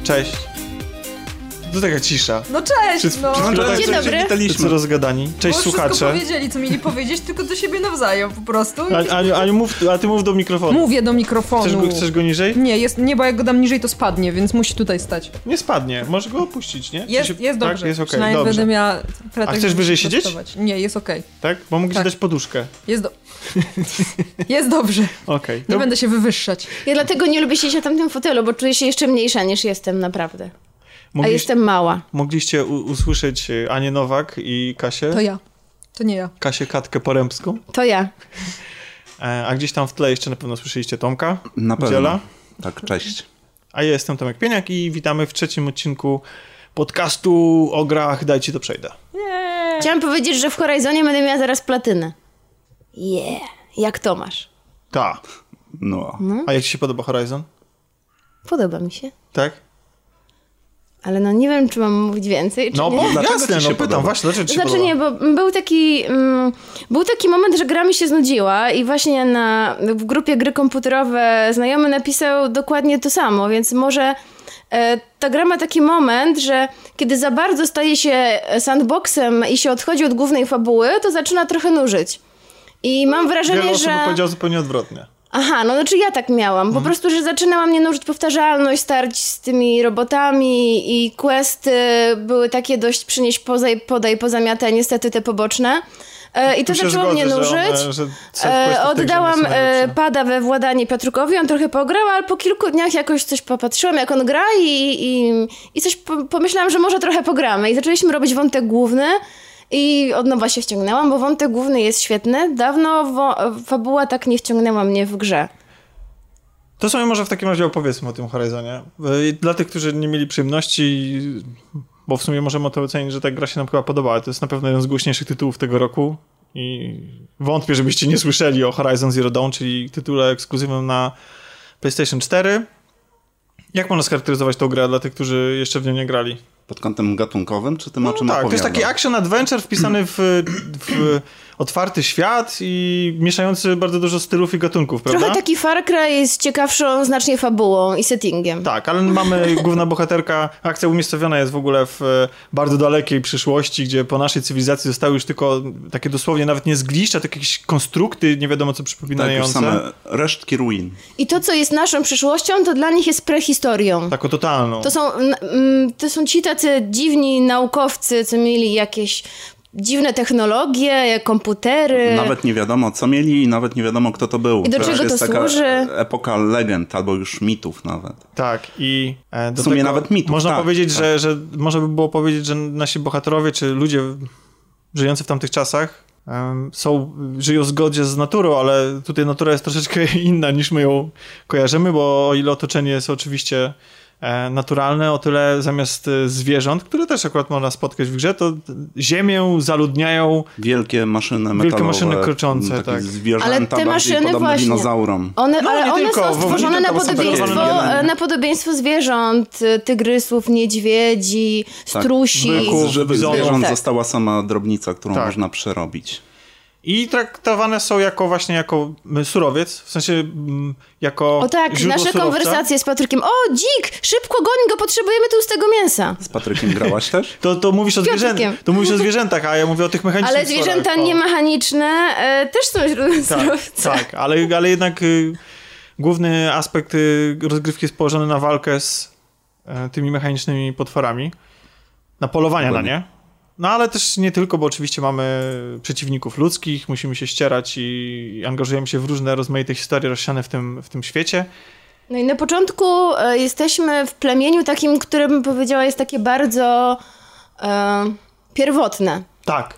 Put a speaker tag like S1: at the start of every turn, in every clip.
S1: Cześć. To taka cisza.
S2: No cześć,
S3: Dzień dobry.
S1: Tacy rozgadani. Cześć,
S2: bo
S1: słuchacze.
S2: wszystko powiedzieli, co mieli powiedzieć, tylko do siebie nawzajem po prostu.
S1: Aniu, a ty mów do mikrofonu.
S2: Mówię do mikrofonu.
S1: Chcesz go niżej?
S2: Nie, bo jak go dam niżej, to spadnie, więc musi tutaj stać.
S1: Nie spadnie, możesz go opuścić, nie?
S2: Jest dobrze.
S1: Tak? Jest okej,
S2: Przynajmniej
S1: dobrze.
S2: będę miała pretekst.
S1: A chcesz wyżej siedzieć?
S2: Nie, jest okej.
S1: Tak? Bo mogę ci dać poduszkę.
S2: Jest dobrze.
S1: Okej.
S2: Nie będę się wywyższać.
S3: Ja dlatego nie lubię siedzieć na tamtym fotelu, bo czuję się jeszcze mniejsza niż jestem naprawdę. A jestem mała.
S1: Mogliście usłyszeć Anię Nowak i Kasię?
S2: To ja. To nie ja.
S1: Kasię Katkę Porębską.
S3: To ja.
S1: A gdzieś tam w tle jeszcze na pewno słyszeliście Tomka.
S4: Na pewno.
S1: Dziela.
S4: Tak, cześć.
S1: A ja jestem Tomek Pieniak i witamy w 3. odcinku podcastu o grach Dajcie to przejdę.
S3: Chciałam powiedzieć, że w Horizonie będę miała zaraz platynę. Jak Tomasz.
S1: Ta.
S4: No.
S1: A jak ci się podoba Horizon?
S3: Podoba mi się.
S1: Tak?
S3: Ale no nie wiem, czy mam mówić więcej, czy
S1: No
S3: nie.
S1: bo
S4: Dlaczego
S1: jasne,
S4: ci się
S1: pytam
S4: podoba?
S1: właśnie, dlaczego ci się
S3: Znaczy
S1: podoba?
S3: nie, bo był taki moment, że gra mi się znudziła i właśnie w grupie Gry Komputerowe znajomy napisał dokładnie to samo, więc może ta gra ma taki moment, że kiedy za bardzo staje się sandboxem i się odchodzi od głównej fabuły, to zaczyna trochę nużyć. I mam wrażenie,
S1: Wiele osób
S3: że...
S1: powiedział zupełnie odwrotnie.
S3: Aha, no znaczy ja tak miałam. Po prostu, że zaczynała mnie nużyć powtarzalność, starć z tymi robotami i questy były takie dość przynieść podaj, pozamiatę, niestety te poboczne. I to
S1: Tu się
S3: zaczęło mnie
S1: zgodzę,
S3: nużyć.
S1: że
S3: Oddałam pada we władanie Piotrukowi, on trochę pograł, ale po kilku dniach jakoś coś popatrzyłam, jak on gra i coś pomyślałam, że może trochę pogramy. I zaczęliśmy robić wątek główny. I od nowa się wciągnęłam, bo wątek główny jest świetny. Dawno fabuła tak nie wciągnęła mnie w grze.
S1: To sobie może w takim razie opowiedzmy o tym Horizonie. Dla tych, którzy nie mieli przyjemności, bo w sumie możemy to ocenić, że ta gra się nam chyba podobała. To jest na pewno jeden z głośniejszych tytułów tego roku i wątpię, żebyście nie słyszeli o Horizon Zero Dawn, czyli tytule ekskluzywnym na PlayStation 4. Jak można scharakteryzować tą grę dla tych, którzy jeszcze w nią nie grali?
S4: Pod kątem gatunkowym, czy tym o czym
S1: Tak, to jest
S4: opowiadam?
S1: taki action-adventure wpisany w otwarty świat i mieszający bardzo dużo stylów i gatunków, prawda?
S3: Trochę taki Far Cry z ciekawszą znacznie fabułą i settingiem.
S1: Tak, ale mamy główna bohaterka, akcja umiejscowiona jest w ogóle w bardzo dalekiej przyszłości, gdzie po naszej cywilizacji zostały już tylko takie dosłownie nawet nie zgliszcza, tylko jakieś konstrukty, nie wiadomo co przypominające.
S4: Tak, już same resztki ruin.
S3: I to, co jest naszą przyszłością, to dla nich jest prehistorią.
S1: Taką totalną.
S3: To są ci tacy dziwni naukowcy, co mieli jakieś dziwne technologie, komputery.
S4: Nawet nie wiadomo, co mieli i nawet nie wiadomo, kto to był.
S3: I do czego
S4: jest
S3: to
S4: taka
S3: służy?
S4: epoka legend, albo już mitów nawet.
S1: Tak, i do
S4: W sumie
S1: tego
S4: nawet mitów,
S1: można
S4: tak,
S1: powiedzieć,
S4: tak.
S1: że można by było powiedzieć, że nasi bohaterowie, czy ludzie żyjący w tamtych czasach żyją w zgodzie z naturą, ale tutaj natura jest troszeczkę inna niż my ją kojarzymy, bo o ile otoczenie jest oczywiście naturalne, o tyle zamiast zwierząt, które też akurat można spotkać w grze, to ziemię zaludniają
S4: Wielkie maszyny metalowe.
S1: kroczące,
S4: takie
S1: tak.
S4: zwierzęta,
S3: Ale te
S4: bardziej
S3: maszyny
S4: podobne
S3: właśnie,
S4: dinozaurom.
S3: One
S1: tylko,
S3: są stworzone
S1: nie tylko,
S3: na podobieństwo zwierząt, tygrysów, niedźwiedzi, strusi.
S1: byków,
S4: Z żywych
S1: bizonów.
S4: zwierząt
S3: Tak.
S4: została sama drobnica, którą
S1: Tak.
S4: można przerobić.
S1: I traktowane są jako surowiec, w sensie jako
S3: O tak,
S1: źródło
S3: nasze
S1: surowca.
S3: konwersacje z Patrykiem. O, dzik! Szybko goń go, potrzebujemy tłustego mięsa.
S4: Z Patrykiem grałaś też?
S1: To mówisz o
S3: Piotrkiem.
S1: zwierzętach, a ja mówię o tych mechanicznych
S3: Ale zwierzęta
S1: stworach.
S3: niemechaniczne też są źródłem surowca.
S1: Tak, ale jednak główny aspekt rozgrywki jest położony na walkę z tymi mechanicznymi potworami, na polowania na nie. No ale też nie tylko, bo oczywiście mamy przeciwników ludzkich, musimy się ścierać i angażujemy się w różne rozmaite historie rozsiane w tym świecie.
S3: No i na początku jesteśmy w plemieniu takim, które bym powiedziała jest takie bardzo pierwotne.
S1: Tak.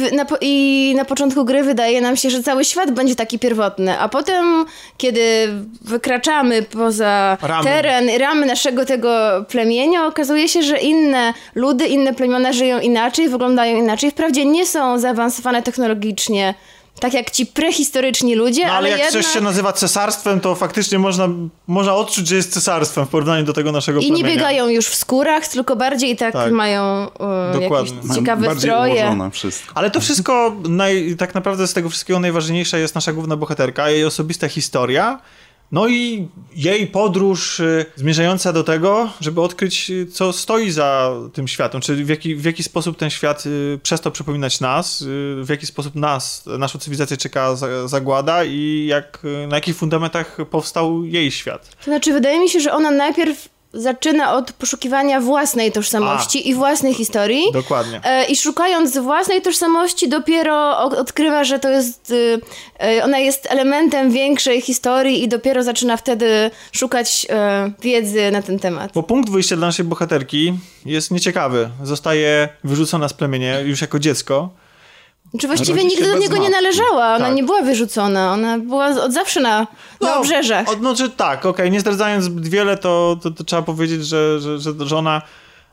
S3: I na początku gry wydaje nam się, że cały świat będzie taki pierwotny, a potem, kiedy wykraczamy poza ramy naszego tego plemienia, okazuje się, że inne ludy, inne plemiona żyją inaczej, wyglądają inaczej. Wprawdzie nie są zaawansowane technologicznie, tak jak ci prehistoryczni ludzie,
S1: no, ale jak
S3: jednak...
S1: coś się nazywa cesarstwem, to faktycznie można odczuć, że jest cesarstwem w porównaniu do tego naszego plemienia.
S3: I nie biegają już w skórach, tylko bardziej tak mają jakieś ciekawe
S4: bardziej
S3: stroje.
S4: ułożone wszystko.
S1: Ale to wszystko, tak naprawdę z tego wszystkiego najważniejsza jest nasza główna bohaterka, jej osobista historia, No i jej podróż zmierzająca do tego, żeby odkryć, co stoi za tym światem, czy w jaki sposób ten świat przestał przypominać nas, w jaki sposób naszą cywilizację czeka zagłada i na jakich fundamentach powstał jej świat.
S3: To znaczy, wydaje mi się, że ona najpierw zaczyna od poszukiwania własnej tożsamości i własnej historii.
S1: Dokładnie.
S3: I szukając własnej tożsamości dopiero odkrywa, że to jest, ona jest elementem większej historii i dopiero zaczyna wtedy szukać wiedzy na ten temat.
S1: Bo punkt wyjścia dla naszej bohaterki jest nieciekawy. Zostaje wyrzucona z plemienia już jako dziecko.
S3: Czy właściwie nigdy do niego nie należała, ona nie była wyrzucona, ona była od zawsze na obrzeżach.
S1: Znaczy tak, okej, nie zdradzając zbyt wiele, to trzeba powiedzieć, że ona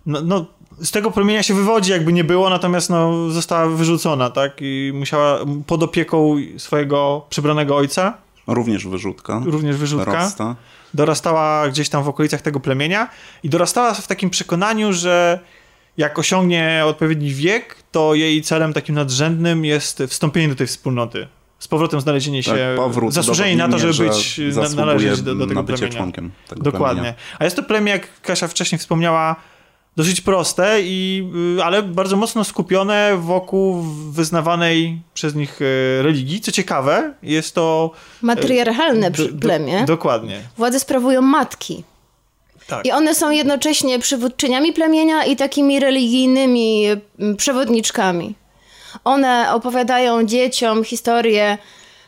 S1: z tego plemienia się wywodzi, jakby nie było, natomiast została wyrzucona, tak? I musiała pod opieką swojego przybranego ojca.
S4: Również wyrzutka. Rosta.
S1: Dorastała gdzieś tam w okolicach tego plemienia i dorastała w takim przekonaniu, że jak osiągnie odpowiedni wiek, to jej celem takim nadrzędnym jest wstąpienie do tej wspólnoty. Z powrotem znalezienie się, zasłużenie na to, żeby należeć do tego plemienia.
S4: Członkiem tego
S1: Dokładnie.
S4: plemienia.
S1: A jest to plemię, jak Kasia wcześniej wspomniała, dosyć proste, ale bardzo mocno skupione wokół wyznawanej przez nich religii. Co ciekawe, jest to...
S3: matriarchalne plemię.
S1: Dokładnie.
S3: Władzę sprawują matki.
S1: Tak.
S3: I one są jednocześnie przywódczyniami plemienia i takimi religijnymi przewodniczkami. One opowiadają dzieciom historię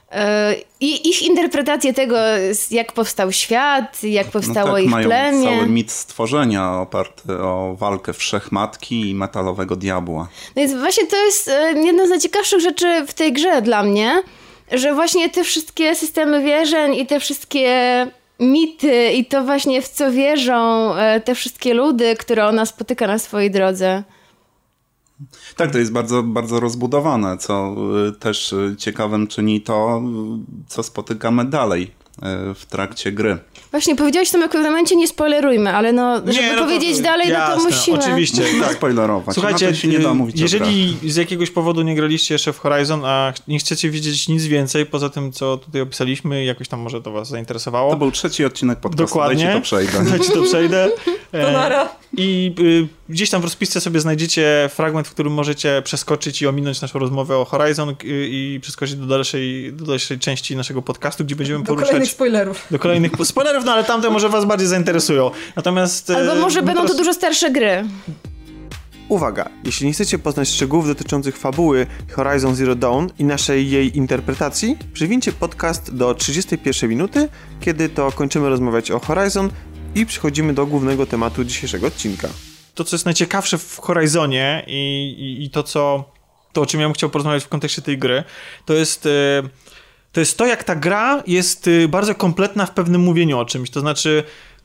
S3: i ich interpretację tego, jak powstał świat, jak powstało ich
S4: mają
S3: plemię.
S4: Cały mit stworzenia oparty o walkę wszechmatki i metalowego diabła.
S3: No więc właśnie to jest jedna z najciekawszych rzeczy w tej grze dla mnie, że właśnie te wszystkie systemy wierzeń i te wszystkie mity i to właśnie w co wierzą te wszystkie ludy, które ona spotyka na swojej drodze.
S4: Tak, to jest bardzo, bardzo rozbudowane, co też ciekawym czyni to, co spotykamy dalej w trakcie gry.
S3: Właśnie, powiedziałeś tam w pewnym momencie, nie spoilerujmy, ale żeby powiedzieć dalej,
S1: jasne,
S3: to musimy.
S1: Oczywiście,
S4: tak. Spoilerować.
S1: Słuchajcie,
S4: się nie da mówić
S1: jeżeli z jakiegoś powodu nie graliście jeszcze w Horizon, a nie chcecie wiedzieć nic więcej poza tym, co tutaj opisaliśmy, jakoś tam może to was zainteresowało.
S4: To był 3. odcinek podcastu.
S1: Dokładnie.
S4: Dajcie to przejdę.
S2: To nara.
S1: I gdzieś tam w rozpisce sobie znajdziecie fragment, w którym możecie przeskoczyć i ominąć naszą rozmowę o Horizon i przeskoczyć do dalszej części naszego podcastu, gdzie będziemy poruszać... Do kolejnych spoilerów, ale tamte może was bardziej zainteresują. Natomiast...
S3: Albo może będą to dużo starsze gry.
S1: Uwaga, jeśli nie chcecie poznać szczegółów dotyczących fabuły Horizon Zero Dawn i naszej jej interpretacji, przywincie podcast do 31 minuty, kiedy to kończymy rozmawiać o Horizon i przechodzimy do głównego tematu dzisiejszego odcinka. To, co jest najciekawsze w Horizonie i to, o czym ja bym chciał porozmawiać w kontekście tej gry, to jest to, jak ta gra jest bardzo kompletna w pewnym mówieniu o czymś. To znaczy...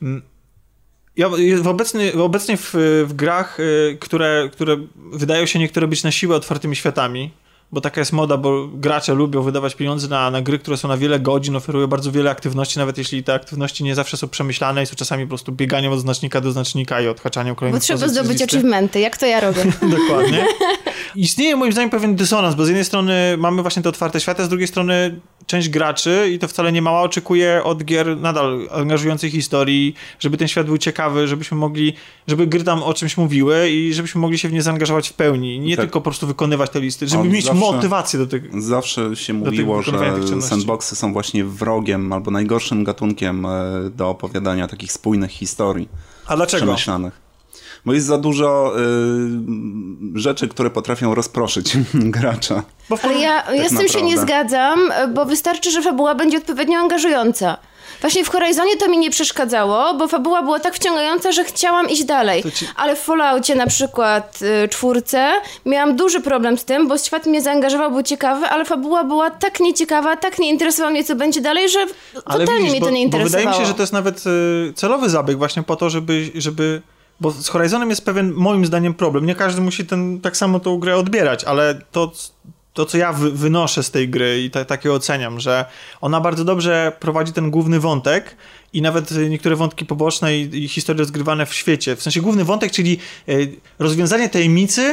S1: Obecnie w grach, które wydają się niektóre być na siłę otwartymi światami, bo taka jest moda, bo gracze lubią wydawać pieniądze na gry, które są na wiele godzin, oferują bardzo wiele aktywności, nawet jeśli te aktywności nie zawsze są przemyślane i są czasami po prostu bieganiem od znacznika do znacznika i odhaczaniem kolejnych pozycji.
S3: Bo trzeba zdobyć achievementy, jak to ja robię.
S1: Dokładnie. Istnieje moim zdaniem pewien dysonans, bo z jednej strony mamy właśnie te otwarte światy, a z drugiej strony część graczy, i to wcale nie mała, oczekuje od gier nadal angażującej historii, żeby ten świat był ciekawy, żeby gry tam o czymś mówiły i żebyśmy mogli się w nie zaangażować w pełni. Nie tylko po prostu wykonywać te listy, żeby mieć motywację do tych.
S4: Zawsze się mówiło, że sandboxy są właśnie wrogiem albo najgorszym gatunkiem do opowiadania takich spójnych historii.
S1: A dlaczego?
S4: Przemyślanych. Bo jest za dużo rzeczy, które potrafią rozproszyć gracza.
S3: Ale ja z tym się nie zgadzam, bo wystarczy, że fabuła będzie odpowiednio angażująca. Właśnie w Horizonie to mi nie przeszkadzało, bo fabuła była tak wciągająca, że chciałam iść dalej. Ale w Falloutie na przykład 4 miałam duży problem z tym, bo świat mnie zaangażował, był ciekawy, ale fabuła była tak nieciekawa, tak nie interesowała mnie, co będzie dalej, że totalnie mnie to nie interesowało.
S1: Bo wydaje mi się, że to jest nawet celowy zabieg właśnie po to, żeby bo z Horizonem jest pewien, moim zdaniem, problem. Nie każdy musi tak samo tą grę odbierać, ale to co ja wynoszę z tej gry i takie oceniam, że ona bardzo dobrze prowadzi ten główny wątek i nawet niektóre wątki poboczne i historie rozgrywane w świecie. W sensie główny wątek, czyli rozwiązanie tajemnicy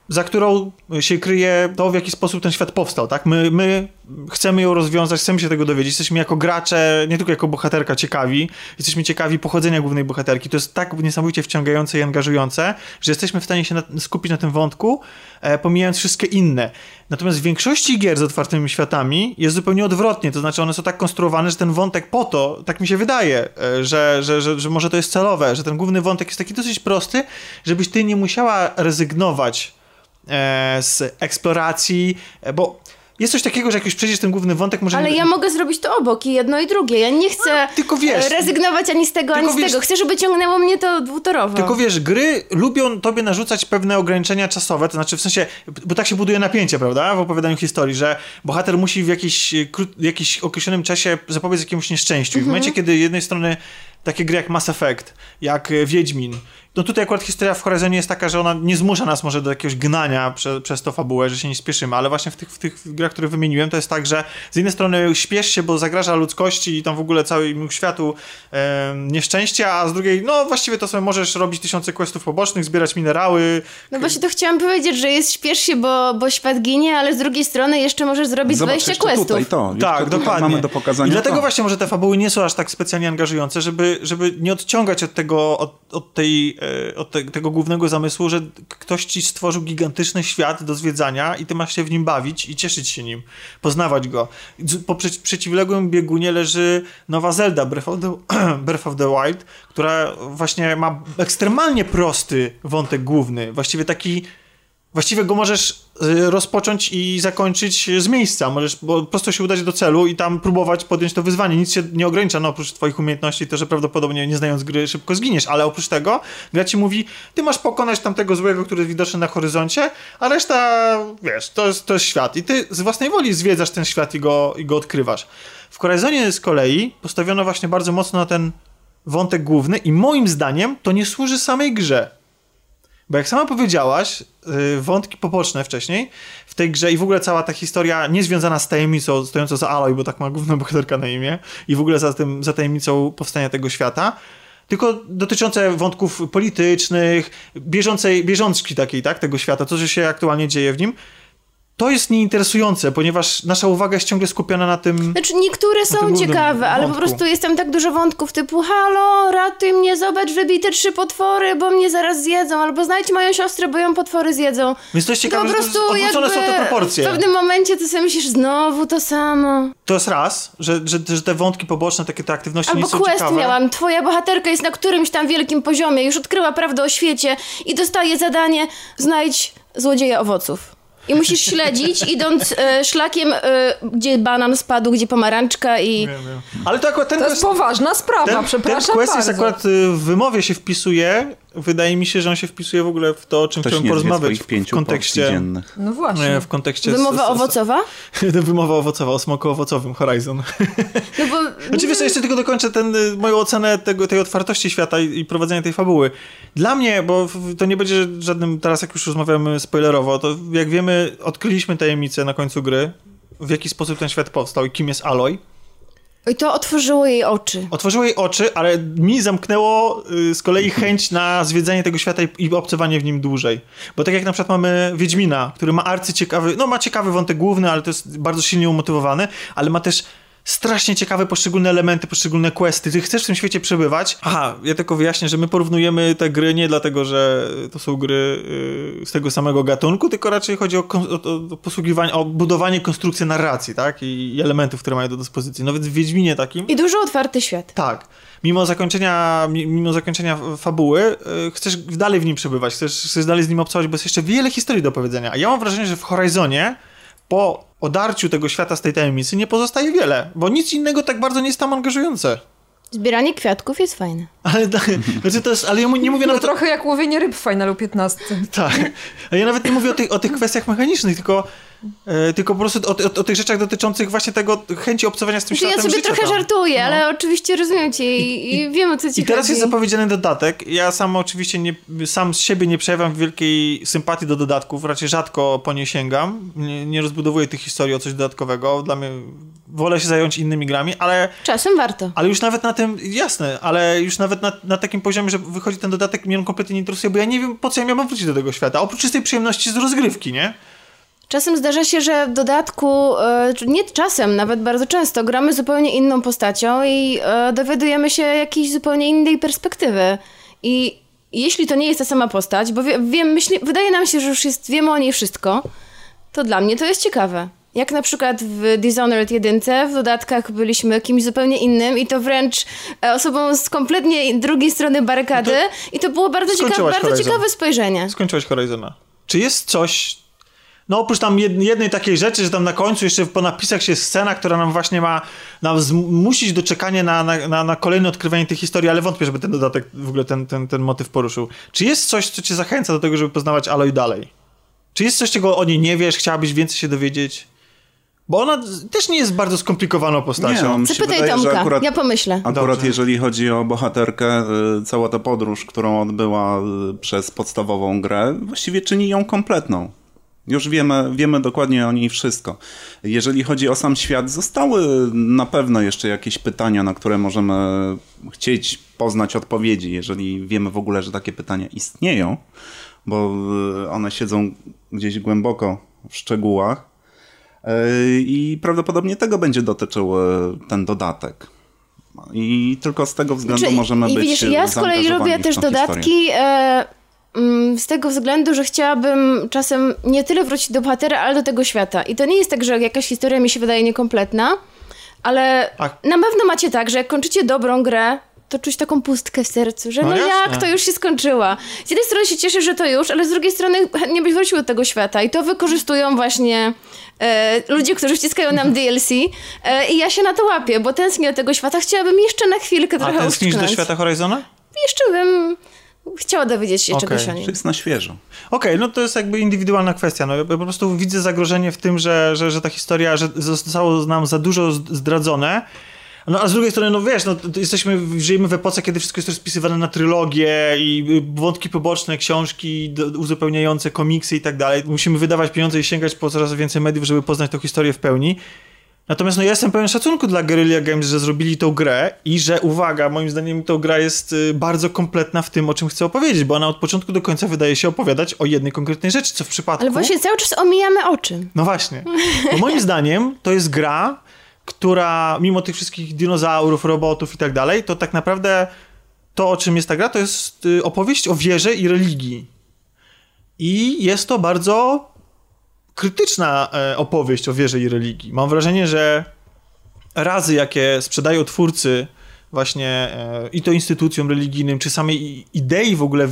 S1: za którą się kryje to, w jaki sposób ten świat powstał, tak? My chcemy ją rozwiązać, chcemy się tego dowiedzieć. Jesteśmy jako gracze, nie tylko jako bohaterka ciekawi, jesteśmy ciekawi pochodzenia głównej bohaterki. To jest tak niesamowicie wciągające i angażujące, że jesteśmy w stanie się skupić na tym wątku, pomijając wszystkie inne. Natomiast w większości gier z otwartymi światami jest zupełnie odwrotnie, to znaczy one są tak konstruowane, że ten wątek po to, tak mi się wydaje, że może to jest celowe, że ten główny wątek jest taki dosyć prosty, żebyś ty nie musiała rezygnować z eksploracji, bo jest coś takiego, że jak już przejdziesz ten główny wątek, może...
S3: Ale ja mogę zrobić to obok i jedno i drugie. Ja nie chcę
S1: tylko wiesz,
S3: rezygnować ani z tego, ani z tego. Chcę, żeby ciągnęło mnie to dwutorowo.
S1: Tylko wiesz, gry lubią tobie narzucać pewne ograniczenia czasowe, to znaczy w sensie, bo tak się buduje napięcie, prawda, w opowiadaniu historii, że bohater musi w jakimś określonym czasie zapobiec jakiemuś nieszczęściu. I w momencie, kiedy z jednej strony takie gry jak Mass Effect, jak Wiedźmin, no tutaj akurat historia w Horizonie jest taka, że ona nie zmusza nas może do jakiegoś gnania przez to fabułę, że się nie spieszymy, ale właśnie w tych grach, które wymieniłem, to jest tak, że z jednej strony śpiesz się, bo zagraża ludzkości i tam w ogóle całemu światu nieszczęścia, a z drugiej, no właściwie to sobie możesz robić 1000 questów pobocznych, zbierać minerały.
S3: No właśnie to chciałam powiedzieć, że śpiesz się, bo świat ginie, ale z drugiej strony jeszcze możesz zrobić 20 questów.
S4: Tutaj to.
S1: Tak, dokładnie.
S4: Mamy do pokazania.
S1: I dlatego właśnie może te fabuły nie są aż tak specjalnie angażujące, żeby nie odciągać od tego głównego zamysłu, że ktoś ci stworzył gigantyczny świat do zwiedzania i ty masz się w nim bawić i cieszyć się nim, poznawać go. Po przeciwległym biegunie leży nowa Zelda, Breath of the Wild, która właśnie ma ekstremalnie prosty wątek główny, właściwie go możesz rozpocząć i zakończyć z miejsca. Możesz po prostu się udać do celu i tam próbować podjąć to wyzwanie. Nic się nie ogranicza, no oprócz twoich umiejętności, to, że prawdopodobnie nie znając gry szybko zginiesz, ale oprócz tego gra ci mówi, ty masz pokonać tamtego złego, który jest widoczny na horyzoncie, a reszta, wiesz, to jest świat. I ty z własnej woli zwiedzasz ten świat i go odkrywasz. W Horizonie z kolei postawiono właśnie bardzo mocno na ten wątek główny i moim zdaniem to nie służy samej grze. Bo jak sama powiedziałaś, wątki poboczne wcześniej w tej grze i w ogóle cała ta historia niezwiązana z tajemnicą stojącą za Aloy, bo tak ma główna bohaterka na imię, i w ogóle za tajemnicą powstania tego świata, tylko dotyczące wątków politycznych, bieżączki takiej, tak, tego świata, co się aktualnie dzieje w nim, to jest nieinteresujące, ponieważ nasza uwaga jest ciągle skupiona na tym...
S3: Znaczy niektóre są ciekawe, ale po prostu jest tam tak dużo wątków typu halo, ratuj mnie, zobacz, wybij te 3 potwory, bo mnie zaraz zjedzą, albo znajdź moją siostrę, bo ją potwory zjedzą.
S1: Więc to jest ciekawe, że odwrócone są te proporcje.
S3: W pewnym momencie to sobie myślisz, znowu to samo.
S1: To jest raz, że te wątki poboczne, te aktywności nie są ciekawe.
S3: Albo quest miałam, twoja bohaterka jest na którymś tam wielkim poziomie, już odkryła prawdę o świecie i dostaje zadanie, znajdź złodzieja owoców. I musisz śledzić, idąc szlakiem, gdzie banan spadł, gdzie pomarańczka i...
S1: Wiem. Ale to akurat ten
S2: to jest poważna sprawa, przepraszam
S1: ten quest
S2: bardzo.
S1: jest akurat w wymowie się wpisuje. Wydaje mi się, że on się wpisuje w ogóle w to, o czym chciałem porozmawiać w kontekście...
S2: No właśnie.
S1: W kontekście...
S3: Wymowa owocowa?
S1: Wymowa owocowa, o smoku owocowym, Horizon.
S3: No bo...
S1: Oczywiście jeszcze tylko dokończę moją ocenę tej otwartości świata i prowadzenia tej fabuły. Dla mnie, bo to nie będzie żadnym, teraz jak już rozmawiamy spoilerowo, to jak wiemy, odkryliśmy tajemnicę na końcu gry, w jaki sposób ten świat powstał i kim jest Aloy.
S3: I to otworzyło jej oczy.
S1: Otworzyło jej oczy, ale mi zamknęło z kolei chęć na zwiedzanie tego świata i obcowanie w nim dłużej. Bo tak jak na przykład mamy Wiedźmina, który ma arcyciekawy, no ma ciekawy wątek główny, ale to jest bardzo silnie umotywowany, ale ma też strasznie ciekawe poszczególne elementy, poszczególne questy. Ty chcesz w tym świecie przebywać. Aha, ja tylko wyjaśnię, że my porównujemy te gry nie dlatego, że to są gry z tego samego gatunku, tylko raczej chodzi o posługiwanie, o budowanie konstrukcji narracji, tak? I elementów, które mają do dyspozycji. No więc w Wiedźminie takim...
S3: I dużo otwarty świat.
S1: Tak. Mimo zakończenia fabuły, chcesz dalej w nim przebywać, chcesz dalej z nim obcować, bo jest jeszcze wiele historii do opowiedzenia. A ja mam wrażenie, że w Horizonie po odarciu tego świata z tej tajemnicy nie pozostaje wiele, bo nic innego tak bardzo nie jest tam angażujące.
S3: Zbieranie kwiatków jest fajne.
S1: Ale ja nie mówię nawet...
S2: trochę jak łowienie ryb w Finalu 15.
S1: Tak. A ja nawet nie mówię o tych kwestiach mechanicznych, tylko po prostu o tych rzeczach dotyczących właśnie tego chęci obcowania z tym światem.
S3: Ja sobie trochę żartuję, ale oczywiście rozumiem cię i wiem, o co ci chodzi.
S1: I teraz jest zapowiedziany dodatek. Ja sam oczywiście sam z siebie nie przejawiam wielkiej sympatii do dodatków, raczej rzadko po nie sięgam. Nie rozbudowuję tych historii o coś dodatkowego. Dla mnie wolę się zająć innymi grami, ale...
S3: Czasem warto.
S1: Ale już nawet na tym, jasne, ale już nawet na takim poziomie, że wychodzi ten dodatek, mnie on kompletnie nie interesuje, bo ja nie wiem, po co ja miałbym wrócić do tego świata, oprócz czystej przyjemności z rozgrywki, nie?
S3: Czasem zdarza się, że w dodatku, nie czasem, nawet bardzo często, gramy zupełnie inną postacią i dowiadujemy się jakiejś zupełnie innej perspektywy. I jeśli to nie jest ta sama postać, bo wydaje nam się, że już wiemy o niej wszystko, to dla mnie to jest ciekawe. Jak na przykład w Dishonored 1 w dodatkach byliśmy kimś zupełnie innym i to wręcz osobą z kompletnie drugiej strony barykady i to było bardzo ciekawe spojrzenie.
S1: Skończyłaś Horizona. Czy jest coś... No oprócz tam jednej takiej rzeczy, że tam na końcu jeszcze po napisach się scena, która nam właśnie ma nam zmusić do czekania na kolejne odkrywanie tej historii, ale wątpię, żeby ten dodatek w ogóle ten motyw poruszył. Czy jest coś, co cię zachęca do tego, żeby poznawać Aloy dalej? Czy jest coś, czego o niej nie wiesz, chciałabyś więcej się dowiedzieć? Bo ona też nie jest bardzo skomplikowaną postacią.
S3: Zapytaj Tomka, ja pomyślę.
S4: Akurat jeżeli chodzi o bohaterkę, cała ta podróż, którą odbyła przez podstawową grę, właściwie czyni ją kompletną. Już wiemy dokładnie o niej wszystko. Jeżeli chodzi o sam świat, zostały na pewno jeszcze jakieś pytania, na które możemy chcieć poznać odpowiedzi, jeżeli wiemy w ogóle, że takie pytania istnieją, bo one siedzą gdzieś głęboko w szczegółach. I prawdopodobnie tego będzie dotyczył ten dodatek. I tylko z tego względu możemy być
S3: widzisz, ja z kolei lubię też dodatki z tego względu, że chciałabym czasem nie tyle wrócić do bohatera, ale do tego świata. I to nie jest tak, że jakaś historia mi się wydaje niekompletna, ale na pewno macie tak, że jak kończycie dobrą grę, to czuć taką pustkę w sercu, że jak to już się skończyła. Z jednej strony się cieszę, że to już, ale z drugiej strony chętnie byś wrócił do tego świata i to wykorzystują właśnie ludzie, którzy wciskają nam DLC i ja się na to łapię, bo tęsknię do tego świata, chciałabym jeszcze na chwilkę trochę uszczknąć.
S1: A tęsknisz do świata Horizona?
S3: Jeszcze bym chciała dowiedzieć się czegoś o nim.
S4: To jest na świeżo.
S1: Okej, no to jest jakby indywidualna kwestia. No, ja po prostu widzę zagrożenie w tym, że ta historia, że zostało nam za dużo zdradzone. No a z drugiej strony, no wiesz, no, żyjemy w epoce, kiedy wszystko jest rozpisywane na trylogię i wątki poboczne, książki uzupełniające, komiksy i tak dalej. Musimy wydawać pieniądze i sięgać po coraz więcej mediów, żeby poznać tę historię w pełni. Natomiast no ja jestem pełen szacunku dla Guerrilla Games, że zrobili tą grę i że, uwaga, moim zdaniem ta gra jest bardzo kompletna w tym, o czym chcę opowiedzieć, bo ona od początku do końca wydaje się opowiadać o jednej konkretnej rzeczy, co w przypadku...
S3: Ale właśnie cały czas omijamy o czym.
S1: No właśnie. Bo moim zdaniem to jest gra, która mimo tych wszystkich dinozaurów, robotów i tak dalej, to tak naprawdę to, o czym jest ta gra, to jest opowieść o wierze i religii. I jest to bardzo krytyczna opowieść o wierze i religii. Mam wrażenie, że razy, jakie sprzedają twórcy właśnie i to instytucjom religijnym, czy samej idei w ogóle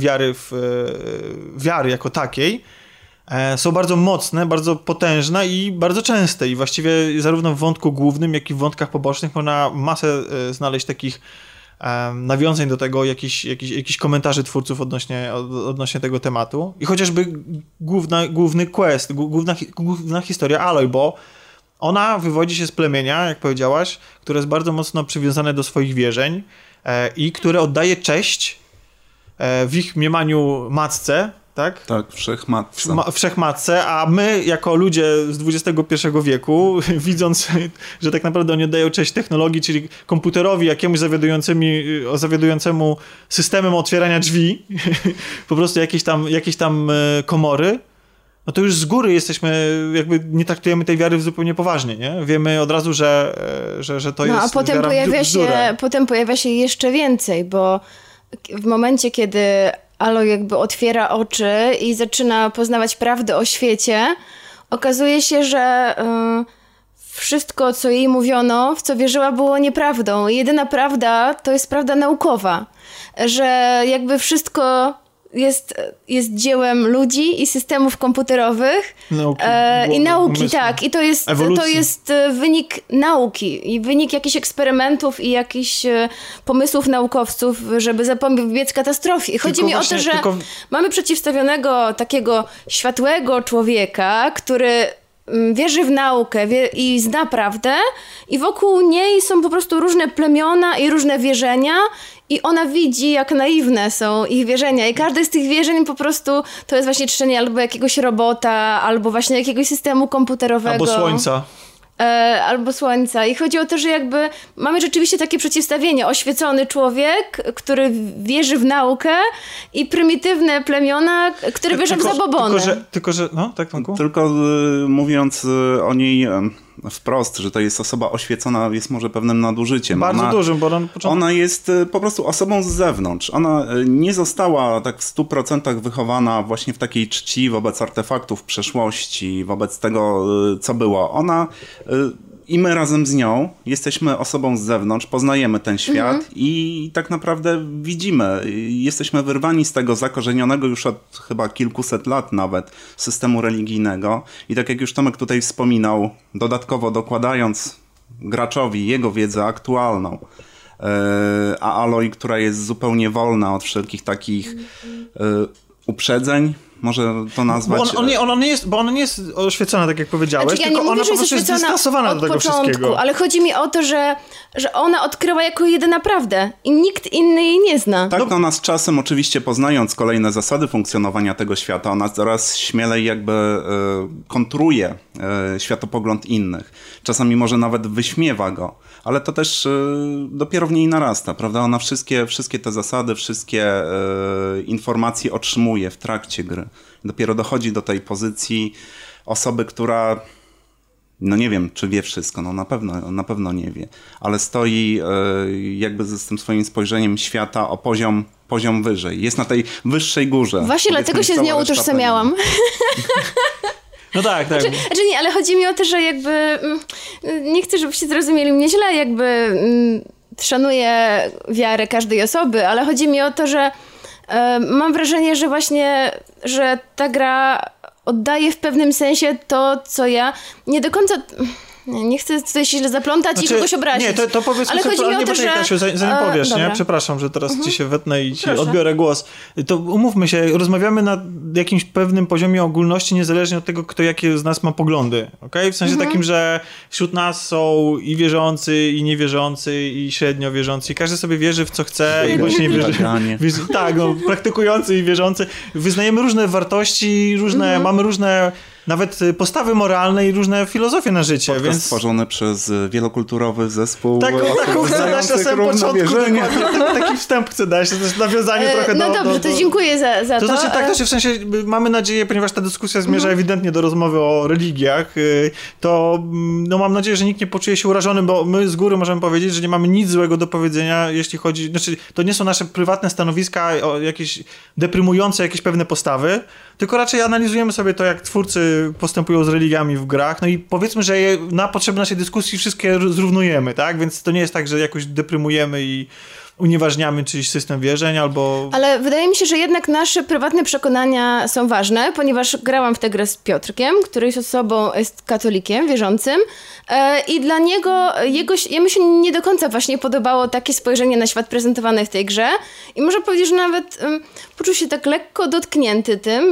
S1: wiary jako takiej, są bardzo mocne, bardzo potężne i bardzo częste. I właściwie zarówno w wątku głównym, jak i w wątkach pobocznych można masę znaleźć takich nawiązań do tego, jakichś komentarzy twórców odnośnie tego tematu. I chociażby główny quest, główna historia Aloy, bo ona wywodzi się z plemienia, jak powiedziałaś, które jest bardzo mocno przywiązane do swoich wierzeń i które oddaje cześć w ich mniemaniu matce, tak?
S4: Tak, wszechmatce.
S1: Wszechmatce, a my jako ludzie z XXI wieku, widząc, że tak naprawdę oni oddają cześć technologii, czyli komputerowi jakiemuś zawiadującemu systemem otwierania drzwi, po prostu jakieś tam komory, no to już z góry jesteśmy, jakby nie traktujemy tej wiary zupełnie poważnie, nie? Wiemy od razu, że to jest
S3: a potem potem pojawia się jeszcze więcej, bo w momencie, kiedy Aloy jakby otwiera oczy i zaczyna poznawać prawdę o świecie, okazuje się, że wszystko, co jej mówiono, w co wierzyła, było nieprawdą. Jedyna prawda to jest prawda naukowa. Że jakby wszystko jest dziełem ludzi i systemów komputerowych i nauki, umysłu. Tak. I to jest wynik nauki i wynik jakichś eksperymentów i jakichś pomysłów naukowców, żeby zapobiec katastrofie. I chodzi mi o to, że mamy przeciwstawionego takiego światłego człowieka, który wierzy w naukę i zna prawdę i wokół niej są po prostu różne plemiona i różne wierzenia i ona widzi, jak naiwne są ich wierzenia i każde z tych wierzeń po prostu to jest właśnie czczenie albo jakiegoś robota, albo właśnie jakiegoś systemu komputerowego.
S1: Albo słońca.
S3: albo słońca. I chodzi o to, że jakby mamy rzeczywiście takie przeciwstawienie. Oświecony człowiek, który wierzy w naukę i prymitywne plemiona, które wierzą w zabobony.
S1: Tylko, że no, tak, Tomku?
S4: Tylko mówiąc o niej wprost, że to jest osoba oświecona, jest może pewnym nadużyciem.
S1: Bardzo dużym, bo
S4: ona jest po prostu osobą z zewnątrz. Ona nie została tak w 100% wychowana właśnie w takiej czci wobec artefaktów przeszłości, wobec tego, co było. Ona i my razem z nią jesteśmy osobą z zewnątrz, poznajemy ten świat i tak naprawdę widzimy, jesteśmy wyrwani z tego zakorzenionego już od chyba kilkuset lat nawet systemu religijnego i tak jak już Tomek tutaj wspominał, dodatkowo dokładając graczowi jego wiedzę aktualną, a Aloy, która jest zupełnie wolna od wszelkich takich uprzedzeń, może to nazwać...
S1: Bo ona nie jest oświecona, tak jak powiedziałeś,
S3: znaczy,
S1: tylko ona po prostu jest dystansowana do tego
S3: początku,
S1: wszystkiego.
S3: Ale chodzi mi o to, że ona odkryła jako jedyna prawdę i nikt inny jej nie zna.
S4: Tak, ona z czasem oczywiście poznając kolejne zasady funkcjonowania tego świata, ona coraz śmielej jakby kontruje światopogląd innych. Czasami może nawet wyśmiewa go, ale to też dopiero w niej narasta, prawda? Ona wszystkie te zasady, wszystkie informacje otrzymuje w trakcie gry. Dopiero dochodzi do tej pozycji osoby, która no nie wiem, czy wie wszystko, no na pewno nie wie, ale stoi jakby z tym swoim spojrzeniem świata o poziom wyżej. Jest na tej wyższej górze.
S3: Właśnie dlatego się z nią utożsamiałam.
S1: No tak.
S3: Znaczy nie, ale chodzi mi o to, że jakby nie chcę, żebyście zrozumieli mnie źle, jakby szanuję wiarę każdej osoby, ale chodzi mi o to, że mam wrażenie, że właśnie, że ta gra oddaje w pewnym sensie to, co ja nie do końca... Nie chcę tutaj się źle zaplątać i kogoś obrazić.
S1: Nie, to powiedzmy
S3: ale chodzi mi o to, że...
S1: Kasiu, zanim powiesz, nie? Przepraszam, że teraz ci się wetnę i ci odbiorę głos. To umówmy się, rozmawiamy na jakimś pewnym poziomie ogólności, niezależnie od tego, kto jakie z nas ma poglądy. Okay? W sensie takim, że wśród nas są i wierzący, i niewierzący, i średnio wierzący. I każdy sobie wierzy w co chce i właśnie wierzy. Tak, no, praktykujący i wierzący. Wyznajemy różne wartości, mamy różne nawet postawy moralne i różne filozofie na życie.
S4: Podcast więc stworzony przez wielokulturowy zespół.
S1: Taką chcę dać na samym początku. Taki wstęp chcę dać, to jest nawiązanie trochę do...
S3: No dobrze, to dziękuję za to.
S1: To znaczy tak, w sensie mamy nadzieję, ponieważ ta dyskusja zmierza ewidentnie do rozmowy o religiach, to no mam nadzieję, że nikt nie poczuje się urażony, bo my z góry możemy powiedzieć, że nie mamy nic złego do powiedzenia, jeśli chodzi... Znaczy, to nie są nasze prywatne stanowiska, jakieś deprymujące jakieś pewne postawy, tylko raczej analizujemy sobie to, jak twórcy postępują z religiami w grach, no i powiedzmy, że na potrzeby naszej dyskusji wszystkie zrównujemy, tak? Więc to nie jest tak, że jakoś deprymujemy i unieważniamy czyjś system wierzeń, albo... Ale
S3: wydaje mi się, że jednak nasze prywatne przekonania są ważne, ponieważ grałam w tę grę z Piotrkiem, który jest osobą, jest katolikiem, wierzącym i dla niego, jemu się nie do końca właśnie podobało takie spojrzenie na świat prezentowane w tej grze i można powiedzieć, że nawet poczuł się tak lekko dotknięty tym,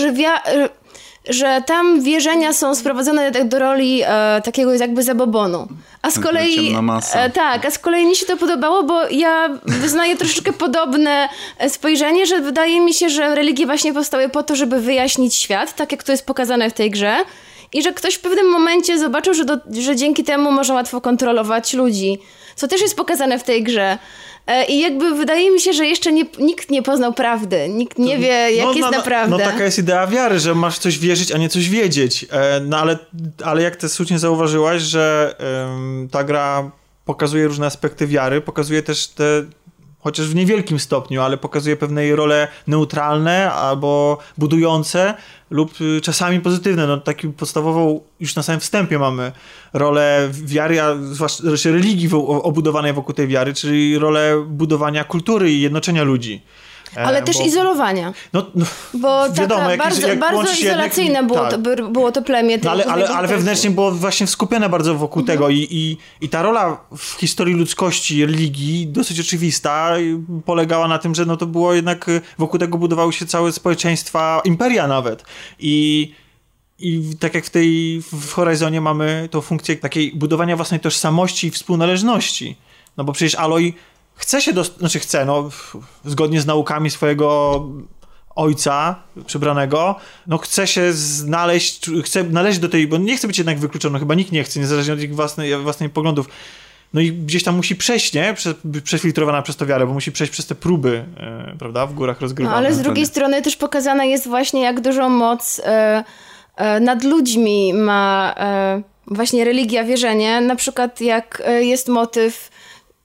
S3: że tam wierzenia są sprowadzone do roli takiego jakby zabobonu. A z kolei a z kolei mi się to podobało, bo ja wyznaję troszeczkę podobne spojrzenie, że wydaje mi się, że religie właśnie powstały po to, żeby wyjaśnić świat, tak jak to jest pokazane w tej grze. I że ktoś w pewnym momencie zobaczył, że dzięki temu można łatwo kontrolować ludzi. Co też jest pokazane w tej grze. I jakby wydaje mi się, że jeszcze nikt nie poznał prawdy. Nikt nie wie, jak jest naprawdę. No taka jest idea wiary, że masz coś wierzyć, a nie coś wiedzieć. No ale jak ty słusznie zauważyłaś, że ta gra pokazuje różne aspekty wiary, pokazuje też te, chociaż w niewielkim stopniu, ale pokazuje pewne jej role neutralne albo budujące lub czasami pozytywne. No taką podstawową już na samym wstępie mamy rolę wiary, a zwłaszcza religii obudowanej wokół tej wiary, czyli rolę budowania kultury i jednoczenia ludzi. Ale też izolowania. Bo wiadomo, bardzo izolacyjne było to plemię. Ale wewnętrznie było właśnie skupione bardzo wokół tego i ta rola w historii ludzkości, religii dosyć oczywista polegała na tym, że to było jednak wokół tego budowały się całe społeczeństwa, imperia nawet. I tak jak w Horizonie mamy tą funkcję takiej budowania własnej tożsamości i współnależności. No bo przecież Aloy chce się zgodnie z naukami swojego
S1: ojca przebranego, no chce się znaleźć, chce naleźć do tej, bo nie chce być jednak wykluczony, chyba nikt nie chce, niezależnie od ich własnych poglądów. No i gdzieś tam musi przejść, nie? Przefiltrowana przez to wiarę, bo musi przejść przez te próby, prawda, w górach rozgrywane.
S3: No ale z drugiej strony też pokazana jest właśnie, jak dużą moc nad ludźmi ma właśnie religia, wierzenie. Na przykład jak jest motyw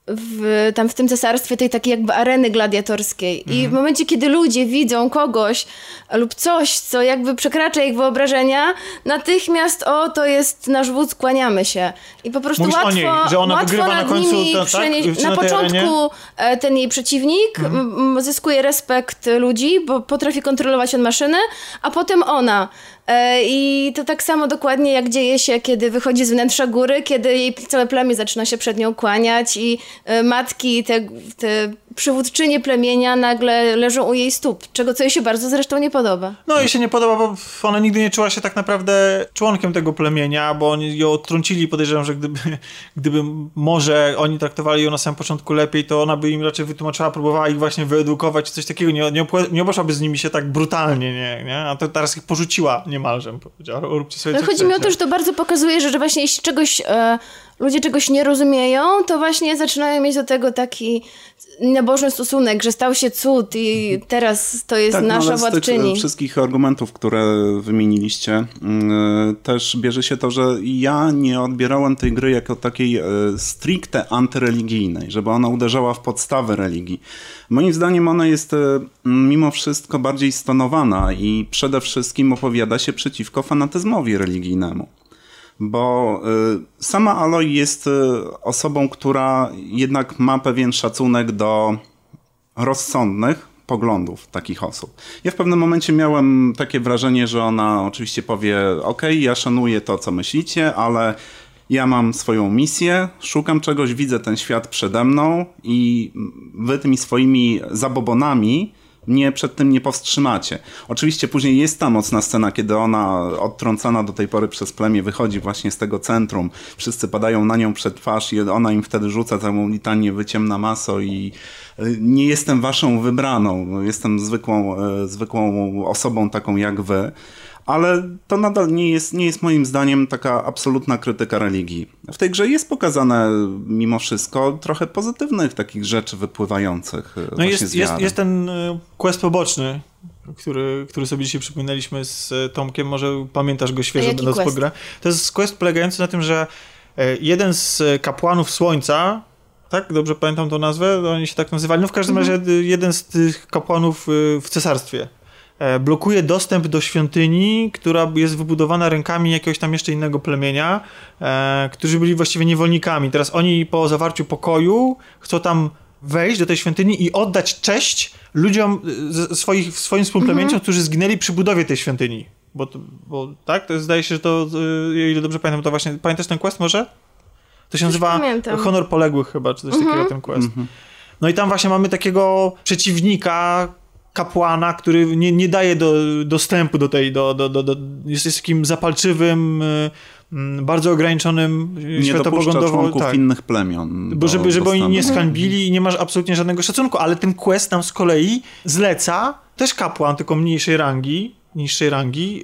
S3: w tym cesarstwie tej takiej jakby areny gladiatorskiej. I w momencie, kiedy ludzie widzą kogoś lub coś, co jakby przekracza ich wyobrażenia, natychmiast to jest nasz wódz, kłaniamy się. I po prostu
S1: łatwo, niej, że ona
S3: łatwo nad
S1: na końcu,
S3: nimi przenieść. Na początku ten jej przeciwnik zyskuje respekt ludzi, bo potrafi kontrolować on maszyny, a potem ona. I to tak samo dokładnie jak dzieje się, kiedy wychodzi z wnętrza góry, kiedy jej całe plemię zaczyna się przed nią kłaniać i matki, te przywódczynie plemienia nagle leżą u jej stóp, co jej się bardzo zresztą nie podoba.
S1: No jej się nie podoba, bo ona nigdy nie czuła się tak naprawdę członkiem tego plemienia, bo oni ją odtrącili, podejrzewam, że gdyby może oni traktowali ją na samym początku lepiej, to ona by im raczej wytłumaczyła, próbowała ich właśnie wyedukować, czy coś takiego, nie obeszłaby z nimi się tak brutalnie, nie? A to teraz ich porzuciła niemalże, powiedziała, róbcie sobie co
S3: chodzi mi o to, że to bardzo pokazuje, że właśnie jeśli ludzie czegoś nie rozumieją, to właśnie zaczynają mieć do tego taki nabożny stosunek, że stał się cud i teraz to jest nasza władczyni.
S4: Z tych wszystkich argumentów, które wymieniliście, też bierze się to, że ja nie odbierałem tej gry jako takiej stricte antyreligijnej, żeby ona uderzała w podstawy religii. Moim zdaniem ona jest mimo wszystko bardziej stonowana i przede wszystkim opowiada się przeciwko fanatyzmowi religijnemu. Bo sama Aloy jest osobą, która jednak ma pewien szacunek do rozsądnych poglądów takich osób. Ja w pewnym momencie miałem takie wrażenie, że ona oczywiście powie: okej, ja szanuję to, co myślicie, ale ja mam swoją misję, szukam czegoś, widzę ten świat przede mną i wy tymi swoimi zabobonami mnie przed tym nie powstrzymacie. Oczywiście później jest ta mocna scena, kiedy ona odtrącana do tej pory przez plemię wychodzi właśnie z tego centrum. Wszyscy padają na nią przed twarz i ona im wtedy rzuca całą litanię wyciemna maso i nie jestem waszą wybraną, jestem zwykłą osobą taką jak wy. Ale to nadal nie jest moim zdaniem taka absolutna krytyka religii. W tej grze jest pokazane mimo wszystko trochę pozytywnych takich rzeczy wypływających właśnie z wiary.
S1: Jest ten quest poboczny, który sobie dzisiaj przypominaliśmy z Tomkiem. Może pamiętasz go świeżo, będąc po grę. To jest quest polegający na tym, że jeden z kapłanów Słońca, tak? Dobrze pamiętam tą nazwę? Oni się tak nazywali. No w każdym razie jeden z tych kapłanów w cesarstwie blokuje dostęp do świątyni, która jest wybudowana rękami jakiegoś tam jeszcze innego plemienia, którzy byli właściwie niewolnikami. Teraz oni po zawarciu pokoju chcą tam wejść do tej świątyni i oddać cześć ludziom, swoim współplemieńcom, którzy zginęli przy budowie tej świątyni. Bo tak? To zdaje się, że to, o ile dobrze pamiętam, to właśnie... Pamiętasz ten quest może? To się nazywa Honor Poległych chyba, czy coś takiego, ten quest. No i tam właśnie mamy takiego przeciwnika, kapłana, który nie daje dostępu do tej, jest takim zapalczywym, bardzo ograniczonym światopoglądowo. Nie
S4: członków innych plemion.
S1: Bo żeby oni nie zhańbili i nie masz absolutnie żadnego szacunku, ale ten quest nam z kolei zleca też kapłan, tylko niższej rangi,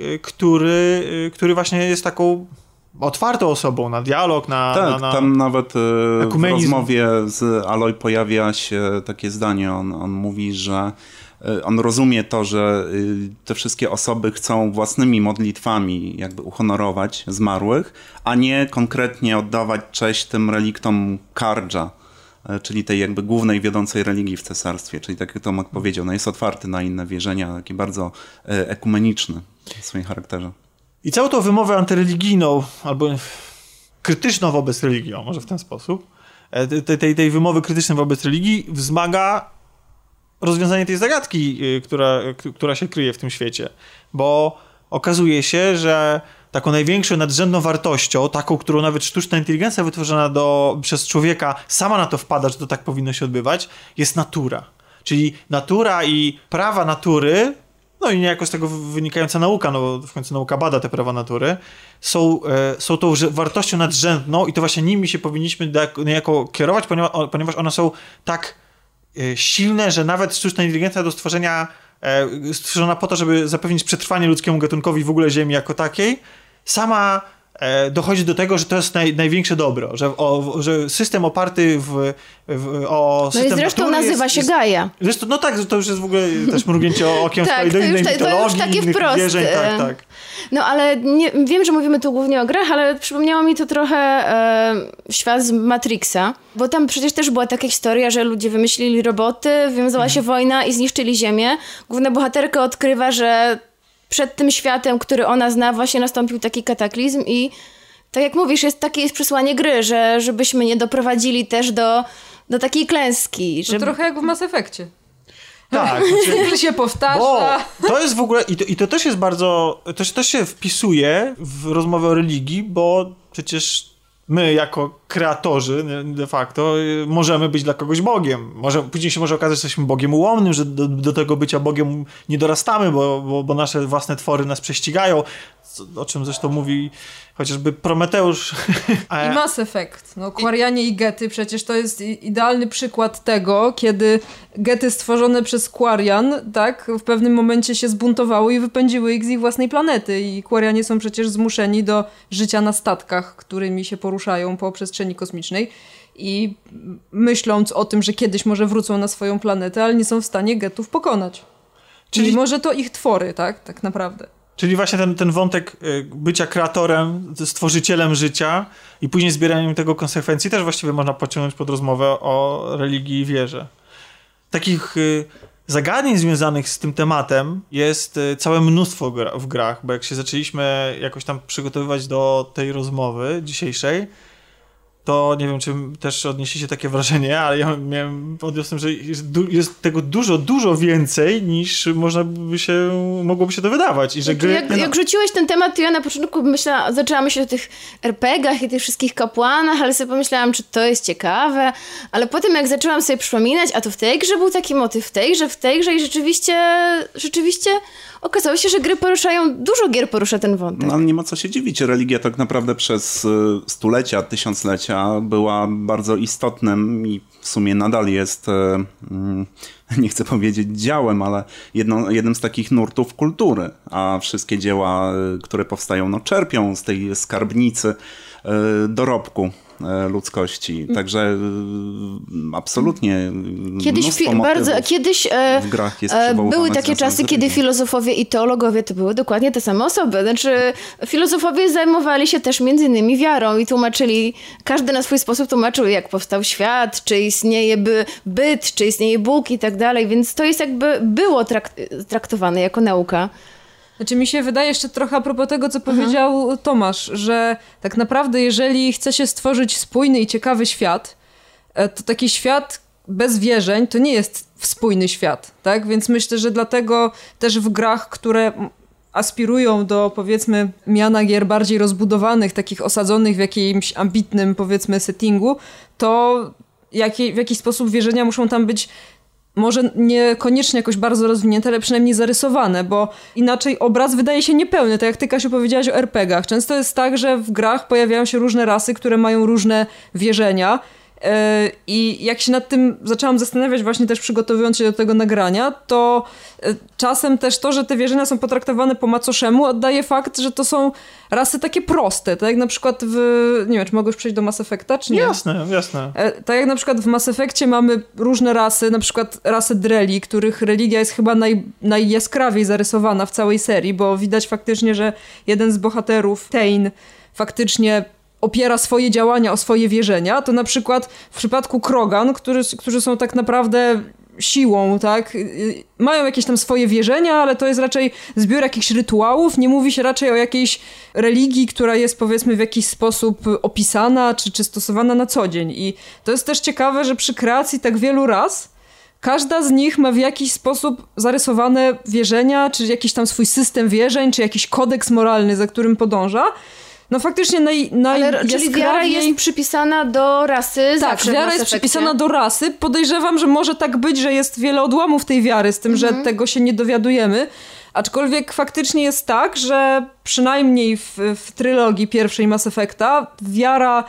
S1: który właśnie jest taką otwartą osobą na dialog,
S4: tam nawet w rozmowie z Aloy pojawia się takie zdanie, on mówi, że on rozumie to, że te wszystkie osoby chcą własnymi modlitwami jakby uhonorować zmarłych, a nie konkretnie oddawać cześć tym reliktom Kardża, czyli tej jakby głównej wiodącej religii w cesarstwie. Czyli tak jak Tomek powiedział, no jest otwarty na inne wierzenia, taki bardzo ekumeniczny w swoim charakterze.
S1: I całą tą wymowę antyreligijną, albo krytyczną wobec religii, może w ten sposób, tej wymowy krytycznej wobec religii wzmaga rozwiązanie tej zagadki, która się kryje w tym świecie. Bo okazuje się, że taką największą nadrzędną wartością, taką, którą nawet sztuczna inteligencja wytworzona przez człowieka sama na to wpada, że to tak powinno się odbywać, jest natura. Czyli natura i prawa natury, no i niejako z tego wynikająca nauka, no bo w końcu nauka bada te prawa natury, są tą wartością nadrzędną i to właśnie nimi się powinniśmy niejako kierować, ponieważ one są tak silne, że nawet sztuczna inteligencja do stworzenia stworzona po to, żeby zapewnić przetrwanie ludzkiemu gatunkowi w ogóle Ziemi jako takiej, sama dochodzi do tego, że to jest największe dobro, że system oparty o system
S3: no i zresztą
S1: natury
S3: nazywa się Gaia.
S1: Zresztą, no tak, to już jest w ogóle też mrugnięcie okiem
S3: tak,
S1: do innej mitologii,
S3: to już takie
S1: innych
S3: wprost.
S1: wierzeń, tak.
S3: No ale wiem, że mówimy tu głównie o grach, ale przypomniało mi to trochę świat z Matrixa, bo tam przecież też była taka historia, że ludzie wymyślili roboty, wiązała się wojna i zniszczyli Ziemię. Główna bohaterka odkrywa, że przed tym światem, który ona zna, właśnie nastąpił taki kataklizm i tak jak mówisz, takie jest przesłanie gry, żebyśmy nie doprowadzili też do takiej klęski.
S2: To trochę jak w Mass Effectie.
S1: Tak.
S2: Cykl się powtarza.
S1: Bo to jest w ogóle, i to też jest bardzo, to się wpisuje w rozmowę o religii, bo przecież my jako kreatorzy de facto możemy być dla kogoś Bogiem. Później się może okazać, że jesteśmy Bogiem ułomnym, że do tego bycia Bogiem nie dorastamy, bo nasze własne twory nas prześcigają, o czym zresztą mówi chociażby Prometeusz.
S2: I Mass Effect. No, Quarianie i Gety przecież to jest idealny przykład tego, kiedy Gety stworzone przez Quarian, tak, w pewnym momencie się zbuntowały i wypędziły ich z ich własnej planety. I Quarianie są przecież zmuszeni do życia na statkach, którymi się poruszają po przestrzeni kosmicznej. I myśląc o tym, że kiedyś może wrócą na swoją planetę, ale nie są w stanie Getów pokonać. Czyli może to ich twory, tak naprawdę.
S1: Czyli właśnie ten wątek bycia kreatorem, stworzycielem życia i później zbieraniem tego konsekwencji też właściwie można pociągnąć pod rozmowę o religii i wierze. Takich zagadnień związanych z tym tematem jest całe mnóstwo w grach, bo jak się zaczęliśmy jakoś tam przygotowywać do tej rozmowy dzisiejszej, to nie wiem, czy też odnieśliście takie wrażenie, ale ja odniosłem, że jest tego dużo więcej, niż mogłoby się to wydawać. I że gry,
S3: jak rzuciłeś ten temat, to ja na początku zaczęłam myśleć o tych RPG-ach i tych wszystkich kapłanach, ale sobie pomyślałam, czy to jest ciekawe, ale potem jak zaczęłam sobie przypominać, a to w tej grze był taki motyw, w tej grze i rzeczywiście okazało się, że gry poruszają, dużo gier porusza ten wątek.
S4: No ale nie ma co się dziwić, religia tak naprawdę przez stulecia, tysiąclecia była bardzo istotnym i w sumie nadal jest, nie chcę powiedzieć działem, ale jednym z takich nurtów kultury, a wszystkie dzieła, które powstają, czerpią z tej skarbnicy dorobku ludzkości. Także absolutnie
S3: Kiedyś
S4: w grach jest
S3: były takie czasy, kiedy filozofowie i teologowie to były dokładnie te same osoby. Znaczy filozofowie zajmowali się też między innymi wiarą i tłumaczyli, każdy na swój sposób tłumaczył, jak powstał świat, czy istnieje byt, czy istnieje Bóg i tak dalej, więc to jest jakby było traktowane jako nauka.
S2: Znaczy mi się wydaje jeszcze trochę a propos tego, co powiedział Tomasz, że tak naprawdę jeżeli chce się stworzyć spójny i ciekawy świat, to taki świat bez wierzeń to nie jest spójny świat, tak? Więc myślę, że dlatego też w grach, które aspirują do, powiedzmy, miana gier bardziej rozbudowanych, takich osadzonych w jakimś ambitnym, powiedzmy, settingu, to w jakiś sposób wierzenia muszą tam być może niekoniecznie jakoś bardzo rozwinięte, ale przynajmniej zarysowane, bo inaczej obraz wydaje się niepełny, tak jak ty, Kasiu, powiedziałaś o RPG-ach. Często jest tak, że w grach pojawiają się różne rasy, które mają różne wierzenia i jak się nad tym zaczęłam zastanawiać właśnie też przygotowując się do tego nagrania, to czasem też to, że te wierzenia są potraktowane po macoszemu, oddaje fakt, że to są rasy takie proste, tak jak na przykład nie wiem, czy mogę już przejść do Mass Effecta, czy nie?
S1: Jasne.
S2: Tak jak na przykład w Mass Effectie mamy różne rasy, na przykład rasę Dreli, których religia jest chyba najjaskrawiej zarysowana w całej serii, bo widać faktycznie, że jeden z bohaterów, Tain, faktycznie opiera swoje działania o swoje wierzenia, to na przykład w przypadku Krogan, którzy są tak naprawdę siłą, tak? Mają jakieś tam swoje wierzenia, ale to jest raczej zbiór jakichś rytuałów, nie mówi się raczej o jakiejś religii, która jest, powiedzmy, w jakiś sposób opisana czy stosowana na co dzień. I to jest też ciekawe, że przy kreacji tak wielu ras każda z nich ma w jakiś sposób zarysowane wierzenia, czy jakiś tam swój system wierzeń, czy jakiś kodeks moralny, za którym podąża. No faktycznie
S3: czyli wiara jest przypisana do rasy zawsze.
S2: Tak, wiara jest przypisana do rasy. Podejrzewam, że może tak być, że jest wiele odłamów tej wiary, z tym, że tego się nie dowiadujemy. Aczkolwiek faktycznie jest tak, że przynajmniej w trylogii pierwszej Mass Effecta wiara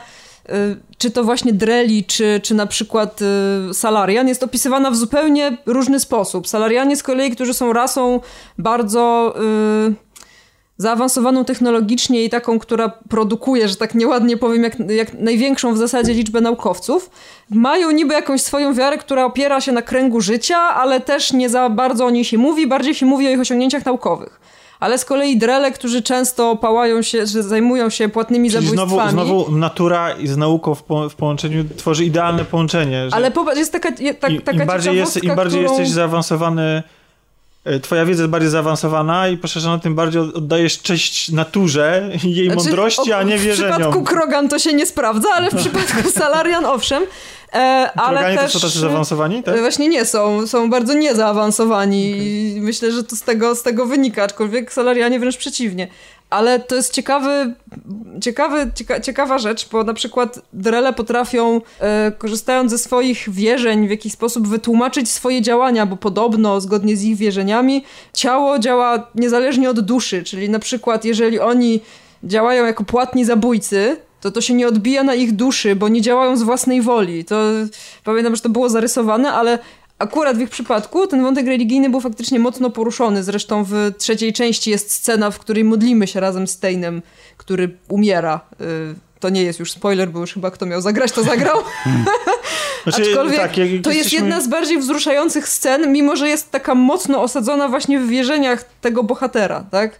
S2: czy to właśnie Dreli, czy na przykład Salarian, jest opisywana w zupełnie różny sposób. Salarianie z kolei, którzy są rasą bardzo zaawansowaną technologicznie i taką, która produkuje, że tak nieładnie powiem, jak największą w zasadzie liczbę naukowców, mają niby jakąś swoją wiarę, która opiera się na kręgu życia, ale też nie za bardzo o niej się mówi, bardziej się mówi o ich osiągnięciach naukowych. Ale z kolei Drele, którzy często pałają się, że zajmują się płatnymi zabójstwami.
S1: Znowu natura i z nauką w połączeniu tworzy idealne połączenie.
S2: Ale popatrz, jest taka
S1: im bardziej jesteś zaawansowany, twoja wiedza jest bardziej zaawansowana i poszerzona, tym bardziej oddajesz cześć naturze i jej mądrości, a nie wierzeniom.
S2: W przypadku Krogan to się nie sprawdza, ale w przypadku Salarian owszem. Ale
S1: Kroganie
S2: też,
S1: to są tacy zaawansowani? Tak?
S2: Właśnie nie są. Są bardzo niezaawansowani i myślę, że to z tego wynika, aczkolwiek Salarianie wręcz przeciwnie. Ale to jest ciekawa rzecz, bo na przykład Drele potrafią, korzystając ze swoich wierzeń, w jakiś sposób wytłumaczyć swoje działania, bo podobno, zgodnie z ich wierzeniami, ciało działa niezależnie od duszy, czyli na przykład jeżeli oni działają jako płatni zabójcy, to się nie odbija na ich duszy, bo nie działają z własnej woli. To pamiętam, że to było zarysowane, ale akurat w ich przypadku ten wątek religijny był faktycznie mocno poruszony. Zresztą w 3. części jest scena, w której modlimy się razem z Steinem, który umiera. To nie jest już spoiler, bo już chyba kto miał zagrać, to zagrał. Aczkolwiek tak, to jest jedna z bardziej wzruszających scen, mimo że jest taka mocno osadzona właśnie w wierzeniach tego bohatera. Tak?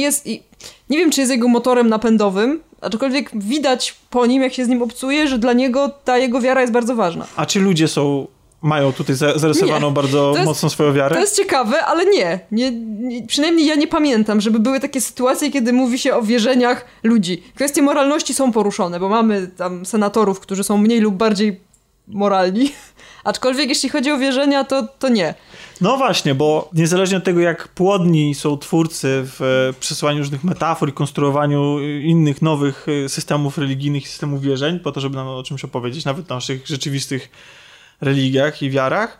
S2: Nie wiem, czy jest jego motorem napędowym, aczkolwiek widać po nim, jak się z nim obcuje, że dla niego ta jego wiara jest bardzo ważna.
S1: A czy ludzie mają tutaj zarysowaną bardzo mocno swoją wiarę?
S2: To jest ciekawe, ale nie. Przynajmniej ja nie pamiętam, żeby były takie sytuacje, kiedy mówi się o wierzeniach ludzi. Kwestie moralności są poruszone, bo mamy tam senatorów, którzy są mniej lub bardziej moralni. Aczkolwiek jeśli chodzi o wierzenia, to nie.
S1: No właśnie, bo niezależnie od tego, jak płodni są twórcy w przesyłaniu różnych metafor i konstruowaniu innych, nowych systemów religijnych i systemów wierzeń, po to, żeby nam o czymś opowiedzieć, nawet w naszych rzeczywistych religiach i wiarach,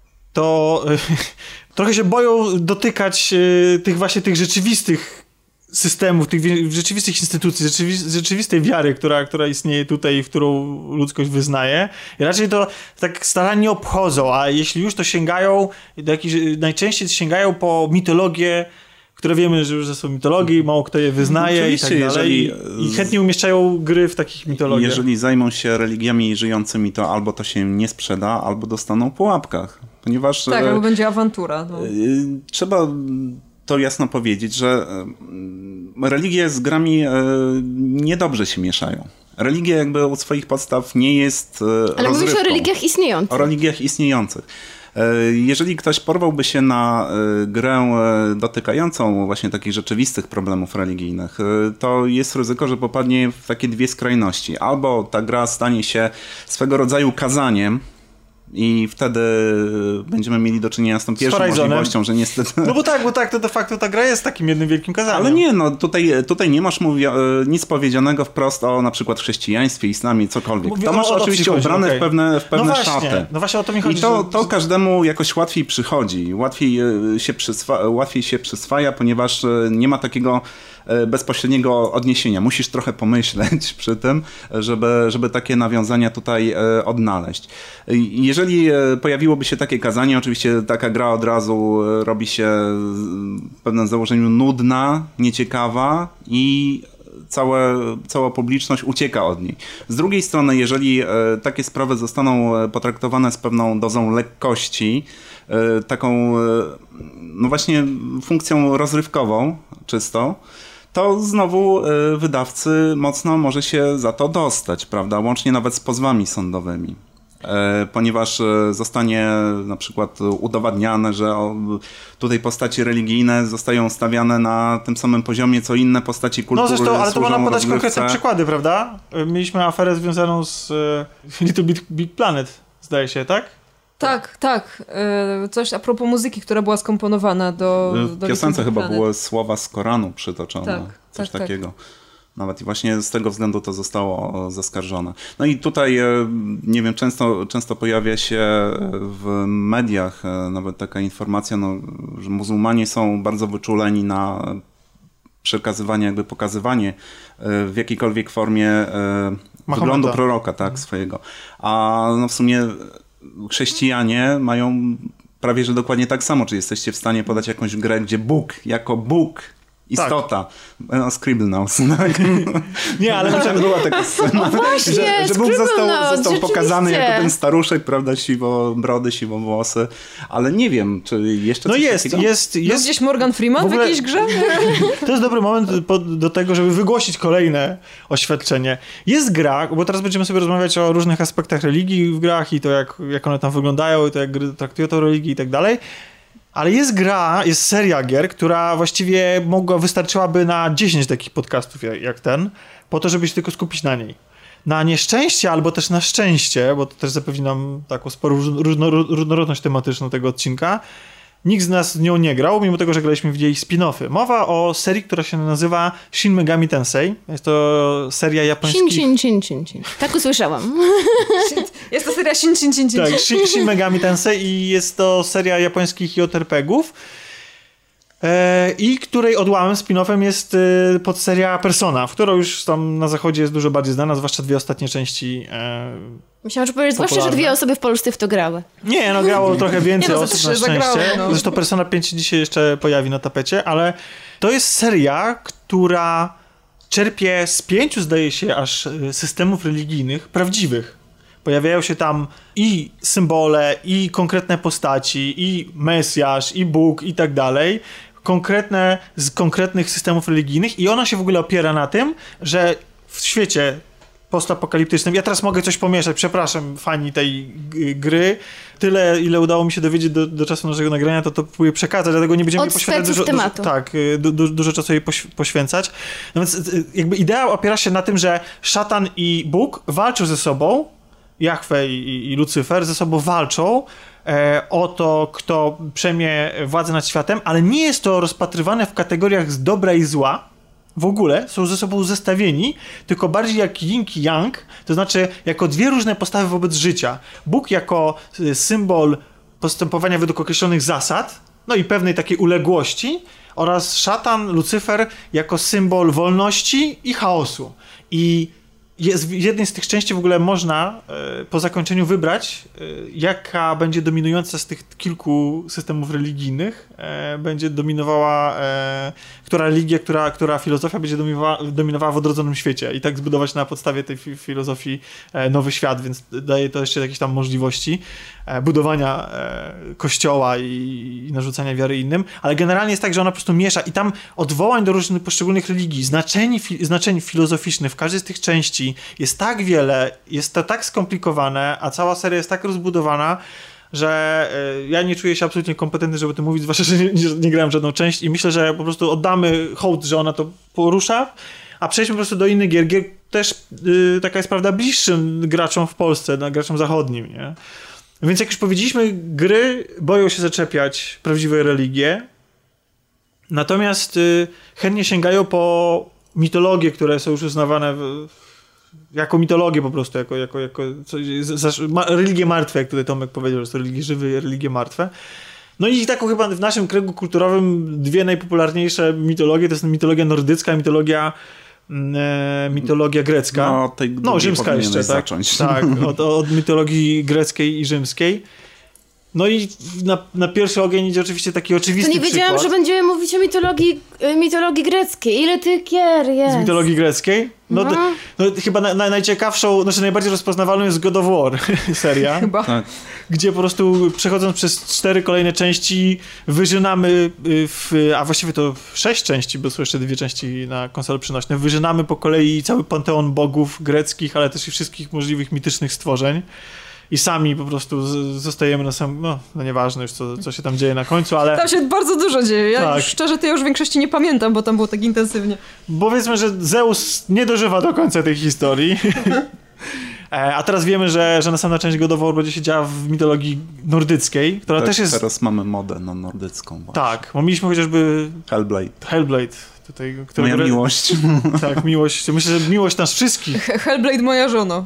S1: to trochę się boją dotykać tych rzeczywistych systemów, tych rzeczywistych instytucji, rzeczywistej wiary, która istnieje tutaj i w którą ludzkość wyznaje. I raczej to tak starannie obchodzą, a jeśli już to sięgają najczęściej sięgają po mitologię, które wiemy, że są mitologii, mało kto je wyznaje i tak dalej. I chętnie umieszczają gry w takich mitologiach.
S4: Jeżeli zajmą się religiami żyjącymi, to albo to się nie sprzeda, albo dostaną po łapkach. Ponieważ...
S2: Tak, albo będzie awantura. No.
S4: Trzeba to jasno powiedzieć, że religie z grami niedobrze się mieszają. Religia jakby od swoich podstaw nie jest
S3: Ale mówisz o religiach istniejących.
S4: O religiach istniejących. Jeżeli ktoś porwałby się na grę dotykającą właśnie takich rzeczywistych problemów religijnych, to jest ryzyko, że popadnie w takie dwie skrajności. Albo ta gra stanie się swego rodzaju kazaniem, i wtedy będziemy mieli do czynienia z tą pierwszą możliwością, że niestety...
S1: No bo tak, to de facto ta gra jest takim jednym wielkim kazaniem.
S4: Ale nie, no tutaj nie masz nic powiedzianego wprost o na przykład chrześcijaństwie, islamie, cokolwiek. To masz oczywiście ubrane w pewne szaty.
S1: No właśnie o to mi chodzi.
S4: I to każdemu jakoś łatwiej przychodzi, łatwiej się przyswaja, ponieważ nie ma takiego bezpośredniego odniesienia. Musisz trochę pomyśleć przy tym, żeby takie nawiązania tutaj odnaleźć. Jeżeli pojawiłoby się takie kazanie, oczywiście taka gra od razu robi się w pewnym założeniu nudna, nieciekawa i cała publiczność ucieka od niej. Z drugiej strony, jeżeli takie sprawy zostaną potraktowane z pewną dozą lekkości, taką no właśnie funkcją rozrywkową czysto, to znowu wydawcy mocno może się za to dostać, prawda? Łącznie nawet z pozwami sądowymi. Ponieważ zostanie na przykład udowadniane, że tutaj postaci religijne zostają stawiane na tym samym poziomie, co inne postaci kultury.
S1: No zresztą, ale to można podać
S4: rozgrywce.
S1: konkretne przykłady, prawda? Mieliśmy aferę związaną z Little Big Planet, zdaje się, tak?
S2: Tak. Coś a propos muzyki, która była skomponowana do
S4: w piosence chyba były słowa z Koranu przytoczone. Coś takiego. Nawet i właśnie z tego względu to zostało zaskarżone. No i tutaj, nie wiem, często pojawia się w mediach nawet taka informacja, że muzułmanie są bardzo wyczuleni na przekazywanie, pokazywanie w jakiejkolwiek formie wyglądu proroka, tak, swojego. A no w sumie chrześcijanie mają prawie, że dokładnie tak samo. Czy jesteście w stanie podać jakąś grę, gdzie Bóg, jako Bóg, istota. No, Scribblenauts. Tak?
S1: Nie, ale na przykład była taka scena,
S4: że Bóg został pokazany jako ten staruszek, prawda, siwobrody, siwowłosy. Ale nie wiem, czy jeszcze coś takiego?
S2: Jest gdzieś Morgan Freeman w jakiejś grze?
S1: To jest dobry moment do tego, żeby wygłosić kolejne oświadczenie. Jest gra, bo teraz będziemy sobie rozmawiać o różnych aspektach religii w grach i to, jak one tam wyglądają i to, jak gry traktują tę religię i tak dalej. Ale jest seria gier, która właściwie wystarczyłaby na 10 takich podcastów jak ten, po to, żeby się tylko skupić na niej. Na nieszczęście albo też na szczęście, bo to też zapewni nam taką sporą różnorodność tematyczną tego odcinka, nikt z nas nią nie grał, mimo tego, że graliśmy w jej spin-offy. Mowa o serii, która się nazywa Shin Megami Tensei. Jest to seria japońskich...
S3: Shin. Tak usłyszałam.
S2: Jest to seria Shin.
S1: Tak, Shin Megami Tensei i jest to seria japońskich JRPG-ów. I której odłamem, spin-offem jest podseria Persona, w którą już tam na zachodzie jest dużo bardziej znana, zwłaszcza 2 ostatnie części.
S3: Myślałam, że powiesz, zwłaszcza, że 2 osoby w Polsce w to grały.
S1: Nie, no grało trochę więcej osób na szczęście.
S2: Zagrały, no.
S1: Zresztą Persona 5 dzisiaj jeszcze pojawi na tapecie, ale to jest seria, która czerpie z 5, zdaje się, aż systemów religijnych prawdziwych. Pojawiają się tam i symbole, i konkretne postaci, i Mesjasz, i Bóg, i tak dalej. Z konkretnych systemów religijnych i ona się w ogóle opiera na tym, że w świecie postapokaliptycznym, ja teraz mogę coś pomieszać, przepraszam fani tej gry, tyle ile udało mi się dowiedzieć do czasu naszego nagrania, to próbuję przekazać, dlatego nie będziemy poświęcać dużo czasu jej poświęcać. No więc jakby idea opiera się na tym, że szatan i Bóg walczą ze sobą, Jahwe i Lucyfer ze sobą walczą o to, kto przejmie władzę nad światem, ale nie jest to rozpatrywane w kategoriach z dobra i zła. W ogóle są ze sobą zestawieni, tylko bardziej jak yin i yang, to znaczy jako 2 różne postawy wobec życia. Bóg jako symbol postępowania według określonych zasad, no i pewnej takiej uległości, oraz szatan, Lucyfer jako symbol wolności i chaosu. I w jednej z tych części w ogóle można po zakończeniu wybrać, jaka będzie dominująca z tych kilku systemów religijnych, będzie dominowała, która religia, która filozofia będzie dominowała w odrodzonym świecie i tak zbudować na podstawie tej filozofii nowy świat, więc daje to jeszcze jakieś tam możliwości budowania kościoła i narzucania wiary innym, ale generalnie jest tak, że ona po prostu miesza i tam odwołań do różnych poszczególnych religii, znaczeń filozoficznych w każdej z tych części jest tak wiele, jest to tak skomplikowane, a cała seria jest tak rozbudowana, że ja nie czuję się absolutnie kompetentny, żeby o tym mówić, zwłaszcza, że nie grałem w żadną część i myślę, że po prostu oddamy hołd, że ona to porusza, a przejdźmy po prostu do innych gier. Gier też taka jest prawda bliższym graczom w Polsce, graczom zachodnim, nie? Więc jak już powiedzieliśmy, gry boją się zaczepiać prawdziwe religie, natomiast chętnie sięgają po mitologie, które są już uznawane jako mitologię po prostu, jako religie martwe, jak tutaj Tomek powiedział, że są religie żywe i religie martwe. No i taką chyba w naszym kręgu kulturowym 2 najpopularniejsze mitologie to jest mitologia nordycka i mitologia grecka. Rzymska jeszcze, tak?
S4: Zacząć.
S1: Tak, od mitologii greckiej i rzymskiej. No i na pierwszy ogień idzie oczywiście taki oczywisty
S3: przykład. To nie wiedziałam, że będziemy mówić o mitologii greckiej. Ile tych gier jest?
S1: Z mitologii greckiej? No chyba najciekawszą, znaczy najbardziej rozpoznawalną jest God of War seria.
S2: Chyba. Tak.
S1: Gdzie po prostu przechodząc przez 4 kolejne części wyżynamy, a właściwie to 6 części, bo są jeszcze 2 części na konsole przenośne, wyżynamy po kolei cały panteon bogów greckich, ale też i wszystkich możliwych mitycznych stworzeń. I sami po prostu zostajemy na samym, no nieważne już co się tam dzieje na końcu, ale...
S2: Tam się bardzo dużo dzieje. Ja już, szczerze, to ja już w większości nie pamiętam, bo tam było tak intensywnie.
S1: Powiedzmy, że Zeus nie dożywa do końca tej historii. A teraz wiemy, że następna część God of War będzie się działa w mitologii nordyckiej, która też jest...
S4: Teraz mamy modę na nordycką właśnie.
S1: Tak, bo mieliśmy chociażby... Hellblade. Tutaj,
S4: moja miłość.
S1: Tak, miłość. Myślę, że miłość nas wszystkich.
S2: Hellblade moja żona.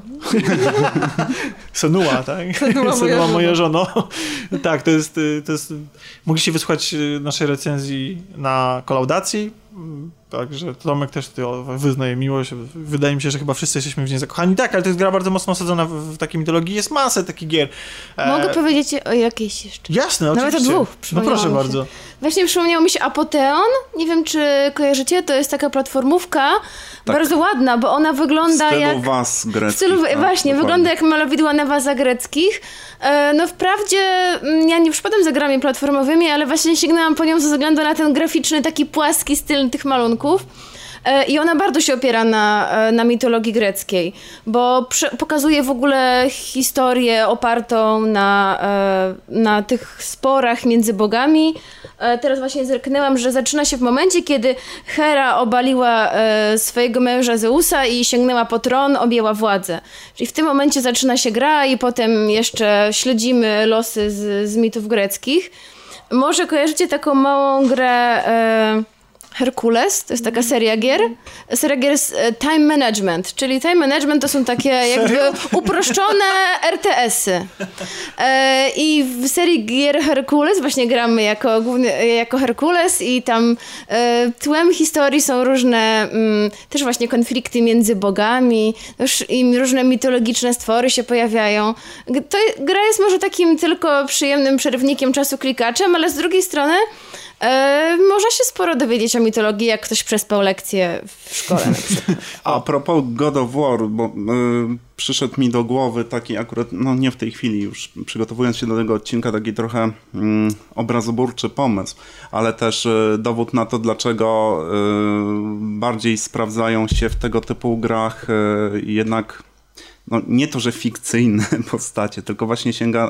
S1: Senua, tak? Senua moja żono. Tak, to jest... Mogliście wysłuchać naszej recenzji na kolaudacji. Także Tomek też wyznaje miłość. Wydaje mi się, że chyba wszyscy jesteśmy w niej zakochani. Tak, ale to jest gra bardzo mocno osadzona w takiej mitologii. Jest masę takich gier.
S3: Mogę powiedzieć o jakiejś jeszcze?
S1: Jasne, oczywiście.
S3: Nawet o 2.
S1: No proszę bardzo.
S3: Właśnie przypomniało mi się Apoteon. Nie wiem, czy kojarzycie. To jest taka platformówka. Tak. Bardzo ładna, bo ona wygląda jak...
S4: W stylu was greckich.
S3: Właśnie, dokładnie. Wygląda jak malowidła na wazach greckich. No wprawdzie ja nie przypadam za grami platformowymi, ale właśnie sięgnęłam po nią ze względu na ten graficzny, taki płaski styl tych malunków. I ona bardzo się opiera na mitologii greckiej, bo pokazuje w ogóle historię opartą na tych sporach między bogami. Teraz właśnie zerknęłam, że zaczyna się w momencie, kiedy Hera obaliła swojego męża Zeusa i sięgnęła po tron, objęła władzę. Czyli w tym momencie zaczyna się gra i potem jeszcze śledzimy losy z mitów greckich. Może kojarzycie taką małą grę... Herkules, to jest taka seria gier. Seria gier jest Time Management, czyli Time Management to są takie jakby uproszczone RTS-y. I w serii gier Herkules właśnie gramy jako Herkules i tam tłem historii są różne też właśnie konflikty między bogami, i różne mitologiczne stwory się pojawiają. Gra jest może takim tylko przyjemnym przerywnikiem czasu klikaczem, ale z drugiej strony można się sporo dowiedzieć o mitologii, jak ktoś przespał lekcję w szkole na przykład.
S4: A propos God of War, bo przyszedł mi do głowy taki akurat, no nie w tej chwili już, przygotowując się do tego odcinka, taki trochę obrazoburczy pomysł, ale też dowód na to, dlaczego bardziej sprawdzają się w tego typu grach jednak no nie to, że fikcyjne postacie, tylko właśnie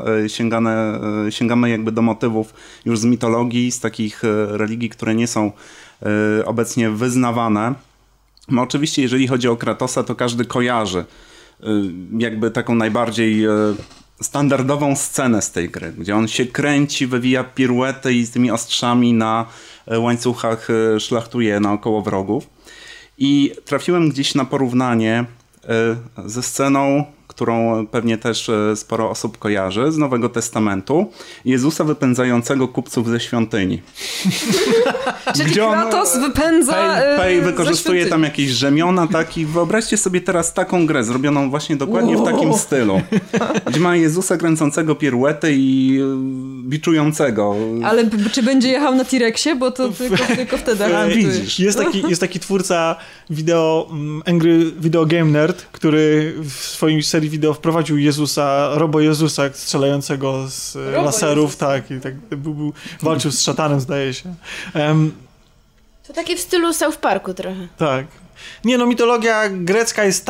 S4: sięgamy jakby do motywów już z mitologii, z takich religii, które nie są obecnie wyznawane. No oczywiście, jeżeli chodzi o Kratosa, to każdy kojarzy jakby taką najbardziej standardową scenę z tej gry, gdzie on się kręci, wywija piruety i z tymi ostrzami na łańcuchach szlachtuje naokoło wrogów. I trafiłem gdzieś na porównanie ze sceną, którą pewnie też sporo osób kojarzy, z Nowego Testamentu, Jezusa wypędzającego kupców ze świątyni.
S2: Czyli Kratos wypędza
S4: Pej wykorzystuje tam jakieś rzemiona, i wyobraźcie sobie teraz taką grę, zrobioną właśnie dokładnie w takim stylu. Gdzie ma Jezusa kręcącego piruety i biczującego.
S2: Ale czy będzie jechał na T-Rexie? Bo to tylko wtedy.
S1: Widzisz. Jest taki twórca Angry Video Game Nerd, który w swoim serii wideo wprowadził Robo Jezusa strzelającego z laserów, tak, i tak walczył z szatanem, zdaje się.
S3: To takie w stylu South Parku trochę.
S1: Tak. Nie no, mitologia grecka jest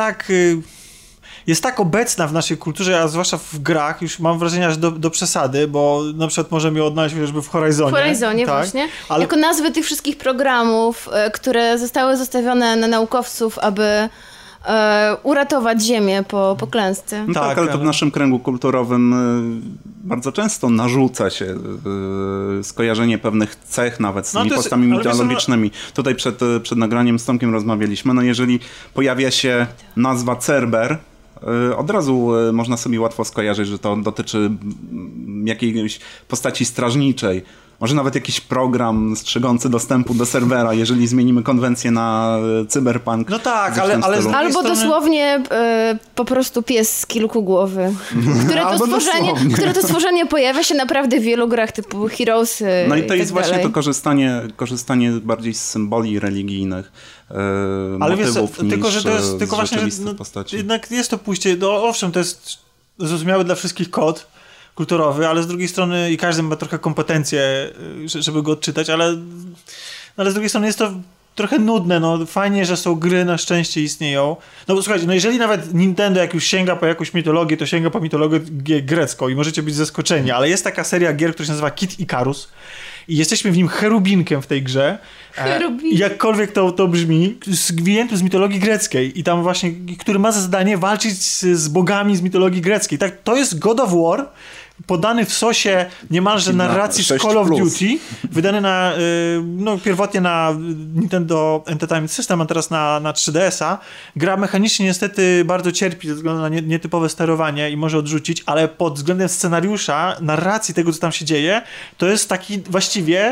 S1: tak obecna w naszej kulturze, a zwłaszcza w grach, już mam wrażenie aż do przesady, bo na przykład możemy ją odnaleźć chociażby w Horizonie.
S3: W Horizonie, tak, właśnie. Ale... Jako nazwy tych wszystkich programów, które zostały zostawione na naukowców, aby uratować Ziemię po klęsce.
S4: No tak, ale to w naszym kręgu kulturowym bardzo często narzuca się skojarzenie pewnych cech nawet z tymi postami mitologicznymi. Tutaj przed nagraniem z Tomkiem rozmawialiśmy. No jeżeli pojawia się nazwa Cerber, od razu można sobie łatwo skojarzyć, że to dotyczy jakiejś postaci strażniczej. Może nawet jakiś program strzegący dostępu do serwera, jeżeli zmienimy konwencję na cyberpunk.
S1: No tak, ale
S3: albo dosłownie po prostu pies z kilkugłowy. Które to stworzenie pojawia się naprawdę w wielu grach typu Heroes.
S4: No i to jest właśnie to korzystanie bardziej z symboli religijnych.
S1: Ale
S4: motywów
S1: wiesz, tylko że to jest tylko właśnie
S4: postaci.
S1: Jednak jest to pójście, owszem, to jest zrozumiały dla wszystkich kod kulturowy, ale z drugiej strony i każdy ma trochę kompetencje, żeby go odczytać, ale z drugiej strony jest to trochę nudne, no fajnie, że są gry, na szczęście istnieją. No bo słuchajcie, no jeżeli nawet Nintendo jak już sięga po jakąś mitologię, to sięga po mitologię grecką i możecie być zaskoczeni, ale jest taka seria gier, która się nazywa Kid Icarus i jesteśmy w nim cherubinkiem w tej grze. Jakkolwiek to brzmi, wyjęty z mitologii greckiej i tam właśnie, który ma za zadanie walczyć z bogami z mitologii greckiej. Tak, to jest God of War, podany w sosie niemalże narracji z Call of Duty, wydany pierwotnie na Nintendo Entertainment System, a teraz na 3DS-a. Gra mechanicznie niestety bardzo cierpi ze względu na nietypowe sterowanie i może odrzucić, ale pod względem scenariusza, narracji tego, co tam się dzieje, to jest taki właściwie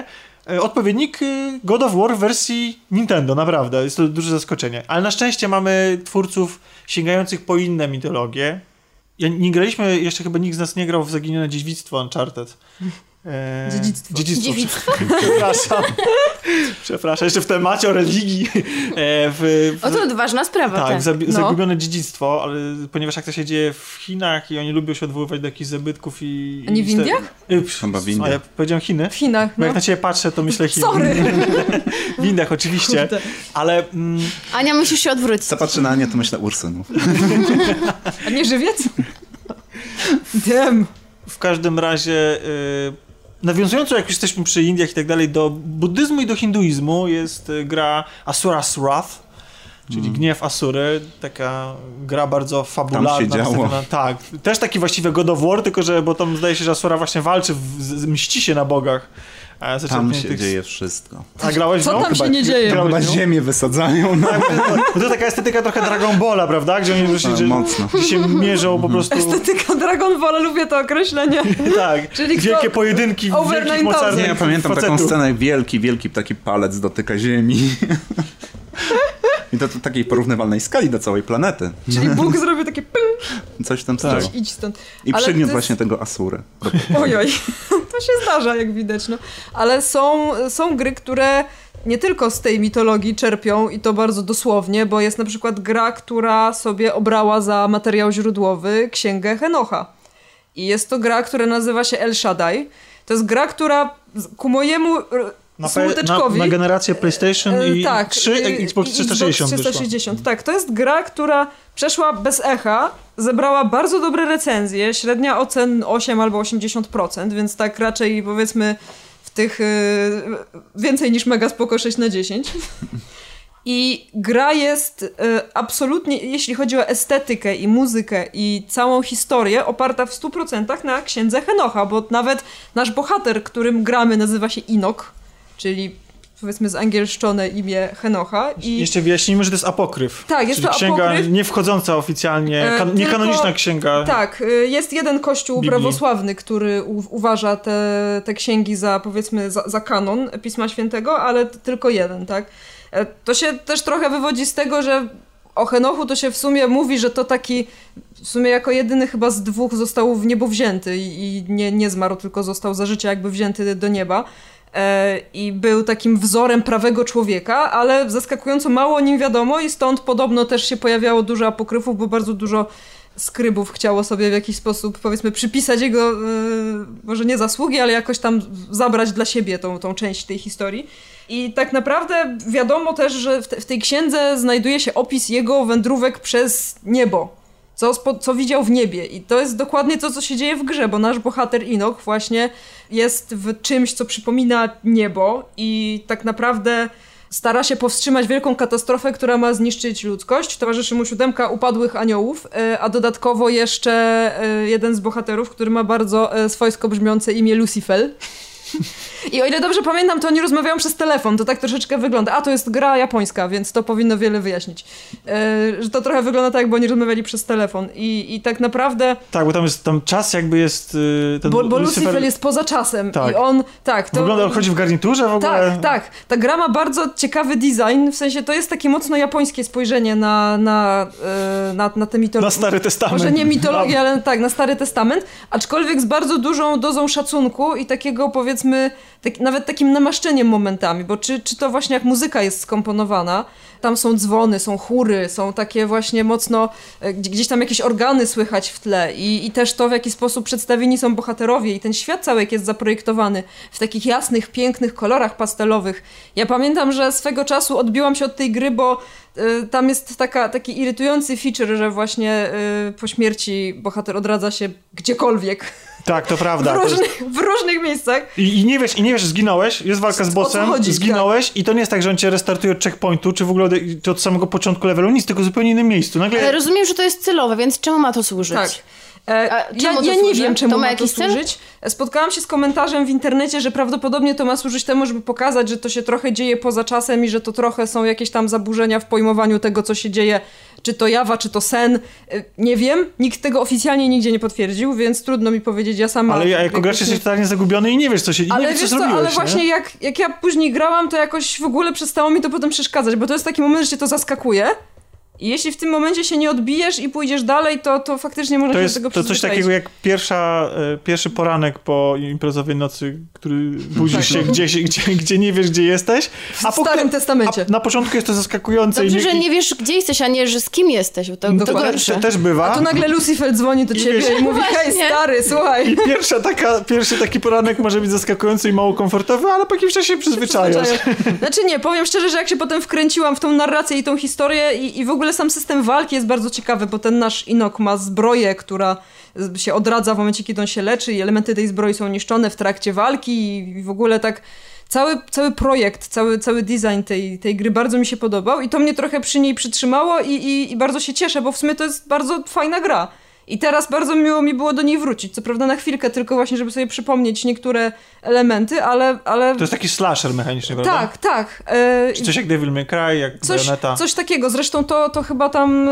S1: odpowiednik God of War w wersji Nintendo, naprawdę. Jest to duże zaskoczenie. Ale na szczęście mamy twórców sięgających po inne mitologie. Nie graliśmy, jeszcze chyba nikt z nas nie grał w Zaginione Dziedzictwo Uncharted.
S2: Dziedzictwo.
S1: Przepraszam, jeszcze w temacie o religii.
S3: To ważna sprawa.
S1: Tak, zagubione dziedzictwo, ale ponieważ jak to się dzieje w Chinach i oni lubią się odwoływać do jakichś zabytków i...
S2: A nie w Indiach?
S4: Chyba w Indiach.
S1: A ja powiedziałem Chiny?
S2: W Chinach,
S1: Bo jak na ciebie patrzę, to myślę Chiny.
S2: Sorry!
S1: W Indiach oczywiście,
S2: Kurde.
S1: ale...
S3: Ania, musisz się odwrócić.
S4: Zapatrzy na Anię, to myślę Ursynów.
S2: A nie żywiec? Damn.
S1: W każdym razie, nawiązująco jak już jesteśmy przy Indiach i tak dalej, do buddyzmu i do hinduizmu jest gra Asura's Wrath, czyli Gniew Asury, taka gra bardzo fabularna.
S4: Tam się działo.
S1: Tak, też taki właściwie God of War, tylko że, bo tam zdaje się, że Asura właśnie walczy, mści się na bogach.
S4: Tam się dzieje wszystko.
S1: A grałeś
S2: Co tam się nie dzieje?
S4: Na ziemię wysadzają.
S1: Bo to taka estetyka trochę Dragon Balla, prawda? Gdzie oni
S4: mocno.
S1: gdzie się mierzą po prostu...
S2: Estetyka Dragon Balla, lubię to określenie.
S1: Tak,
S2: Czyli
S1: wielkie pojedynki wielkich mocarnych.
S4: Nie, ja pamiętam taką scenę, wielki taki palec dotyka ziemi. I to takiej porównywalnej skali do całej planety.
S2: Czyli Bóg zrobił takie ping.
S4: Coś w tym stylu.
S2: Idź stąd.
S4: I
S2: Ale
S4: przygniótł
S2: to jest...
S4: właśnie tego Asury.
S2: Ojoj, to się zdarza, jak widać. No. Ale są gry, które nie tylko z tej mitologii czerpią i to bardzo dosłownie, bo jest na przykład gra, która sobie obrała za materiał źródłowy Księgę Henocha. I jest to gra, która nazywa się El Shaddai. To jest gra, która ku mojemu smuteczkowi...
S1: Na generację PlayStation i
S2: tak,
S1: 3, Xbox 360
S2: Xbox 360, tak. To jest gra, która przeszła bez echa, zebrała bardzo dobre recenzje, średnia ocen 8 albo 80%, więc tak raczej powiedzmy w tych więcej niż mega spoko 6 na 10. I gra jest absolutnie, jeśli chodzi o estetykę i muzykę i całą historię, oparta w 100% na Księdze Henocha, bo nawet nasz bohater, którym gramy, nazywa się Inok, czyli powiedzmy zangielszczone imię Henocha. I
S1: jeszcze wyjaśnijmy, że to jest apokryf.
S2: Tak, jest
S1: czyli
S2: to
S1: księga
S2: apokryf.
S1: nie wchodząca oficjalnie, niekanoniczna księga.
S2: Tak, jest jeden kościół
S1: Biblii.
S2: prawosławny, który uważa te księgi za, powiedzmy, za kanon Pisma Świętego, ale tylko jeden, tak? To się też trochę wywodzi z tego, że o Henochu to się w sumie mówi, że to taki w sumie jako jedyny chyba z dwóch został w niebo wzięty i nie zmarł, tylko został za życia jakby wzięty do nieba. I był takim wzorem prawego człowieka, ale zaskakująco mało o nim wiadomo i stąd podobno też się pojawiało dużo apokryfów, bo bardzo dużo skrybów chciało sobie w jakiś sposób, powiedzmy, przypisać jego, może nie zasługi, ale jakoś tam zabrać dla siebie tą część tej historii. I tak naprawdę wiadomo też, że w tej księdze znajduje się opis jego wędrówek przez niebo. Co widział w niebie. I to jest dokładnie to, co się dzieje w grze, bo nasz bohater Inok właśnie jest w czymś, co przypomina niebo i tak naprawdę stara się powstrzymać wielką katastrofę, która ma zniszczyć ludzkość. Towarzyszy mu 7 upadłych aniołów, a dodatkowo jeszcze jeden z bohaterów, który ma bardzo swojsko brzmiące imię Lucifel. I o ile dobrze pamiętam, to oni rozmawiają przez telefon, to tak troszeczkę wygląda. A to jest gra japońska, więc to powinno wiele wyjaśnić. Że to trochę wygląda tak, jakby oni rozmawiali przez telefon. I tak naprawdę...
S1: Tak, bo tam czas jakby jest...
S2: Bo Lucifer jest poza czasem.
S1: Tak.
S2: I on... Tak, to...
S1: Wygląda, on chodzi w garniturze w ogóle?
S2: Tak. Ta gra ma bardzo ciekawy design, w sensie to jest takie mocno japońskie spojrzenie na tę mitologię.
S1: Na Stary Testament.
S2: Może nie mitologię, ale tak, na Stary Testament, aczkolwiek z bardzo dużą dozą szacunku i takiego, powiedzmy, nawet takim namaszczeniem momentami, bo czy to właśnie jak muzyka jest skomponowana, tam są dzwony, są chóry, są takie właśnie mocno, gdzieś tam jakieś organy słychać w tle i też to, w jaki sposób przedstawieni są bohaterowie i ten świat cały jak jest zaprojektowany w takich jasnych, pięknych kolorach pastelowych. Ja pamiętam, że swego czasu odbiłam się od tej gry, bo tam jest taki irytujący feature, że właśnie po śmierci bohater odradza się gdziekolwiek.
S1: Tak, to prawda.
S2: W różnych miejscach.
S1: I nie wiesz, zginąłeś, jest walka z bossem, zginąłeś tak. I to nie jest tak, że on cię restartuje od checkpointu, czy w ogóle od samego początku levelu, nic, tylko w zupełnie innym miejscu. Nagle...
S3: Ale rozumiem, że to jest celowe, więc czemu ma to służyć?
S2: Tak. Ja nie wiem, czemu ma to służyć. Spotkałam się z komentarzem w internecie, że prawdopodobnie to ma służyć temu, żeby pokazać, że to się trochę dzieje poza czasem i że to trochę są jakieś tam zaburzenia w pojmowaniu tego, co się dzieje czy to Jawa, czy to Sen, nie wiem, nikt tego oficjalnie nigdzie nie potwierdził, więc trudno mi powiedzieć, ja sama...
S1: Ale jako gracz jesteś totalnie zagubiony i nie wiesz, co się
S2: ale
S1: nie wiesz, co zrobiłeś.
S2: Ale właśnie jak ja później grałam, to jakoś w ogóle przestało mi to potem przeszkadzać, bo to jest taki moment, że cię to zaskakuje. I jeśli w tym momencie się nie odbijesz i pójdziesz dalej, to faktycznie może się do tego przyzwyczaić.
S1: To coś takiego jak pierwszy poranek po imprezowej nocy, który budzisz się gdzie nie wiesz, gdzie jesteś.
S2: W Starym Testamencie.
S1: Na początku jest to zaskakujące.
S3: Dobrze, że nie wiesz, gdzie jesteś, a nie, że z kim jesteś. To gorsze.
S1: Też bywa.
S2: A tu nagle Lucifer dzwoni do ciebie i mówi, hej stary, słuchaj.
S1: I pierwszy taki poranek może być zaskakujący i mało komfortowy, ale po jakimś czasie przyzwyczajasz.
S2: Znaczy nie, powiem szczerze, że jak się potem wkręciłam w tą narrację i tą historię i w ogóle sam system walki jest bardzo ciekawy, bo ten nasz Inok ma zbroję, która się odradza w momencie, kiedy on się leczy i elementy tej zbroi są niszczone w trakcie walki i w ogóle tak cały projekt, cały design tej gry bardzo mi się podobał i to mnie trochę przy niej przytrzymało i bardzo się cieszę, bo w sumie to jest bardzo fajna gra. I teraz bardzo miło mi było do niej wrócić. Co prawda na chwilkę, tylko właśnie, żeby sobie przypomnieć niektóre elementy, ale...
S1: To jest taki slasher mechaniczny, prawda?
S2: Tak.
S1: Czy coś jak Devil May Cry, jak Bayonetta?
S2: Coś takiego. Zresztą to chyba tam...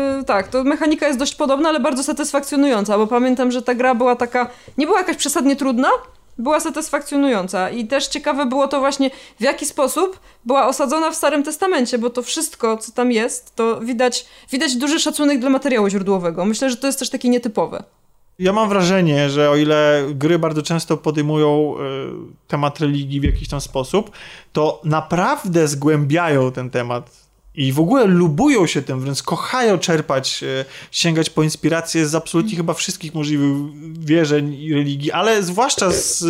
S2: to mechanika jest dość podobna, ale bardzo satysfakcjonująca, bo pamiętam, że ta gra była taka... Nie była jakaś przesadnie trudna, była satysfakcjonująca. I też ciekawe było to właśnie, w jaki sposób była osadzona w Starym Testamencie, bo to wszystko, co tam jest, to widać duży szacunek dla materiału źródłowego. Myślę, że to jest też takie nietypowe.
S1: Ja mam wrażenie, że o ile gry bardzo często podejmują temat religii w jakiś tam sposób, to naprawdę zgłębiają ten temat i w ogóle lubują się tym, wręcz kochają czerpać, sięgać po inspiracje z absolutnie chyba wszystkich możliwych wierzeń i religii, ale zwłaszcza z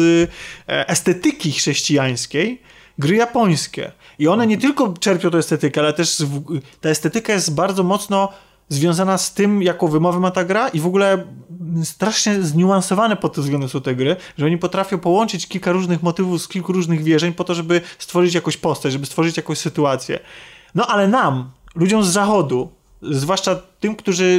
S1: estetyki chrześcijańskiej, gry japońskie. I one nie tylko czerpią tę estetykę, ale też ta estetyka jest bardzo mocno związana z tym, jaką wymowę ma ta gra i w ogóle strasznie zniuansowane pod tym względem są te gry, że oni potrafią połączyć kilka różnych motywów z kilku różnych wierzeń po to, żeby stworzyć jakąś postać, żeby stworzyć jakąś sytuację. No ale nam, ludziom z zachodu, zwłaszcza tym, którzy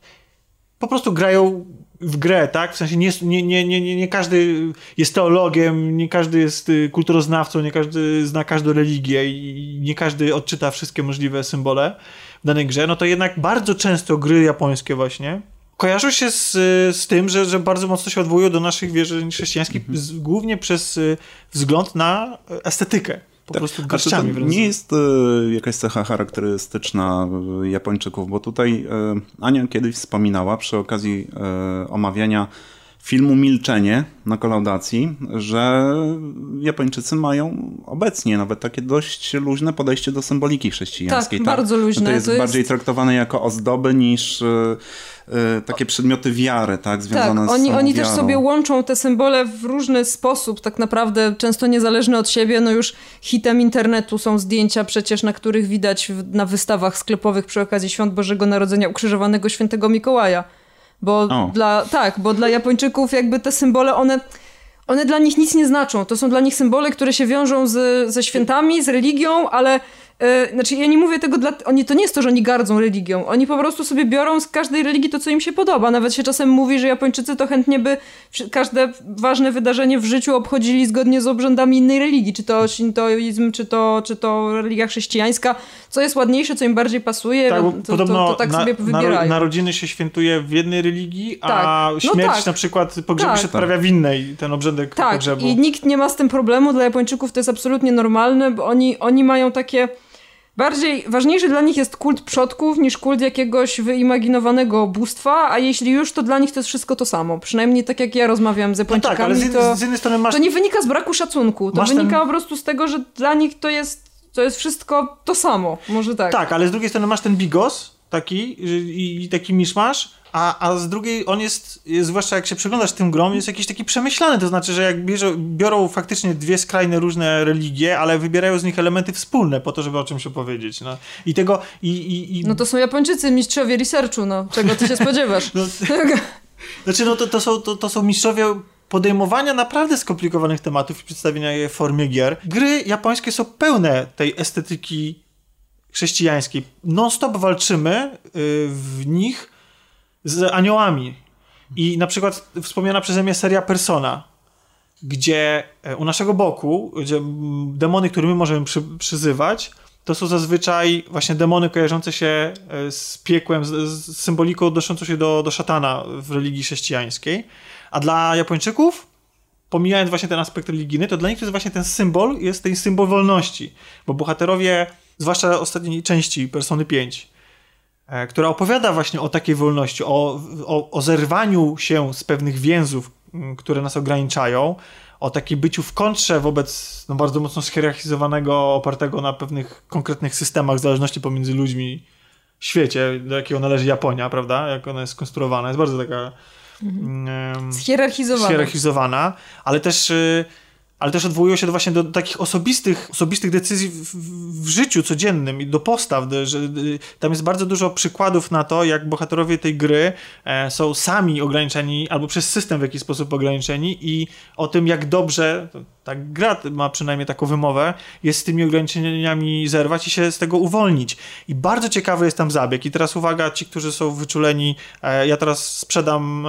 S1: po prostu grają w grę, tak? W sensie nie każdy jest teologiem, nie każdy jest kulturoznawcą, nie każdy zna każdą religię i nie każdy odczyta wszystkie możliwe symbole w danej grze, no to jednak bardzo często gry japońskie właśnie kojarzą się z tym, że bardzo mocno się odwołują do naszych wierzeń chrześcijańskich, głównie przez wzgląd na estetykę. Po prostu garściami.
S4: To nie jest jakaś cecha charakterystyczna Japończyków, bo tutaj Ania kiedyś wspominała przy okazji omawiania filmu Milczenie na kolaudacji, że Japończycy mają obecnie nawet takie dość luźne podejście do symboliki chrześcijańskiej.
S2: Tak, bardzo luźne.
S4: To jest bardziej traktowane jako ozdoby niż takie przedmioty wiary, tak, związane z samą
S2: oni
S4: wiarą.
S2: też sobie łączą te symbole w różny sposób, tak naprawdę często niezależny od siebie. No już hitem internetu są zdjęcia przecież, na których widać na wystawach sklepowych przy okazji Świąt Bożego Narodzenia ukrzyżowanego Świętego Mikołaja. Bo dla Japończyków jakby te symbole, one dla nich nic nie znaczą. To są dla nich symbole, które się wiążą ze świętami, z religią, ale ja nie mówię tego to nie jest to, że oni gardzą religią. Oni po prostu sobie biorą z każdej religii to, co im się podoba. Nawet się czasem mówi, że Japończycy to chętnie by każde ważne wydarzenie w życiu obchodzili zgodnie z obrzędami innej religii. Czy to shintoizm, czy to religia chrześcijańska. Co jest ładniejsze, co im bardziej pasuje,
S1: tak,
S2: to tak sobie wybierają.
S1: Narodziny się świętuje w jednej religii, a śmierć na przykład pogrzebu się odprawia w innej, ten obrzędek pogrzebu.
S2: I nikt nie ma z tym problemu. Dla Japończyków to jest absolutnie normalne, bo oni mają takie... Ważniejszy dla nich jest kult przodków niż kult jakiegoś wyimaginowanego bóstwa, a jeśli już, to dla nich to jest wszystko to samo. Przynajmniej tak jak ja rozmawiam z Japończykami,
S1: ale z jednej strony
S2: to nie wynika z braku szacunku. To wynika po prostu z tego, że dla nich to jest wszystko to samo. Może tak.
S1: Tak, ale z drugiej strony masz ten bigos taki i taki miszmasz, a z drugiej on jest, zwłaszcza jak się przyglądasz tym grom, jest jakiś taki przemyślany, to znaczy, że jak biorą faktycznie dwie skrajne różne religie, ale wybierają z nich elementy wspólne po to, żeby o czymś opowiedzieć. No. I tego...
S2: No to są Japończycy, mistrzowie researchu, no. Czego ty się spodziewasz?
S1: Znaczy, to są mistrzowie podejmowania naprawdę skomplikowanych tematów i przedstawienia je w formie gier. Gry japońskie są pełne tej estetyki chrześcijańskiej. Non-stop walczymy w nich z aniołami. I na przykład wspomniana przeze mnie seria Persona, gdzie u naszego boku, gdzie demony, które my możemy przyzywać, to są zazwyczaj właśnie demony kojarzące się z piekłem, z symboliką odnoszącą się do szatana w religii chrześcijańskiej. A dla Japończyków, pomijając właśnie ten aspekt religijny, to dla nich to jest właśnie ten symbol wolności. Bo bohaterowie, zwłaszcza ostatniej części Persony 5, która opowiada właśnie o takiej wolności, o zerwaniu się z pewnych więzów, które nas ograniczają, o takim byciu w kontrze wobec bardzo mocno schierarchizowanego, opartego na pewnych konkretnych systemach zależności pomiędzy ludźmi w świecie, do jakiego należy Japonia, prawda? Jak ona jest skonstruowana. Jest bardzo taka schierarchizowana, ale też odwołują się właśnie do takich osobistych decyzji w życiu codziennym i do postaw, że tam jest bardzo dużo przykładów na to, jak bohaterowie tej gry są sami ograniczeni albo przez system w jakiś sposób ograniczeni i o tym, jak dobrze, ta gra ma przynajmniej taką wymowę, jest z tymi ograniczeniami zerwać i się z tego uwolnić. I bardzo ciekawy jest tam zabieg. I teraz uwaga, ci, którzy są wyczuleni, ja teraz sprzedam...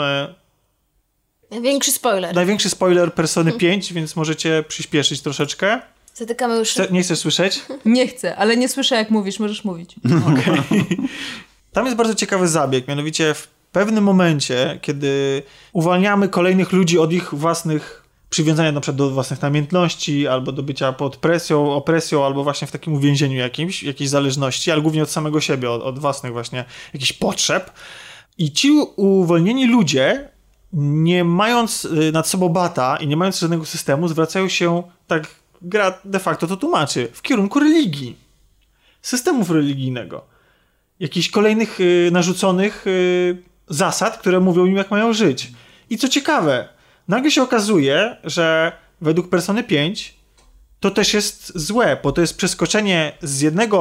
S1: Największy spoiler Persony 5, więc możecie przyspieszyć troszeczkę.
S3: Zatykamy już.
S1: Nie chcesz słyszeć?
S2: Nie chcę, ale nie słyszę jak mówisz, możesz mówić.
S1: Okay. Tam jest bardzo ciekawy zabieg, mianowicie w pewnym momencie, kiedy uwalniamy kolejnych ludzi od ich własnych przywiązania na przykład do własnych namiętności, albo do bycia pod presją, opresją, albo właśnie w takim uwięzieniu jakiejś zależności, ale głównie od samego siebie, od własnych właśnie jakichś potrzeb. I ci uwolnieni ludzie, nie mając nad sobą bata i nie mając żadnego systemu, zwracają się, tak gra de facto to tłumaczy, w kierunku religii. Systemów religijnego. Jakichś kolejnych narzuconych zasad, które mówią im, jak mają żyć. I co ciekawe, nagle się okazuje, że według Persony 5 to też jest złe, bo to jest przeskoczenie z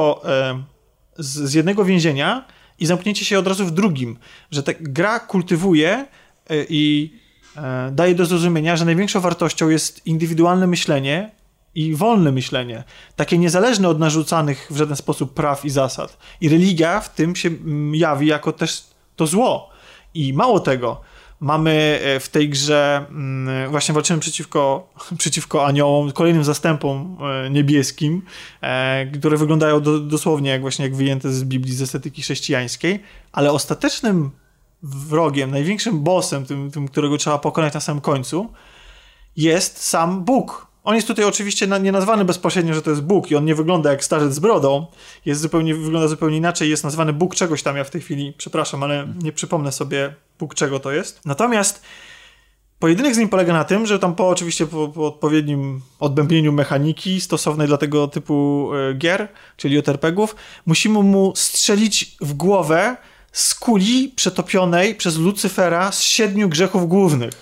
S1: jednego więzienia i zamknięcie się od razu w drugim. Że ta gra kultywuje i daje do zrozumienia, że największą wartością jest indywidualne myślenie i wolne myślenie. Takie niezależne od narzucanych w żaden sposób praw i zasad. I religia w tym się jawi jako też to zło. I mało tego, mamy w tej grze, właśnie walczymy przeciwko aniołom, kolejnym zastępom niebieskim, które wyglądają dosłownie jak wyjęte z Biblii, z estetyki chrześcijańskiej, ale ostatecznym wrogiem, największym bossem, tym, którego trzeba pokonać na samym końcu, jest sam Bóg. On jest tutaj oczywiście nie nazwany bezpośrednio, że to jest Bóg i on nie wygląda jak starzec z brodą, wygląda zupełnie inaczej, jest nazwany Bóg czegoś tam, ja w tej chwili przepraszam, ale nie przypomnę sobie Bóg czego to jest. Natomiast pojedynek z nim polega na tym, że tam po odpowiednim odbębnieniu mechaniki stosownej dla tego typu gier, czyli JRPG-ów, musimy mu strzelić w głowę z kuli przetopionej przez Lucyfera z 7 grzechów głównych.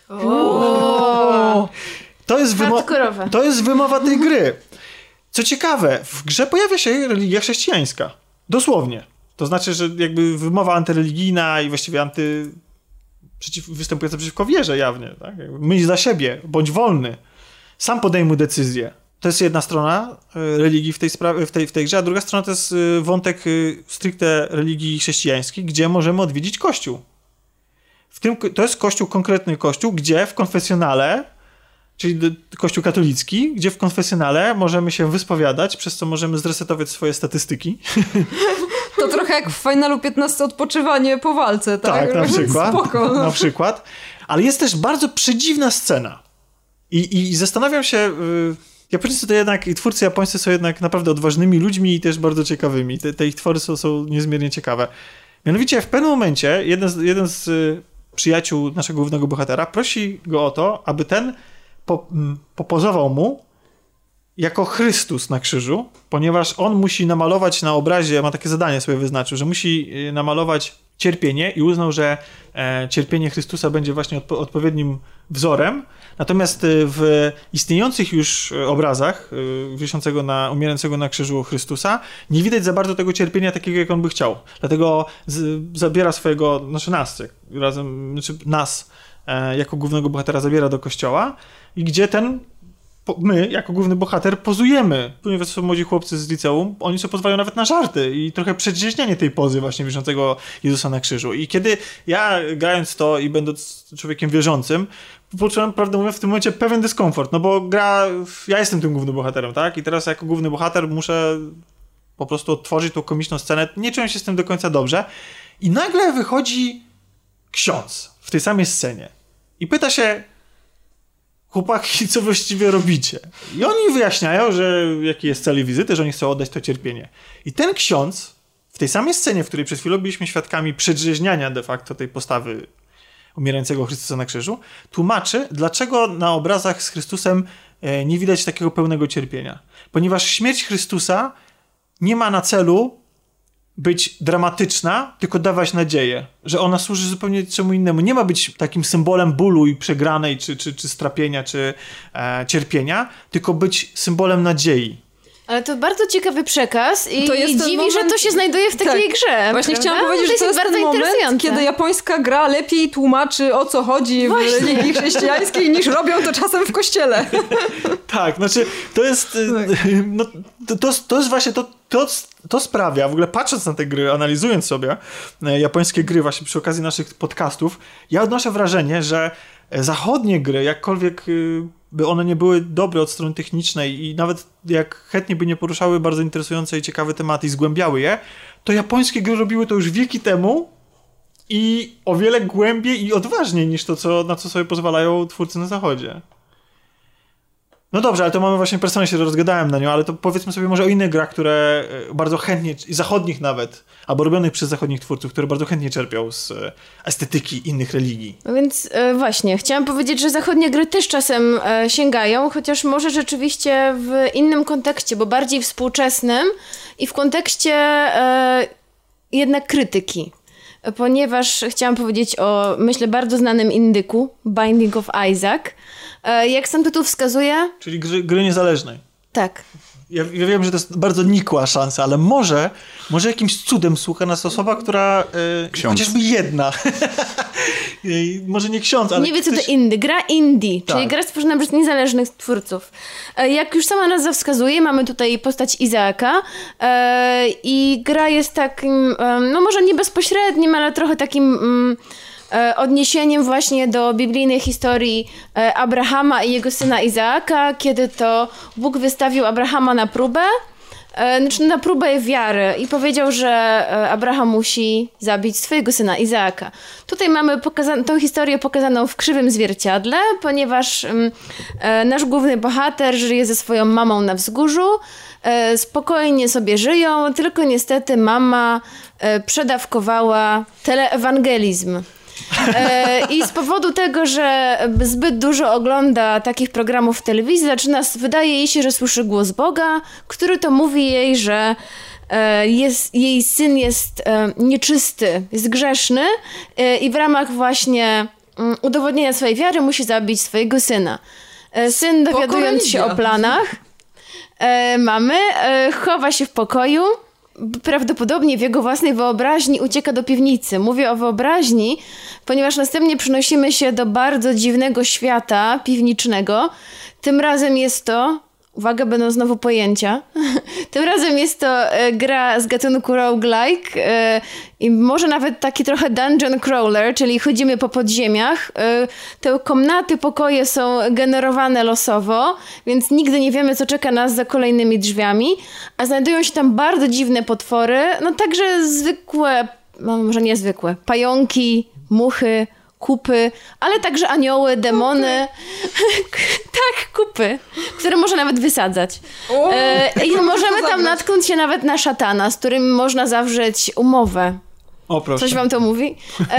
S1: To jest wymowa tej gry. Co ciekawe, w grze pojawia się religia chrześcijańska. Dosłownie. To znaczy, że jakby wymowa antyreligijna i właściwie występująca przeciwko wierze jawnie. Tak? Myśl za siebie, bądź wolny. Sam podejmuj decyzję. To jest jedna strona religii w tej grze, a druga strona to jest wątek stricte religii chrześcijańskiej, gdzie możemy odwiedzić kościół. To jest konkretny kościół, gdzie w konfesjonale, czyli kościół katolicki, gdzie w konfesjonale możemy się wyspowiadać, przez co możemy zresetować swoje statystyki.
S2: To trochę jak w Finalu 15 odpoczywanie po walce, tak?
S1: Tak, na przykład.
S2: Spoko.
S1: Na przykład. Ale jest też bardzo przedziwna scena. I zastanawiam się... Japończycy to jednak, i twórcy japońscy są jednak naprawdę odważnymi ludźmi i też bardzo ciekawymi. Te ich twory są niezmiernie ciekawe. Mianowicie w pewnym momencie jeden z przyjaciół naszego głównego bohatera prosi go o to, aby ten popozował mu jako Chrystus na krzyżu, ponieważ on musi namalować na obrazie, ma takie zadanie sobie wyznaczył, że musi namalować cierpienie i uznał, że cierpienie Chrystusa będzie właśnie odpowiednim wzorem. Natomiast w istniejących już obrazach umierającego na krzyżu Chrystusa nie widać za bardzo tego cierpienia takiego, jak on by chciał. Dlatego zabiera nas jako głównego bohatera zabiera do kościoła i gdzie my, jako główny bohater, pozujemy. Ponieważ są młodzi chłopcy z liceum, oni sobie pozwalają nawet na żarty i trochę przedrzeźnianie tej pozy właśnie wiszącego Jezusa na krzyżu. I kiedy ja, grając to i będąc człowiekiem wierzącym, poczułem, prawdę mówiąc, w tym momencie pewien dyskomfort, no bo ja jestem tym głównym bohaterem, tak? I teraz jako główny bohater muszę po prostu odtworzyć tą komiczną scenę, nie czują się z tym do końca dobrze i nagle wychodzi ksiądz w tej samej scenie i pyta się: chłopaki, co właściwie robicie? I oni wyjaśniają, że jaki jest cel wizyty, że oni chcą oddać to cierpienie. I ten ksiądz w tej samej scenie, w której przed chwilą byliśmy świadkami przedrzeźniania de facto tej postawy umierającego Chrystusa na krzyżu, tłumaczy, dlaczego na obrazach z Chrystusem nie widać takiego pełnego cierpienia. Ponieważ śmierć Chrystusa nie ma na celu być dramatyczna, tylko dawać nadzieję, że ona służy zupełnie czemu innemu. Nie ma być takim symbolem bólu i przegranej, czy strapienia, czy cierpienia, tylko być symbolem nadziei.
S3: Ale to bardzo ciekawy przekaz i dziwi,
S2: moment,
S3: że to się znajduje w takiej grze.
S2: Właśnie
S3: prawda?
S2: chciałam powiedzieć, że to jest ten moment, kiedy japońska gra lepiej tłumaczy, o co chodzi w religii chrześcijańskiej, niż robią to czasem w kościele.
S1: Tak, znaczy to jest no, to jest właśnie to sprawia, w ogóle patrząc na te gry, analizując sobie japońskie gry właśnie przy okazji naszych podcastów, ja odnoszę wrażenie, że zachodnie gry, jakkolwiek by one nie były dobre od strony technicznej i nawet jak chętnie by nie poruszały bardzo interesujące i ciekawe tematy i zgłębiały je, to japońskie gry robiły to już wieki temu i o wiele głębiej i odważniej niż to, na co sobie pozwalają twórcy na zachodzie. No dobrze, ale to mamy właśnie personę, się rozgadałem na nią, ale to powiedzmy sobie może o innych grach, które bardzo chętnie, i zachodnich nawet, albo robionych przez zachodnich twórców, które bardzo chętnie czerpią z estetyki innych religii.
S3: No więc właśnie, chciałam powiedzieć, że zachodnie gry też czasem sięgają, chociaż może rzeczywiście w innym kontekście, bo bardziej współczesnym i w kontekście jednak krytyki. Ponieważ chciałam powiedzieć o, myślę, bardzo znanym indyku, Binding of Isaac. Jak sam tytuł wskazuje...
S1: Czyli gry niezależnej.
S3: Tak.
S1: Ja wiem, że to jest bardzo nikła szansa, ale może jakimś cudem słucha nas osoba, która... chociażby jedna. Może nie ksiądz, ale...
S3: Nie wie, co to indie. Gra indie, tak. Czyli gra stworzona przez niezależnych twórców. Jak już sama nazwa wskazuje, mamy tutaj postać Izaaka i gra jest takim, no może nie bezpośrednim, ale trochę takim... odniesieniem właśnie do biblijnej historii Abrahama i jego syna Izaaka, kiedy to Bóg wystawił Abrahama na próbę, na próbę wiary i powiedział, że Abraham musi zabić swojego syna Izaaka. Tutaj mamy tą historię pokazaną w krzywym zwierciadle, ponieważ nasz główny bohater żyje ze swoją mamą na wzgórzu, spokojnie sobie żyją, tylko niestety mama przedawkowała teleewangelizm. I z powodu tego, że zbyt dużo ogląda takich programów w telewizji, wydaje jej się, że słyszy głos Boga, który to mówi jej, że jej syn jest nieczysty, jest grzeszny i w ramach właśnie udowodnienia swojej wiary musi zabić swojego syna. Syn, dowiadując się o planach mamy, chowa się w pokoju. Prawdopodobnie w jego własnej wyobraźni ucieka do piwnicy. Mówię o wyobraźni, ponieważ następnie przenosimy się do bardzo dziwnego świata piwniczego. Tym razem jest to, uwaga, będą znowu pojęcia, tym razem jest to gra z gatunku roguelike i może nawet taki trochę dungeon crawler, czyli chodzimy po podziemiach. Te komnaty, pokoje są generowane losowo, więc nigdy nie wiemy, co czeka nas za kolejnymi drzwiami, a znajdują się tam bardzo dziwne potwory, no także zwykłe, no może niezwykłe, pająki, muchy, kupy, ale także anioły, demony. Tak, kupy, które można nawet wysadzać. I możemy tam natknąć się nawet na szatana, z którym można zawrzeć umowę.
S1: O, proszę.
S3: Coś wam to mówi?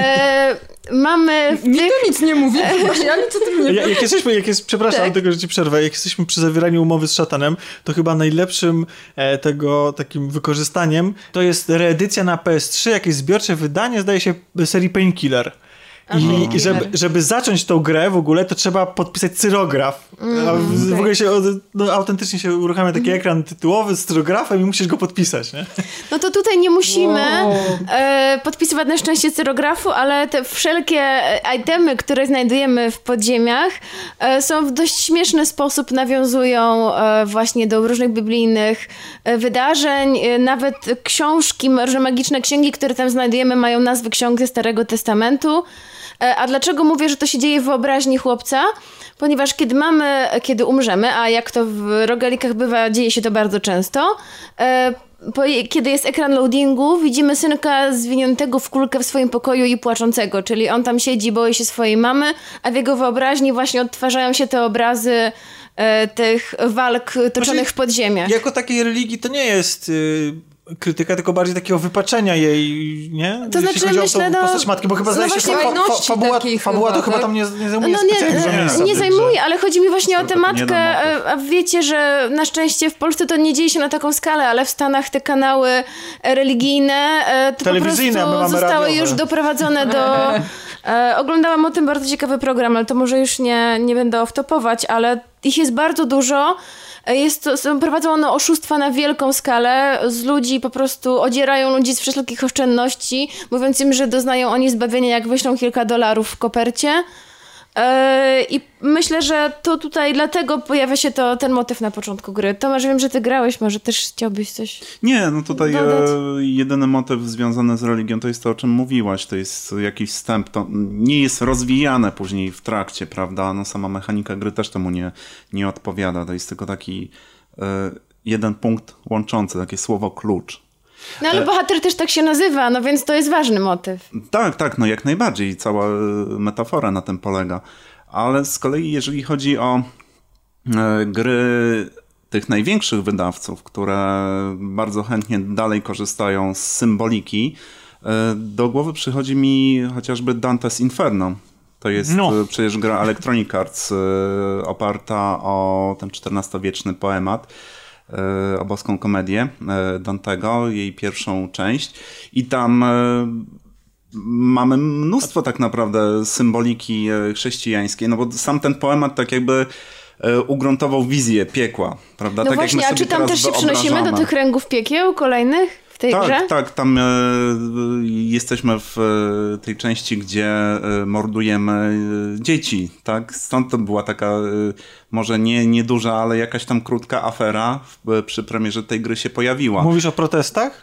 S3: Mamy...
S2: Mi to nic nie mówi. Ja nic o tym nie wiem.
S1: Przepraszam, tak. Tego, że ci przerwę. Jak jesteśmy przy zawieraniu umowy z szatanem, to chyba najlepszym tego takim wykorzystaniem to jest reedycja na PS3, jakieś zbiorcze wydanie, zdaje się, serii Painkiller. I żeby zacząć tą grę w ogóle, to trzeba podpisać cyrograf. W ogóle się autentycznie się uruchamia taki ekran tytułowy z cyrografem i musisz go podpisać, nie?
S3: No to tutaj nie musimy podpisywać na szczęście cyrografu, ale te wszelkie itemy, które znajdujemy w podziemiach są w dość śmieszny sposób nawiązują właśnie do różnych biblijnych wydarzeń. Nawet książki, różne magiczne księgi, które tam znajdujemy, mają nazwy ksiąg ze Starego Testamentu. A dlaczego mówię, że to się dzieje w wyobraźni chłopca? Ponieważ kiedy umrzemy, a jak to w rogalikach bywa, dzieje się to bardzo często, kiedy jest ekran loadingu, widzimy synka zwiniętego w kulkę w swoim pokoju i płaczącego, czyli on tam siedzi, boi się swojej mamy, a w jego wyobraźni właśnie odtwarzają się te obrazy tych walk toczonych w podziemiach.
S1: Jako takiej religii to nie jest krytyka, tylko bardziej takiego wypaczenia jej, nie?
S3: To znaczy, myślę,
S1: postać matki, bo chyba zdaje się, fabuła to chyba tam nie zajmuje specjalnie dużo miejsca.
S3: Nie zajmuje, ale chodzi mi właśnie o tę matkę, a wiecie, że na szczęście w Polsce to nie dzieje się na taką skalę, ale w Stanach te kanały religijne to po prostu zostały już doprowadzone do... Oglądałam o tym bardzo ciekawy program, ale to może już nie będę off-topować, ale ich jest bardzo dużo. Prowadzą one oszustwa na wielką skalę. Z ludzi po prostu odzierają ludzi z wszelkich oszczędności, mówiąc im, że doznają oni zbawienia, jak wyślą kilka dolarów w kopercie. I myślę, że to tutaj dlatego pojawia się ten motyw na początku gry. Tomasz, wiem, że ty grałeś, może też chciałbyś coś
S4: Nie, no tutaj
S3: dodać?
S4: jedyny motyw związany z religią to jest to, o czym mówiłaś, to jest jakiś wstęp, to nie jest rozwijane później w trakcie, prawda? No sama mechanika gry też temu nie odpowiada, to jest tylko taki jeden punkt łączący, takie słowo klucz.
S3: No ale bohater też tak się nazywa, no więc to jest ważny motyw.
S4: Tak, no jak najbardziej. Cała metafora na tym polega. Ale z kolei jeżeli chodzi o gry tych największych wydawców, które bardzo chętnie dalej korzystają z symboliki, do głowy przychodzi mi chociażby Dante's Inferno. To jest przecież gra Electronic Arts oparta o ten XIV-wieczny poemat, o boską komedię Dantego, jej pierwszą część. I tam mamy mnóstwo tak naprawdę symboliki chrześcijańskiej, no bo sam ten poemat tak jakby ugruntował wizję piekła, prawda?
S3: No
S4: tak
S3: właśnie,
S4: jak my
S3: a
S4: sobie
S3: czy tam też się przenosimy do tych kręgów piekieł kolejnych? W tej grze?
S4: Tak, tam jesteśmy w tej części, gdzie mordujemy dzieci, tak? Stąd to była taka może nie duża, ale jakaś tam krótka afera przy premierze tej gry się pojawiła.
S1: Mówisz o protestach?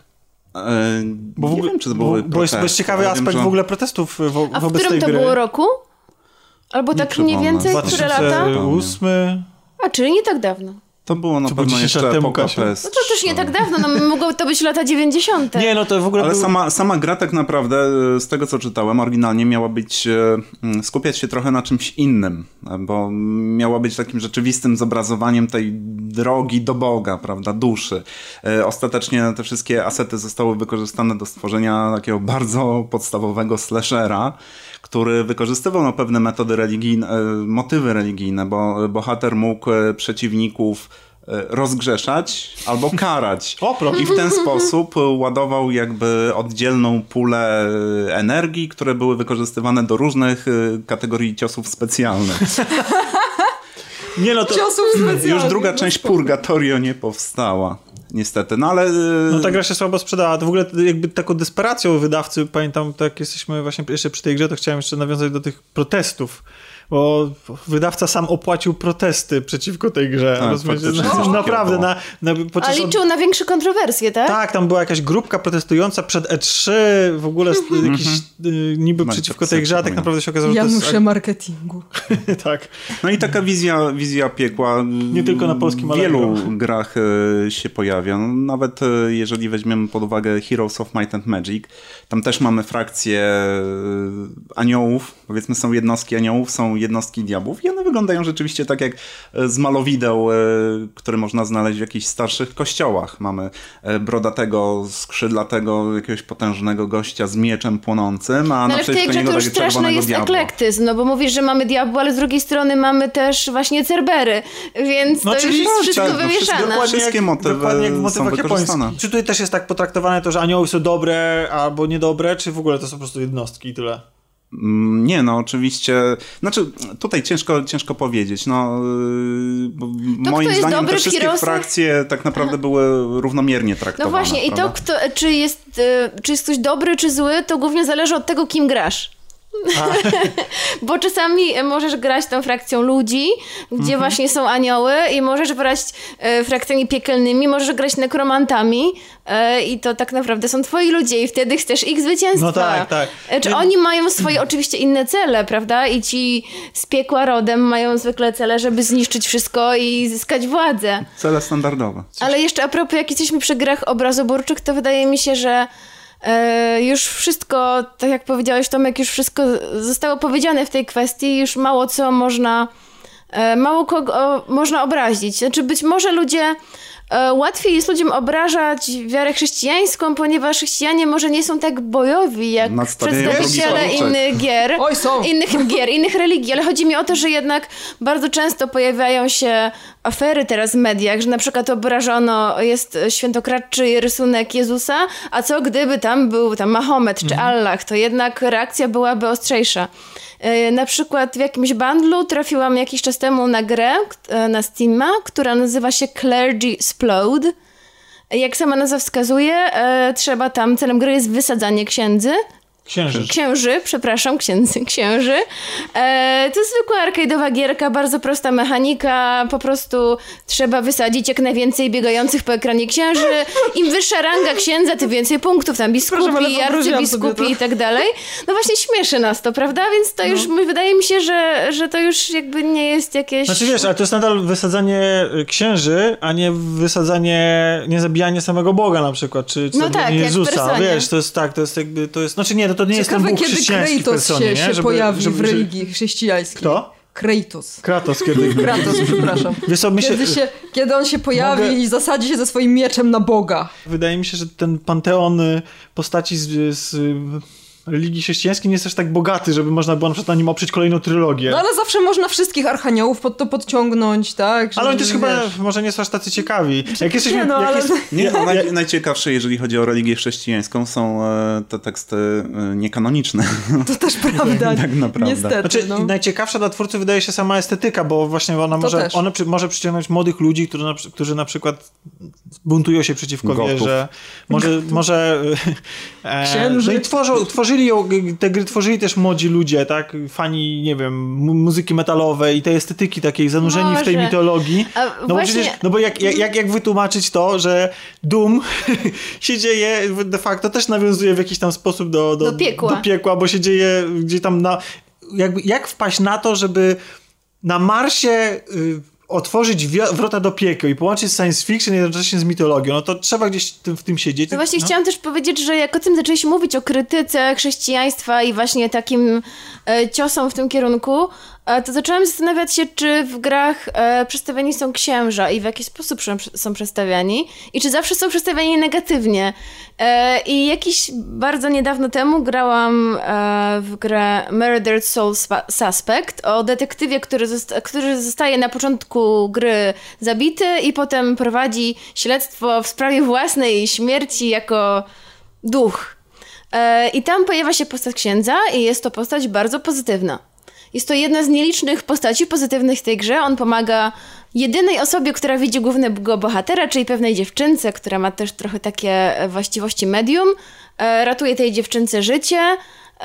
S4: Nie wiem, czy to były protesty.
S1: Bo jest ciekawy aspekt w ogóle protestów wobec tej gry.
S3: A w którym to było roku? Albo tak mniej więcej, które lata?
S1: 2008.
S3: A, czyli nie tak dawno.
S4: To było na pewno jeszcze epoka PES.
S3: No to też nie tak dawno, no mogło to być lata 90.
S1: Nie, no to w ogóle
S4: ale sama gra tak naprawdę, z tego co czytałem, oryginalnie miała być, skupiać się trochę na czymś innym, bo miała być takim rzeczywistym zobrazowaniem tej drogi do Boga, prawda, duszy. Ostatecznie te wszystkie asety zostały wykorzystane do stworzenia takiego bardzo podstawowego slashera, który wykorzystywał pewne metody religijne, motywy religijne, bo bohater mógł przeciwników rozgrzeszać albo karać. I w ten sposób ładował jakby oddzielną pulę energii, które były wykorzystywane do różnych kategorii ciosów specjalnych.
S2: Ciosów specjalnych.
S4: Już druga część Purgatorio nie powstała. Niestety, no ale...
S1: No ta gra się słabo sprzedała. To w ogóle jakby taką desperacją wydawcy, pamiętam, tak jesteśmy właśnie jeszcze przy tej grze, to chciałem jeszcze nawiązać do tych protestów, bo wydawca sam opłacił protesty przeciwko tej grze.
S4: Tak,
S1: naprawdę.
S3: A liczył na większe kontrowersje, tak?
S1: Tak, tam była jakaś grupka protestująca przed E3, w ogóle jakiś niby przeciwko tej grze, a tak naprawdę się okazało, że to jest...
S2: Janusze marketingu.
S1: Tak.
S4: No i taka wizja piekła
S1: nie tylko na polskim,
S4: w wielu grach się pojawia. No, nawet jeżeli weźmiemy pod uwagę Heroes of Might and Magic, tam też mamy frakcje aniołów, powiedzmy są jednostki aniołów, są jednostki diabłów i one wyglądają rzeczywiście tak jak z malowideł, które można znaleźć w jakichś starszych kościołach. Mamy brodatego, skrzydlatego, jakiegoś potężnego gościa z mieczem płonącym, a naprzeciwko niego takiego czerwonego
S3: jest
S4: diabła.
S3: Eklektyzm, no bo mówisz, że mamy diabła, ale z drugiej strony mamy też właśnie cerbery, więc to już jest wszystko wymieszane.
S4: Wszystkie motywy
S1: dokładnie jak w motywach
S4: są wykorzystane.
S1: Czy tutaj też jest tak potraktowane to, że anioły są dobre albo niedobre, czy w ogóle to są po prostu jednostki i tyle?
S4: Nie, no oczywiście, znaczy tutaj ciężko powiedzieć, no moim zdaniem te wszystkie frakcje tak naprawdę były równomiernie traktowane.
S3: No właśnie,
S4: prawda?
S3: i to czy jest ktoś dobry czy zły, to głównie zależy od tego, kim grasz. Bo czasami możesz grać tą frakcją ludzi, gdzie właśnie są anioły i możesz grać frakcjami piekielnymi, możesz grać nekromantami i to tak naprawdę są twoi ludzie i wtedy chcesz ich zwycięstwa.
S1: No tak, tak.
S3: Czy oni mają swoje oczywiście inne cele, prawda? I ci z piekła rodem mają zwykle cele, żeby zniszczyć wszystko i zyskać władzę.
S4: Cele standardowe.
S3: Ale jeszcze a propos, jak jesteśmy przy grach obrazoburczych, to wydaje mi się, że już wszystko, tak jak powiedziałeś Tomek, już wszystko zostało powiedziane w tej kwestii, już mało co można, mało kogo można obrazić. Znaczy być może ludzie, łatwiej jest ludziom obrażać wiarę chrześcijańską, ponieważ chrześcijanie może nie są tak bojowi jak przedstawiciele innych gier.
S2: Oj, są.
S3: Innych religii, ale chodzi mi o to, że jednak bardzo często pojawiają się afery teraz w mediach, że na przykład obrażono jest świętokradczy rysunek Jezusa, a co gdyby tam był Mahomet czy Allah, to jednak reakcja byłaby ostrzejsza. Na przykład w jakimś bundlu trafiłam jakiś czas temu na grę na Steama, która nazywa się Clergy Explode. Jak sama nazwa wskazuje, celem gry jest wysadzanie księży. To jest zwykła arcade'owa gierka, bardzo prosta mechanika, po prostu trzeba wysadzić jak najwięcej biegających po ekranie księży. Im wyższa ranga księdza, tym więcej punktów, tam biskupi, arcybiskupi i tak dalej. No właśnie śmieszy nas to, prawda? Więc to już, wydaje mi się, że to już jakby nie jest jakieś...
S1: Znaczy wiesz, ale to jest nadal wysadzanie księży, a nie nie zabijanie samego Boga na przykład, czy zabijanie Jezusa. Wiesz, to jest tak, to jest jakby, znaczy nie, to nie jest ten Bóg chrześcijański w personie, nie?
S2: Się pojawi w religii chrześcijańskiej.
S1: Kto?
S2: Kratos, przepraszam.
S1: Wiesz co,
S2: kiedy on się pojawi i zasadzi się ze swoim mieczem na Boga.
S1: Wydaje mi się, że ten panteon postaci z religii chrześcijańskiej nie jest aż tak bogaty, żeby można było na przykład na nim oprzeć kolejną trylogię.
S2: No ale zawsze można wszystkich archaniołów pod to podciągnąć, tak?
S1: Ale oni też chyba może nie są aż tacy ciekawi.
S4: Najciekawsze, jeżeli chodzi o religię chrześcijańską, są te teksty niekanoniczne.
S2: To też prawda.
S4: Tak naprawdę.
S2: Niestety.
S1: Najciekawsza dla twórcy wydaje się sama estetyka, bo właśnie ona może przyciągnąć młodych ludzi, którzy na przykład buntują się przeciwko wierze. Może
S2: księży.
S1: Tworzyli te gry tworzyli też młodzi ludzie, tak? Fani, nie wiem, muzyki metalowej i tej estetyki takiej, zanurzeni w tej mitologii. Bo jak wytłumaczyć to, że Doom się dzieje, de facto też nawiązuje w jakiś tam sposób do piekła, bo się dzieje gdzieś tam jak wpaść na to, żeby na Marsie otworzyć wrota do piekła i połączyć science fiction jednocześnie z mitologią, no to trzeba gdzieś w tym siedzieć.
S3: No właśnie chciałam też powiedzieć, że jak o tym zaczęliśmy mówić, o krytyce chrześcijaństwa i właśnie takim ciosom w tym kierunku, to zaczęłam zastanawiać się, czy w grach przedstawiani są księża i w jaki sposób są przedstawiani i czy zawsze są przedstawiani negatywnie. I jakiś bardzo niedawno temu grałam w grę Murdered Soul Suspect o detektywie, który zostaje na początku gry zabity i potem prowadzi śledztwo w sprawie własnej śmierci jako duch. I tam pojawia się postać księdza i jest to postać bardzo pozytywna. Jest to jedna z nielicznych postaci pozytywnych w tej grze. On pomaga jedynej osobie, która widzi głównego bohatera, czyli pewnej dziewczynce, która ma też trochę takie właściwości medium. Ratuje tej dziewczynce życie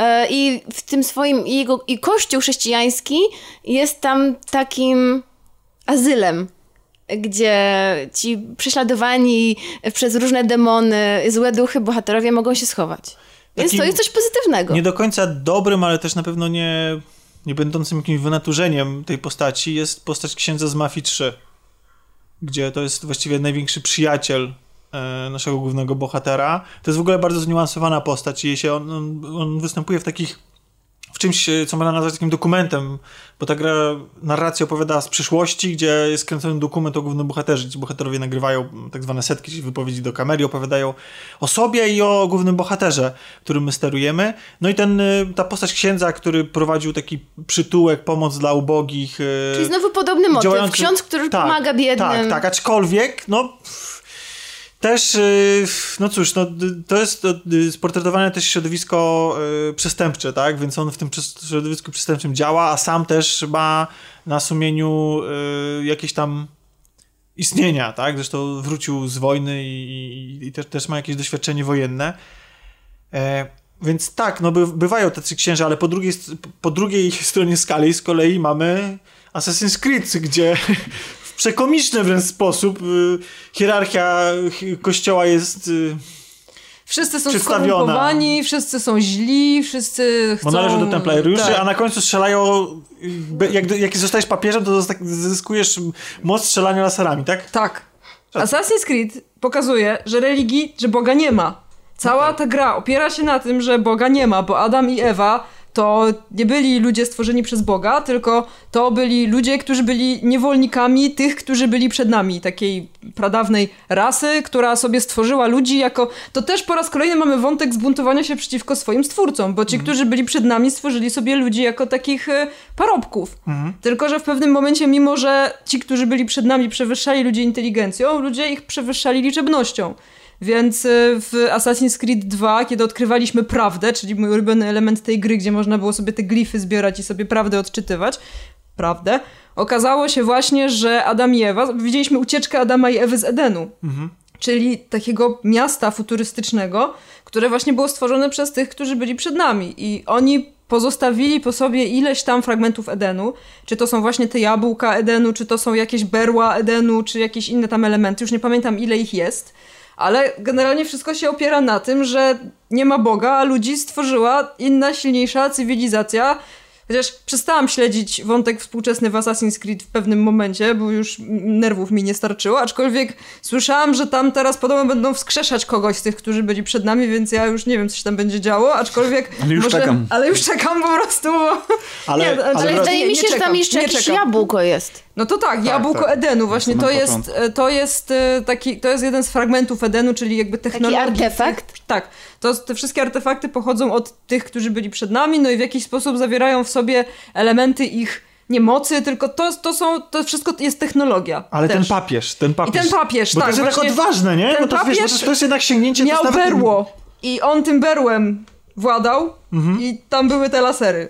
S3: i w tym swoim i kościół chrześcijański jest tam takim azylem, gdzie ci prześladowani przez różne demony, złe duchy bohaterowie mogą się schować. Więc to jest coś pozytywnego.
S1: Nie do końca dobrym, ale też na pewno nie będącym jakimś wynaturzeniem tej postaci jest postać księdza z Mafii 3, gdzie to jest właściwie największy przyjaciel naszego głównego bohatera. To jest w ogóle bardzo zniuansowana postać i on występuje w czymś, co można nazwać takim dokumentem, bo ta gra narrację opowiada z przyszłości, gdzie jest kręcony dokument o głównym bohaterze. Ci bohaterowie nagrywają tak zwane setki, czyli wypowiedzi do kamery, opowiadają o sobie i o głównym bohaterze, którym my sterujemy. No i ta postać księdza, który prowadził taki przytułek, pomoc dla ubogich.
S3: Czyli znowu podobny motyw. Ksiądz, który pomaga biednym.
S1: Tak, aczkolwiek, też, to jest sportretowane też środowisko przestępcze, tak? Więc on w tym środowisku przestępczym działa, a sam też ma na sumieniu jakieś tam istnienia, tak? Zresztą wrócił z wojny i też ma jakieś doświadczenie wojenne. Więc tak, no bywają tacy księża, ale po drugiej stronie skali z kolei mamy Assassin's Creed, gdzie w przekomiczny wręcz sposób hierarchia kościoła jest
S2: wszyscy są skorumpowani, wszyscy są źli, wszyscy chcą...
S1: Bo należy do templariuszy, a na końcu strzelają... Jak zostajesz papieżem, to zyskujesz moc strzelania laserami, tak?
S2: Tak. Assassin's Creed pokazuje, że Boga nie ma. Cała ta gra opiera się na tym, że Boga nie ma, bo Adam i Ewa to nie byli ludzie stworzeni przez Boga, tylko to byli ludzie, którzy byli niewolnikami tych, którzy byli przed nami. Takiej pradawnej rasy, która sobie stworzyła ludzi jako... To też po raz kolejny mamy wątek zbuntowania się przeciwko swoim stwórcom, bo ci, którzy byli przed nami, stworzyli sobie ludzi jako takich parobków. Tylko że w pewnym momencie, mimo że ci, którzy byli przed nami, przewyższali ludzi inteligencją, ludzie ich przewyższali liczebnością. Więc w Assassin's Creed 2, kiedy odkrywaliśmy prawdę, czyli mój ulubiony element tej gry, gdzie można było sobie te glify zbierać i sobie prawdę odczytywać, okazało się właśnie, że Adam i Ewa, widzieliśmy ucieczkę Adama i Ewy z Edenu, czyli takiego miasta futurystycznego, które właśnie było stworzone przez tych, którzy byli przed nami i oni pozostawili po sobie ileś tam fragmentów Edenu, czy to są właśnie te jabłka Edenu, czy to są jakieś berła Edenu, czy jakieś inne tam elementy, już nie pamiętam ile ich jest. Ale generalnie wszystko się opiera na tym, że nie ma Boga, a ludzi stworzyła inna, silniejsza cywilizacja. Chociaż przestałam śledzić wątek współczesny w Assassin's Creed w pewnym momencie, bo już nerwów mi nie starczyło, aczkolwiek słyszałam, że tam teraz podobno będą wskrzeszać kogoś z tych, którzy byli przed nami, więc ja już nie wiem, co się tam będzie działo, aczkolwiek... Ale już czekam po prostu, bo...
S3: Ale wydaje mi się, że tam jeszcze jakieś jabłko jest.
S2: No to tak, jabłko Edenu, właśnie to jest jeden z fragmentów Edenu, czyli jakby technologii.
S3: Taki artefakt?
S2: Tak, te wszystkie artefakty pochodzą od tych, którzy byli przed nami, no i w jakiś sposób zawierają w sobie elementy ich nie mocy, tylko to wszystko jest technologia.
S1: Ale
S2: też.
S1: ten papież.
S2: I ten papież,
S1: bo
S2: tak.
S1: to jest tak odważne, nie?
S2: Ten
S1: bo to jest jednak sięgnięcie...
S2: miał berło i on tym berłem władał i tam były te lasery.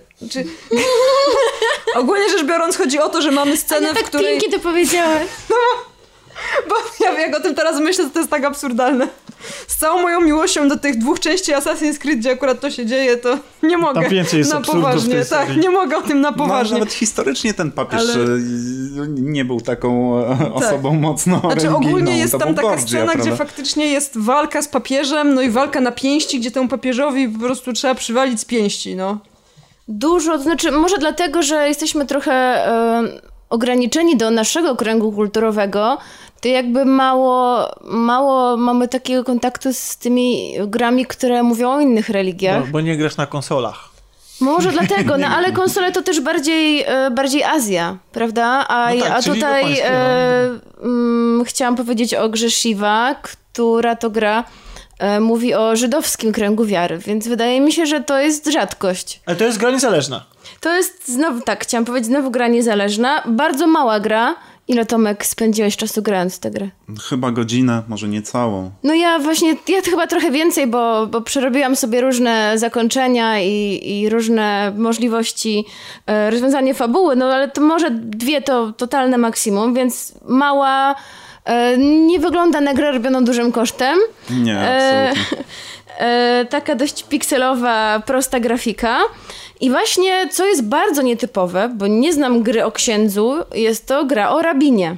S2: Ogólnie rzecz biorąc chodzi o to, że mamy scenę,
S3: tak
S2: w której...
S3: pięknie to powiedziałeś.
S2: No, bo jak o tym teraz myślę, to jest tak absurdalne. Z całą moją miłością do tych 2 części Assassin's Creed, gdzie akurat to się dzieje, to nie mogę.
S1: Tam więcej jest
S2: na poważnie. Tak, nie mogę o tym na poważnie.
S4: Nawet historycznie ten papież nie był taką osobą mocno religijną.
S2: Ogólnie jest tam taka scena, gdzie faktycznie jest walka z papieżem, no i walka na pięści, gdzie temu papieżowi po prostu trzeba przywalić z pięści, no.
S3: Dużo, to znaczy może dlatego, że jesteśmy trochę ograniczeni do naszego kręgu kulturowego, to jakby mało mamy takiego kontaktu z tymi grami, które mówią o innych religiach.
S1: Bo nie grasz na konsolach.
S3: Może dlatego, no ale konsole to też bardziej Azja, prawda? A tutaj chciałam powiedzieć o grze Shiva, która to gra mówi o żydowskim kręgu wiary, więc wydaje mi się, że to jest rzadkość.
S1: Ale to jest gra niezależna.
S3: To jest chciałam powiedzieć, znowu gra niezależna. Bardzo mała gra. Ile, Tomek, spędziłeś czasu grając w tę grę?
S4: Chyba godzinę, może nie całą.
S3: No ja chyba trochę więcej, bo przerobiłam sobie różne zakończenia i różne możliwości rozwiązania fabuły, no ale to może 2 to totalne maksimum, więc mała, nie wygląda na grę robioną dużym kosztem.
S4: Nie, absolutnie.
S3: Taka dość pikselowa, prosta grafika. I właśnie, co jest bardzo nietypowe, bo nie znam gry o księdzu, jest to gra o rabinie.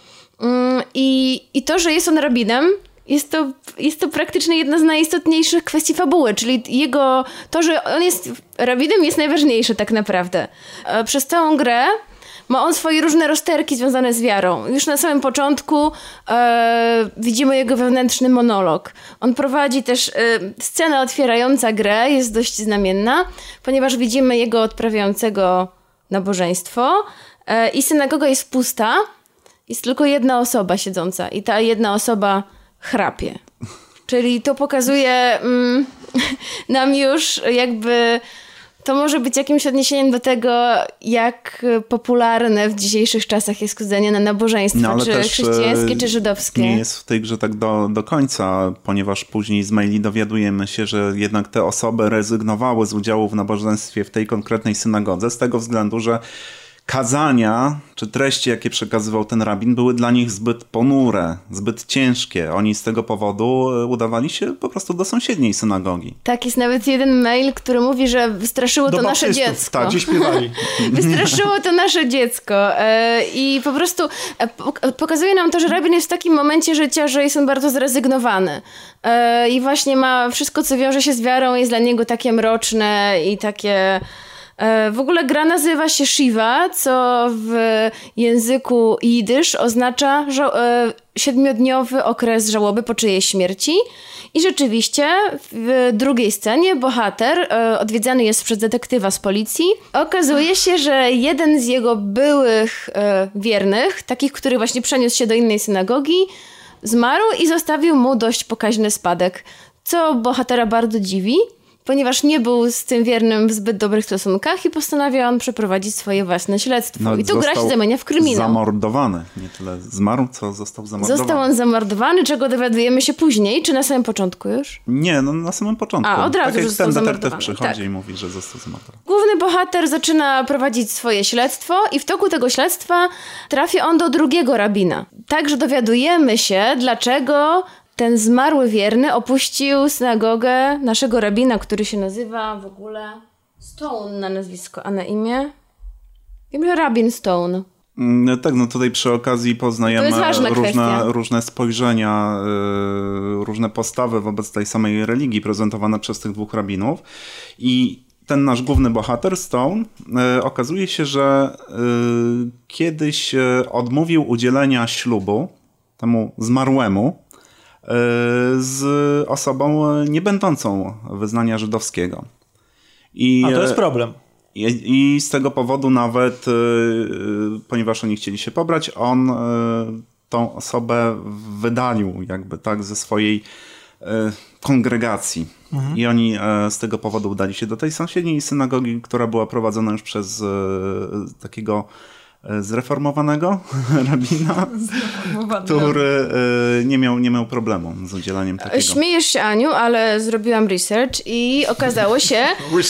S3: I to, że jest on rabinem, jest to praktycznie jedna z najistotniejszych kwestii fabuły, czyli to, że on jest rabinem, jest najważniejsze tak naprawdę. Przez całą grę ma on swoje różne rozterki związane z wiarą. Już na samym początku widzimy jego wewnętrzny monolog. On prowadzi też scenę otwierająca grę, jest dość znamienna, ponieważ widzimy jego odprawiającego nabożeństwo i synagoga jest pusta. Jest tylko jedna osoba siedząca i ta jedna osoba chrapie. Czyli to pokazuje nam już jakby... To może być jakimś odniesieniem do tego, jak popularne w dzisiejszych czasach jest chodzenie na nabożeństwo, czy chrześcijańskie, czy żydowskie.
S4: Nie jest w tej grze tak do końca, ponieważ później z maili dowiadujemy się, że jednak te osoby rezygnowały z udziału w nabożeństwie w tej konkretnej synagodze z tego względu, że kazania, czy treści, jakie przekazywał ten rabin, były dla nich zbyt ponure, zbyt ciężkie. Oni z tego powodu udawali się po prostu do sąsiedniej synagogi.
S3: Tak, jest nawet jeden mail, który mówi, że wystraszyło to nasze dziecko.
S4: Tak,
S1: gdzie śpiewali.
S3: Wystraszyło to nasze dziecko. I po prostu pokazuje nam to, że rabin jest w takim momencie życia, że jest on bardzo zrezygnowany. I właśnie ma wszystko, co wiąże się z wiarą, jest dla niego takie mroczne i takie... W ogóle gra nazywa się Shiva, co w języku jidysz oznacza 7-dniowy okres żałoby po czyjejś śmierci. I rzeczywiście w drugiej scenie bohater odwiedzany jest przez detektywa z policji. Okazuje się, że jeden z jego byłych wiernych, takich, który właśnie przeniósł się do innej synagogi, zmarł i zostawił mu dość pokaźny spadek, co bohatera bardzo dziwi, ponieważ nie był z tym wiernym w zbyt dobrych stosunkach i postanawia on przeprowadzić swoje własne śledztwo.
S4: No,
S3: i tu gra się zamienia w kryminał.
S4: Zamordowany. Nie tyle zmarł, co został zamordowany.
S3: Został on zamordowany, czego dowiadujemy się później. Czy na samym początku już?
S4: Nie, no na samym początku.
S3: Od razu,
S4: tak jak
S3: został
S4: ten detektyw
S3: zamordowany.
S4: przychodzi
S3: Tak.
S4: i mówi, że został zamordowany.
S3: Główny bohater zaczyna prowadzić swoje śledztwo i w toku tego śledztwa trafia on do drugiego rabina. Także dowiadujemy się, dlaczego ten zmarły wierny opuścił synagogę naszego rabina, który się nazywa w ogóle Stone na nazwisko, a na imię? Wiem, że rabin Stone.
S4: Tak, no tutaj przy okazji poznajemy różne spojrzenia, różne postawy wobec tej samej religii prezentowane przez tych dwóch rabinów. I ten nasz główny bohater, Stone, okazuje się, że kiedyś odmówił udzielenia ślubu temu zmarłemu z osobą nie będącą wyznania żydowskiego.
S1: A to jest problem.
S4: I z tego powodu nawet, ponieważ oni chcieli się pobrać, on tą osobę wydalił jakby tak ze swojej kongregacji. Mhm. I oni z tego powodu udali się do tej sąsiedniej synagogi, która była prowadzona już przez takiego zreformowanego rabina, który nie miał problemu z udzielaniem takiego.
S3: Śmiejesz się, Aniu, ale zrobiłam research i okazało się,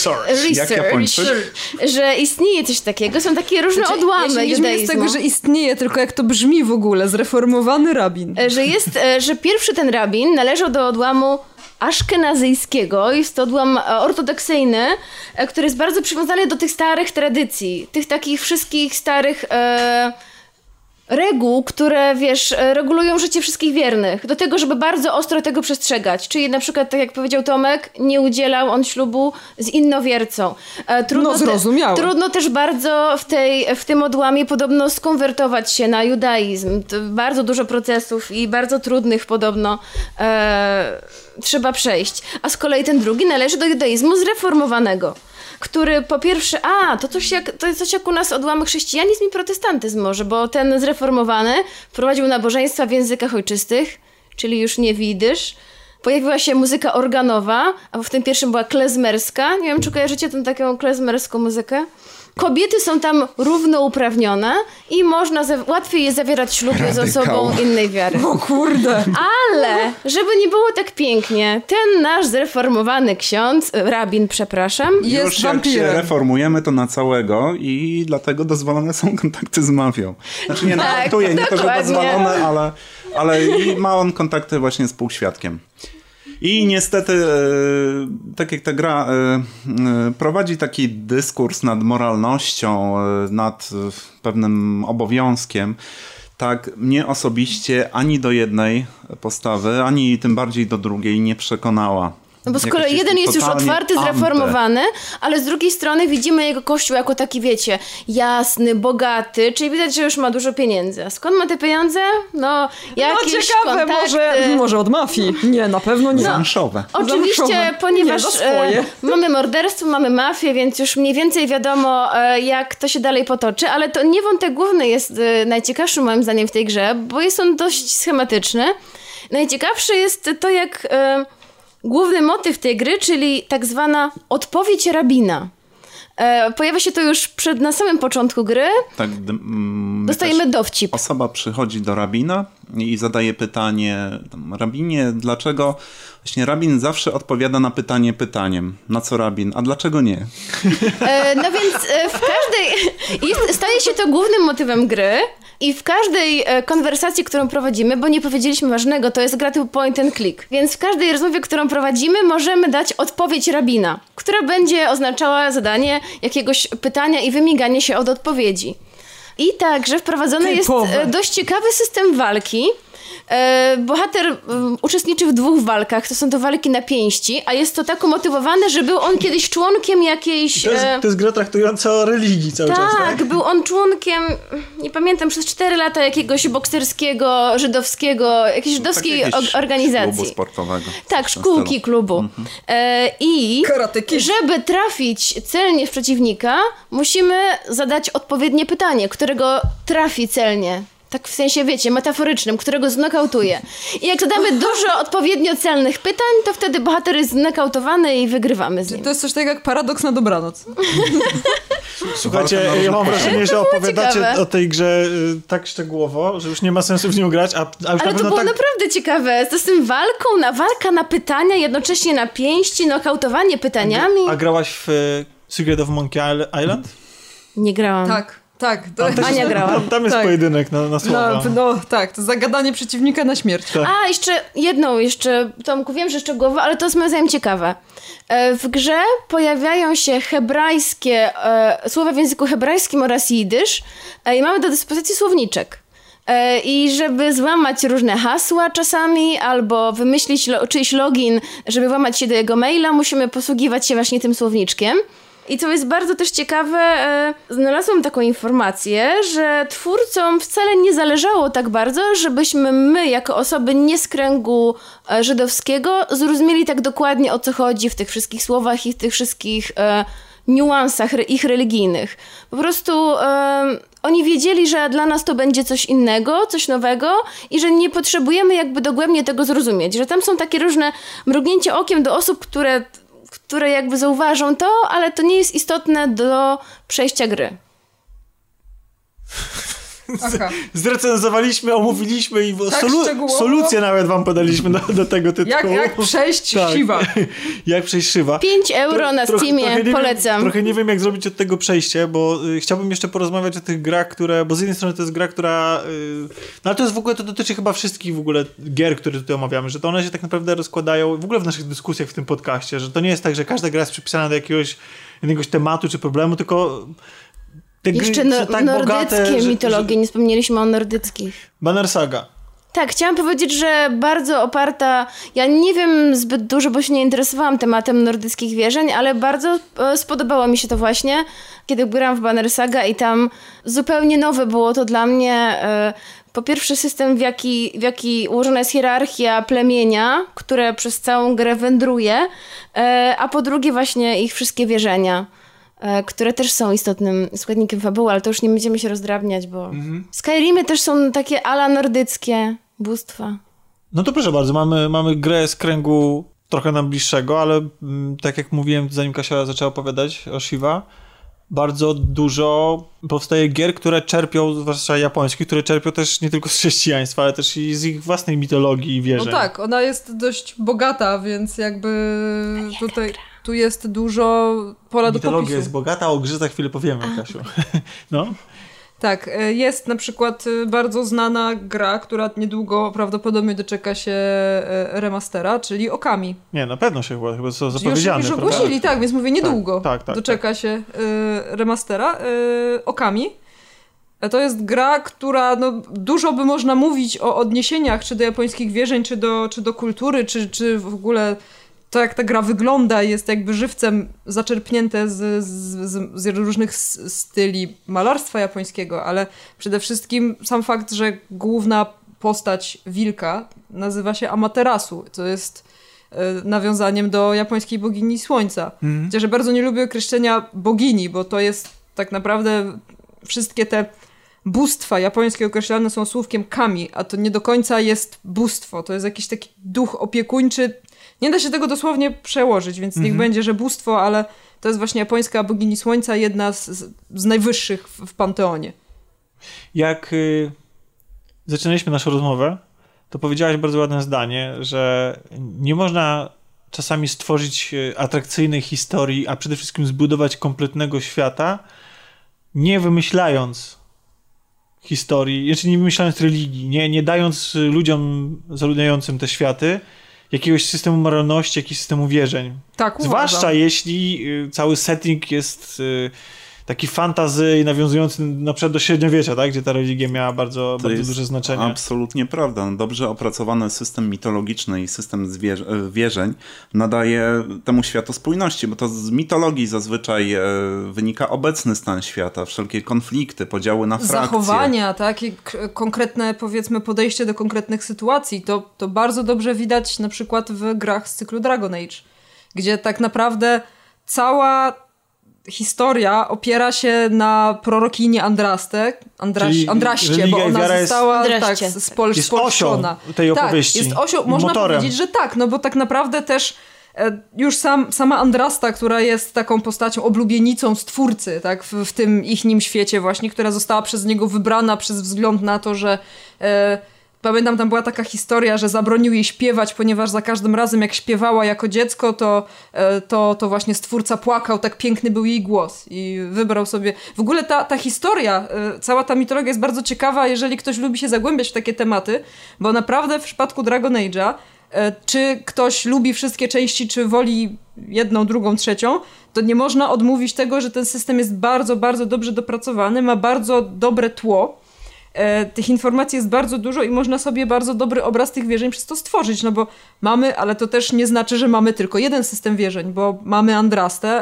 S3: że istnieje coś takiego, są takie różne odłamy
S2: judaizmu. Nie z tego, że istnieje, tylko jak to brzmi w ogóle, zreformowany rabin.
S3: Że pierwszy ten rabin należał do odłamu aszkenazyjskiego, jest to odłam ortodoksyjny, który jest bardzo przywiązany do tych starych tradycji, tych takich wszystkich starych reguł, które, regulują życie wszystkich wiernych, do tego, żeby bardzo ostro tego przestrzegać. Czyli na przykład, tak jak powiedział Tomek, nie udzielał on ślubu z innowiercą. Trudno też bardzo w tym odłamie podobno skonwertować się na judaizm. To bardzo dużo procesów i bardzo trudnych podobno trzeba przejść. A z kolei ten drugi należy do judaizmu zreformowanego, który po pierwsze, to jest coś jak u nas odłamy chrześcijanizm i protestantyzm może, bo ten zreformowany prowadził nabożeństwa w językach ojczystych, czyli już nie w jidysz. Pojawiła się muzyka organowa, a w tym pierwszym była klezmerska. Nie wiem, czy kojarzycie tę taką klezmerską muzykę? Kobiety są tam równouprawnione i łatwiej jest zawierać śluby z osobą innej wiary.
S2: O kurde!
S3: Ale, żeby nie było tak pięknie, ten nasz zreformowany rabin,
S2: jest
S4: już
S2: wampirem.
S4: Jak się reformujemy, to na całego i dlatego dozwolone są kontakty z mafią. Znaczy nie kontaktuje, nie to, że dozwolone, ale i ma on kontakty właśnie z półświadkiem. I niestety, tak jak ta gra prowadzi taki dyskurs nad moralnością, nad pewnym obowiązkiem, tak mnie osobiście ani do jednej postawy, ani tym bardziej do drugiej nie przekonała.
S3: No bo z kolei jeden jest już otwarty, zreformowany, ale z drugiej strony widzimy jego kościół jako taki, jasny, bogaty, czyli widać, że już ma dużo pieniędzy. A skąd ma te pieniądze? Jakieś
S2: ciekawe, może od mafii. Nie, na pewno nie.
S4: Zamszowe.
S3: Oczywiście, ponieważ mamy morderstwo, mamy mafię, więc już mniej więcej wiadomo, jak to się dalej potoczy, ale to nie wątek główny jest najciekawszy moim zdaniem w tej grze, bo jest on dość schematyczny. Najciekawsze jest to, jak główny motyw tej gry, czyli tak zwana odpowiedź rabina. Pojawia się to już na samym początku gry.
S4: Tak,
S3: dostajemy dowcip.
S4: Osoba przychodzi do rabina i zadaje pytanie, rabinie, dlaczego... Właśnie rabin zawsze odpowiada na pytanie pytaniem. Na co rabin? A dlaczego nie?
S3: No więc w każdej... staje się to głównym motywem gry i w każdej konwersacji, którą prowadzimy, bo nie powiedzieliśmy ważnego, to jest gra typu point and click. Więc w każdej rozmowie, którą prowadzimy, możemy dać odpowiedź rabina, która będzie oznaczała zadanie jakiegoś pytania i wymiganie się od odpowiedzi. I także wprowadzony jest dość ciekawy system walki. Bohater uczestniczy w 2 walkach, to są to walki na pięści, a jest to tak umotywowane, że był on kiedyś członkiem jakiejś...
S1: To jest gra traktująca o religii cały czas, tak?
S3: Tak, był on członkiem, nie pamiętam, przez 4 lata jakiegoś bokserskiego, żydowskiego, jakiejś żydowskiej organizacji.
S4: Klubu sportowego.
S3: Tak, szkółki, klubu. I żeby trafić celnie w przeciwnika, musimy zadać odpowiednie pytanie, którego trafi celnie. Tak w sensie, wiecie, metaforycznym, którego znokautuje. I jak zadamy dużo odpowiednio celnych pytań, to wtedy bohater jest znokautowany i wygrywamy z nim.
S2: To jest coś takiego jak paradoks na dobranoc.
S1: Słuchajcie, ja mam wrażenie, że opowiadacie o tej grze tak szczegółowo, że już nie ma sensu w nią grać, a już
S3: ale
S1: na
S3: to
S1: pewno
S3: było
S1: tak...
S3: naprawdę ciekawe. To z tym walka na pytania, jednocześnie na pięści, nokautowanie pytaniami.
S1: A grałaś w Secret of Monkey Island?
S3: Nie grałam.
S2: Tak.
S3: Ania grała.
S1: Tam jest pojedynek na słowa.
S2: No tak, to zagadanie przeciwnika na śmierć.
S1: Tak.
S3: A, jeszcze, Tomku, wiem, że szczegółowo, ale to jest moim zdaniem ciekawe. W grze pojawiają się hebrajskie, słowa w języku hebrajskim oraz jidysz i mamy do dyspozycji słowniczek. I żeby złamać różne hasła czasami, albo wymyślić czyjś login, żeby włamać się do jego maila, musimy posługiwać się właśnie tym słowniczkiem. I co jest bardzo też ciekawe, znalazłam taką informację, że twórcom wcale nie zależało tak bardzo, żebyśmy my, jako osoby nie z kręgu żydowskiego, zrozumieli tak dokładnie, o co chodzi w tych wszystkich słowach i w tych wszystkich niuansach ich religijnych. Po prostu oni wiedzieli, że dla nas to będzie coś innego, coś nowego i że nie potrzebujemy jakby dogłębnie tego zrozumieć. Że tam są takie różne mrugnięcia okiem do osób, które jakby zauważą to, ale to nie jest istotne do przejścia gry.
S1: Zrecenzowaliśmy, omówiliśmy i
S2: tak
S1: solucję nawet wam podaliśmy do tego tytułu.
S2: Jak przejść Shiva.
S1: Jak przejść Shiva.
S3: 5 euro na Steamie, polecam.
S1: Trochę nie wiem, jak zrobić od tego przejście, bo chciałbym jeszcze porozmawiać o tych grach, bo z jednej strony to jest gra, która... No ale to jest w ogóle, to dotyczy chyba wszystkich w ogóle gier, które tutaj omawiamy, że to one się tak naprawdę rozkładają w ogóle w naszych dyskusjach w tym podcaście, że to nie jest tak, że każda gra jest przypisana do jakiegoś tematu czy problemu, tylko...
S3: Jeszcze tak nordyckie mitologie, nie wspomnieliśmy o nordyckich.
S1: Banner Saga.
S3: Tak, chciałam powiedzieć, że bardzo oparta, ja nie wiem zbyt dużo, bo się nie interesowałam tematem nordyckich wierzeń, ale bardzo spodobało mi się to właśnie, kiedy grałam w Banner Saga i tam zupełnie nowe było to dla mnie. Po pierwsze system, w jaki ułożona jest hierarchia plemienia, które przez całą grę wędruje, a po drugie właśnie ich wszystkie wierzenia, które też są istotnym składnikiem fabuły, ale to już nie będziemy się rozdrabniać, bo Skyrimy też są takie ala nordyckie bóstwa. No
S1: to proszę bardzo, mamy grę z kręgu trochę nam bliższego, ale tak jak mówiłem, zanim Kasia zaczęła opowiadać o Shiva, bardzo dużo powstaje gier, które czerpią, zwłaszcza japońskich, które czerpią też nie tylko z chrześcijaństwa, ale też i z ich własnej mitologii i wierzeń.
S2: No tak, ona jest dość bogata, więc jakby tutaj... Tu jest dużo pola do popisu.
S1: Mitologia jest bogata, o grze za chwilę powiemy, Kasiu. No.
S2: Tak, jest na przykład bardzo znana gra, która niedługo prawdopodobnie doczeka się remastera, czyli Okami.
S1: Nie, na pewno się chyba są zapowiedziane.
S2: Już ogłosili, tak, więc mówię niedługo.
S1: Tak,
S2: doczeka się remastera Okami. To jest gra, która dużo by można mówić o odniesieniach czy do japońskich wierzeń, czy do kultury, czy w ogóle to, jak ta gra wygląda, jest jakby żywcem zaczerpnięte z różnych styli malarstwa japońskiego, ale przede wszystkim sam fakt, że główna postać wilka nazywa się Amaterasu, co jest nawiązaniem do japońskiej bogini słońca. Chociaż ja bardzo nie lubię określenia bogini, bo to jest tak naprawdę wszystkie te bóstwa japońskie określane są słówkiem kami, a to nie do końca jest bóstwo. To jest jakiś taki duch opiekuńczy. Nie da się tego dosłownie przełożyć, więc niech będzie, że bóstwo, ale to jest właśnie japońska bogini słońca, jedna z najwyższych w panteonie.
S1: Jak zaczynaliśmy naszą rozmowę, to powiedziałaś bardzo ładne zdanie, że nie można czasami stworzyć atrakcyjnej historii, a przede wszystkim zbudować kompletnego świata, nie wymyślając historii, znaczy nie wymyślając religii, nie dając ludziom zaludniającym te światy jakiegoś systemu moralności, jakiegoś systemu wierzeń.
S2: Tak,
S1: zwłaszcza jeśli cały setting jest taki fantasy nawiązujący na przykład do średniowiecza, tak? Gdzie ta religia miała bardzo duże znaczenie.
S4: Absolutnie prawda. Dobrze opracowany system mitologiczny i system wierzeń nadaje temu światu spójności, bo to z mitologii zazwyczaj wynika obecny stan świata, wszelkie konflikty, podziały na frakcje.
S2: Zachowania, tak? I konkretne, powiedzmy, podejście do konkretnych sytuacji. To bardzo dobrze widać na przykład w grach z cyklu Dragon Age, gdzie tak naprawdę cała historia opiera się na prorokinie Andraście, bo ona została spolszczona.
S1: Tej opowieści.
S2: Jest osią, można powiedzieć, że tak, no bo tak naprawdę też już sama Andrasta, która jest taką postacią oblubienicą stwórcy, tak, w tym ichnim świecie właśnie, która została przez niego wybrana przez wzgląd na to, że pamiętam, tam była taka historia, że zabronił jej śpiewać, ponieważ za każdym razem jak śpiewała jako dziecko, to właśnie stwórca płakał, tak piękny był jej głos i wybrał sobie... W ogóle ta historia, cała ta mitologia jest bardzo ciekawa, jeżeli ktoś lubi się zagłębiać w takie tematy, bo naprawdę w przypadku Dragon Age'a, czy ktoś lubi wszystkie części, czy woli jedną, drugą, trzecią, to nie można odmówić tego, że ten system jest bardzo, bardzo dobrze dopracowany, ma bardzo dobre tło. Tych informacji jest bardzo dużo i można sobie bardzo dobry obraz tych wierzeń przez to stworzyć, no bo mamy, ale to też nie znaczy, że mamy tylko jeden system wierzeń, bo mamy Andrastę,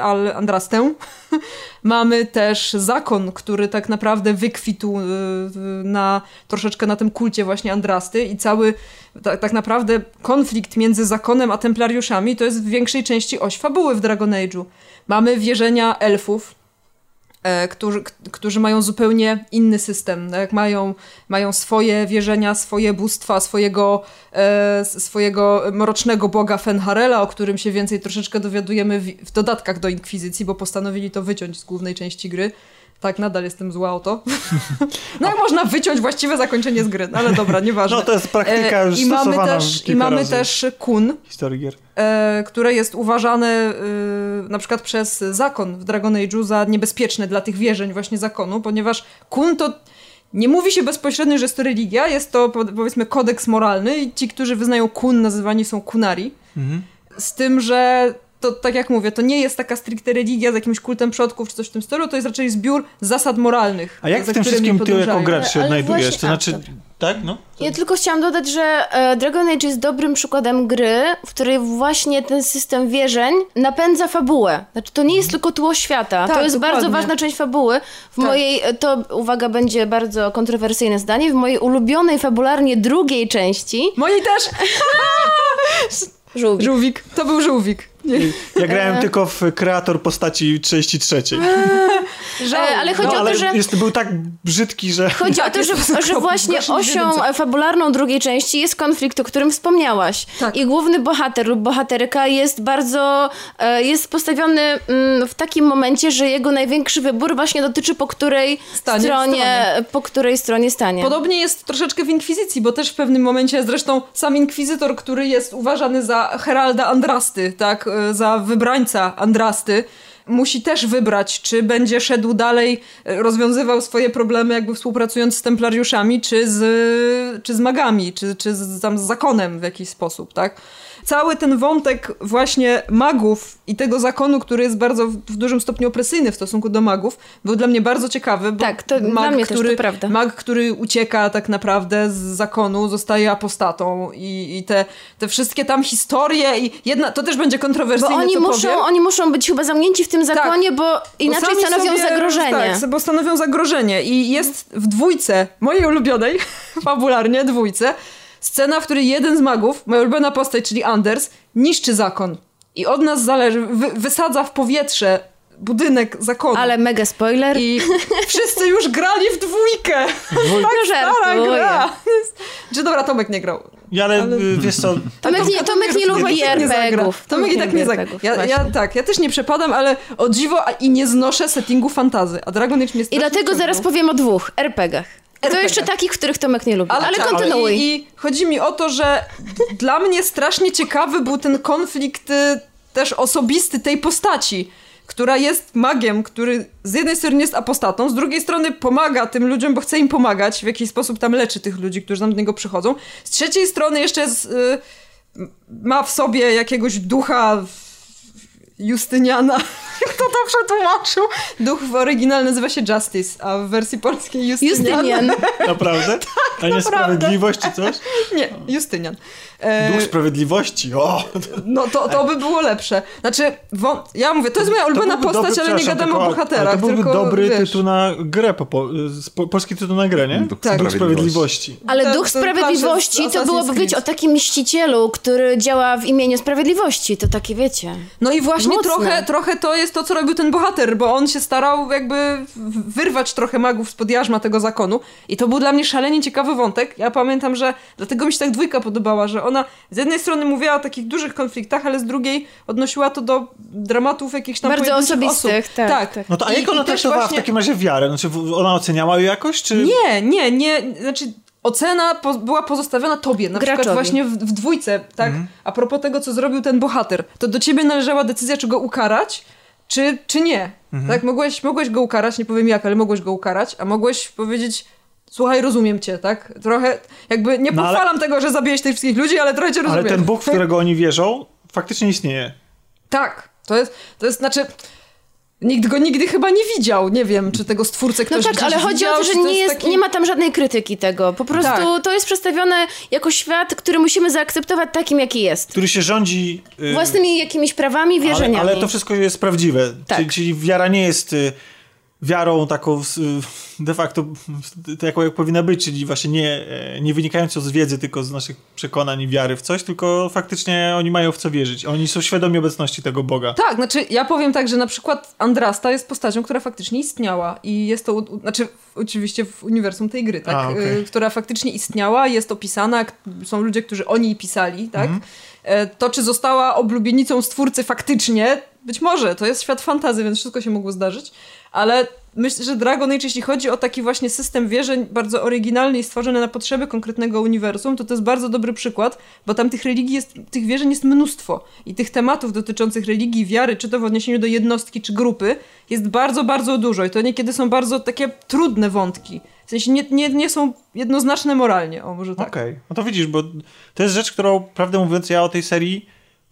S2: mamy też zakon, który tak naprawdę wykwitł troszeczkę na tym kulcie właśnie Andrasty i cały tak naprawdę konflikt między zakonem a templariuszami to jest w większej części oś fabuły w Dragon Age'u. Mamy wierzenia elfów, którzy mają zupełnie inny system, tak? Mają swoje wierzenia, swoje bóstwa, swojego mrocznego boga Fenharela, o którym się więcej troszeczkę dowiadujemy w dodatkach do Inkwizycji, bo postanowili to wyciąć z głównej części gry. Tak, nadal jestem zła o to. No jak można wyciąć właściwe zakończenie z gry, ale dobra, nieważne.
S1: No to jest praktyka już stosowana
S2: I mamy też kun,
S1: historii gier,
S2: które jest uważane na przykład przez zakon w Dragon Age'u za niebezpieczne dla tych wierzeń właśnie zakonu, ponieważ kun to nie mówi się bezpośrednio, że jest to religia, jest to powiedzmy kodeks moralny i ci, którzy wyznają kun, nazywani są kunari. Z tym, że to tak jak mówię, to nie jest taka stricte religia z jakimś kultem przodków czy coś w tym stylu, to jest raczej zbiór zasad moralnych.
S1: A jak w tym wszystkim ty jako gracz się odnajdujesz? Właśnie, to znaczy, tak? No?
S3: Ja tylko chciałam dodać, że Dragon Age jest dobrym przykładem gry, w której właśnie ten system wierzeń napędza fabułę. Znaczy to nie jest tylko tło świata,
S2: tak,
S3: to jest
S2: dokładnie.
S3: bardzo ważna część fabuły. To uwaga, będzie bardzo kontrowersyjne zdanie, w mojej ulubionej fabularnie drugiej części...
S2: Mojej też! Żółwik. To był żółwik.
S1: Ja grałem tylko w kreator postaci części trzeciej.
S3: Ale chodzi o to, że...
S1: był tak brzydki, że...
S3: Chodzi o to, że właśnie osią fabularną drugiej części jest konflikt, o którym wspomniałaś. Tak. I główny bohater lub bohaterka jest bardzo... jest postawiony w takim momencie, że jego największy wybór właśnie dotyczy po której stronie stanie.
S2: Podobnie jest troszeczkę w Inkwizycji, bo też w pewnym momencie zresztą sam Inkwizytor, który jest uważany za heralda Andrasty, tak? Za wybrańca Andrasty, musi też wybrać, czy będzie szedł dalej, rozwiązywał swoje problemy jakby współpracując z templariuszami, czy z magami, czy z zakonem w jakiś sposób, tak? Cały ten wątek właśnie magów i tego zakonu, który jest bardzo w dużym stopniu opresyjny w stosunku do magów, był dla mnie bardzo ciekawy, bo
S3: tak, to dla mnie też to prawda.
S2: Mag, który ucieka tak naprawdę z zakonu, zostaje apostatą i te wszystkie tam historie i to też będzie kontrowersyjne,
S3: bo oni muszą być chyba zamknięci w tym zakonie, tak, bo inaczej stanowią zagrożenie.
S2: Tak, bo stanowią zagrożenie i jest w dwójce, mojej ulubionej, fabularnie dwójce, scena, w której jeden z magów, moja ulubiona postać, czyli Anders, niszczy zakon. I od nas zależy, wysadza w powietrze budynek zakonu.
S3: Ale mega spoiler.
S2: I wszyscy już grali w dwójkę. Tak stara gra. Czy dobra, Tomek nie grał.
S1: Ale wiesz co...
S3: Tomek nie lubi RPG-ów.
S2: Tomek i tak nie zagra. Ja też nie przepadam, ale o dziwo i nie znoszę settingu fantazy. A Dragon Age mnie
S3: I dlatego zaraz powiem o 2 RPG-ach. To jeszcze takich, których Tomek nie lubi. Ale kontynuuj.
S2: I chodzi mi o to, że dla mnie strasznie ciekawy był ten konflikt też osobisty tej postaci, która jest magiem, który z jednej strony jest apostatą, z drugiej strony pomaga tym ludziom, bo chce im pomagać, w jakiś sposób tam leczy tych ludzi, którzy tam do niego przychodzą. Z trzeciej strony jeszcze ma w sobie jakiegoś ducha Justyniana. Kto to przetłumaczył? Duch w oryginale nazywa się Justice, a w wersji polskiej Justynian.
S1: Naprawdę? A nie Sprawiedliwość czy coś?
S2: Nie, Justynian.
S1: Duch Sprawiedliwości, o!
S2: No to by było lepsze. Znaczy, ja mówię, to jest moja ulubiona postać, ale nie gadamy o bohaterach.
S1: To byłby dobry tytuł na grę, polski tytuł na grę, nie?
S4: Duch
S1: Sprawiedliwości.
S3: Ale Duch Sprawiedliwości to byłoby, wiecie, o takim mścicielu, który działa w imieniu sprawiedliwości. To takie, wiecie...
S2: No i właśnie trochę to jest to, co robił ten bohater, bo on się starał jakby wyrwać trochę magów spod jarzma tego zakonu i to był dla mnie szalenie ciekawy wątek. Ja pamiętam, że dlatego mi się tak 2 podobała, że ona z jednej strony mówiła o takich dużych konfliktach, ale z drugiej odnosiła to do dramatów jakichś tam
S3: bardzo osobistych,
S2: osób. Tak.
S1: No to a jak ona traktowała właśnie... w takim razie wiarę? Znaczy ona oceniała ją jakoś, czy...
S2: Nie, znaczy ocena była pozostawiona tobie, na przykład właśnie w 2, tak? A propos tego, co zrobił ten bohater, to do ciebie należała decyzja, czy go ukarać, czy nie. Tak? Mogłeś go ukarać, nie powiem jak, ale mogłeś go ukarać, a mogłeś powiedzieć, słuchaj, rozumiem cię, tak? Trochę, jakby nie pochwalam tego, że zabiłeś tych wszystkich ludzi, ale trochę cię rozumiem.
S1: Ale ten Bóg, w którego oni wierzą, faktycznie istnieje.
S2: Tak, to jest, znaczy... Nikt go nigdy chyba nie widział. Nie wiem, czy tego stwórcę ktoś
S3: ale chodzi
S2: widział,
S3: o to, że nie ma tam żadnej krytyki tego. Po prostu to jest przedstawione jako świat, który musimy zaakceptować takim, jaki jest.
S1: Który się rządzi...
S3: własnymi jakimiś prawami, wierzeniami.
S1: Ale to wszystko jest prawdziwe.
S3: Tak.
S1: Czyli wiara nie jest wiarą taką de facto taką, jak powinna być, czyli właśnie nie wynikającą z wiedzy, tylko z naszych przekonań i wiary w coś, tylko faktycznie oni mają w co wierzyć. Oni są świadomi obecności tego Boga.
S2: Tak, znaczy ja powiem tak, że na przykład Andrasta jest postacią, która faktycznie istniała i jest to, znaczy oczywiście w uniwersum tej gry, tak? Która faktycznie istniała, jest opisana, są ludzie, którzy o niej pisali, tak? To, czy została oblubienicą stwórcy faktycznie, być może, to jest świat fantasy, więc wszystko się mogło zdarzyć, ale myślę, że Dragon Age, jeśli chodzi o taki właśnie system wierzeń bardzo oryginalny i stworzony na potrzeby konkretnego uniwersum, to jest bardzo dobry przykład, bo tam tych wierzeń jest mnóstwo i tych tematów dotyczących religii, wiary, czy to w odniesieniu do jednostki, czy grupy, jest bardzo, bardzo dużo i to niekiedy są bardzo takie trudne wątki. W sensie nie są jednoznaczne moralnie, o może tak.
S1: Okej. No to widzisz, bo to jest rzecz, którą, prawdę mówiąc, ja o tej serii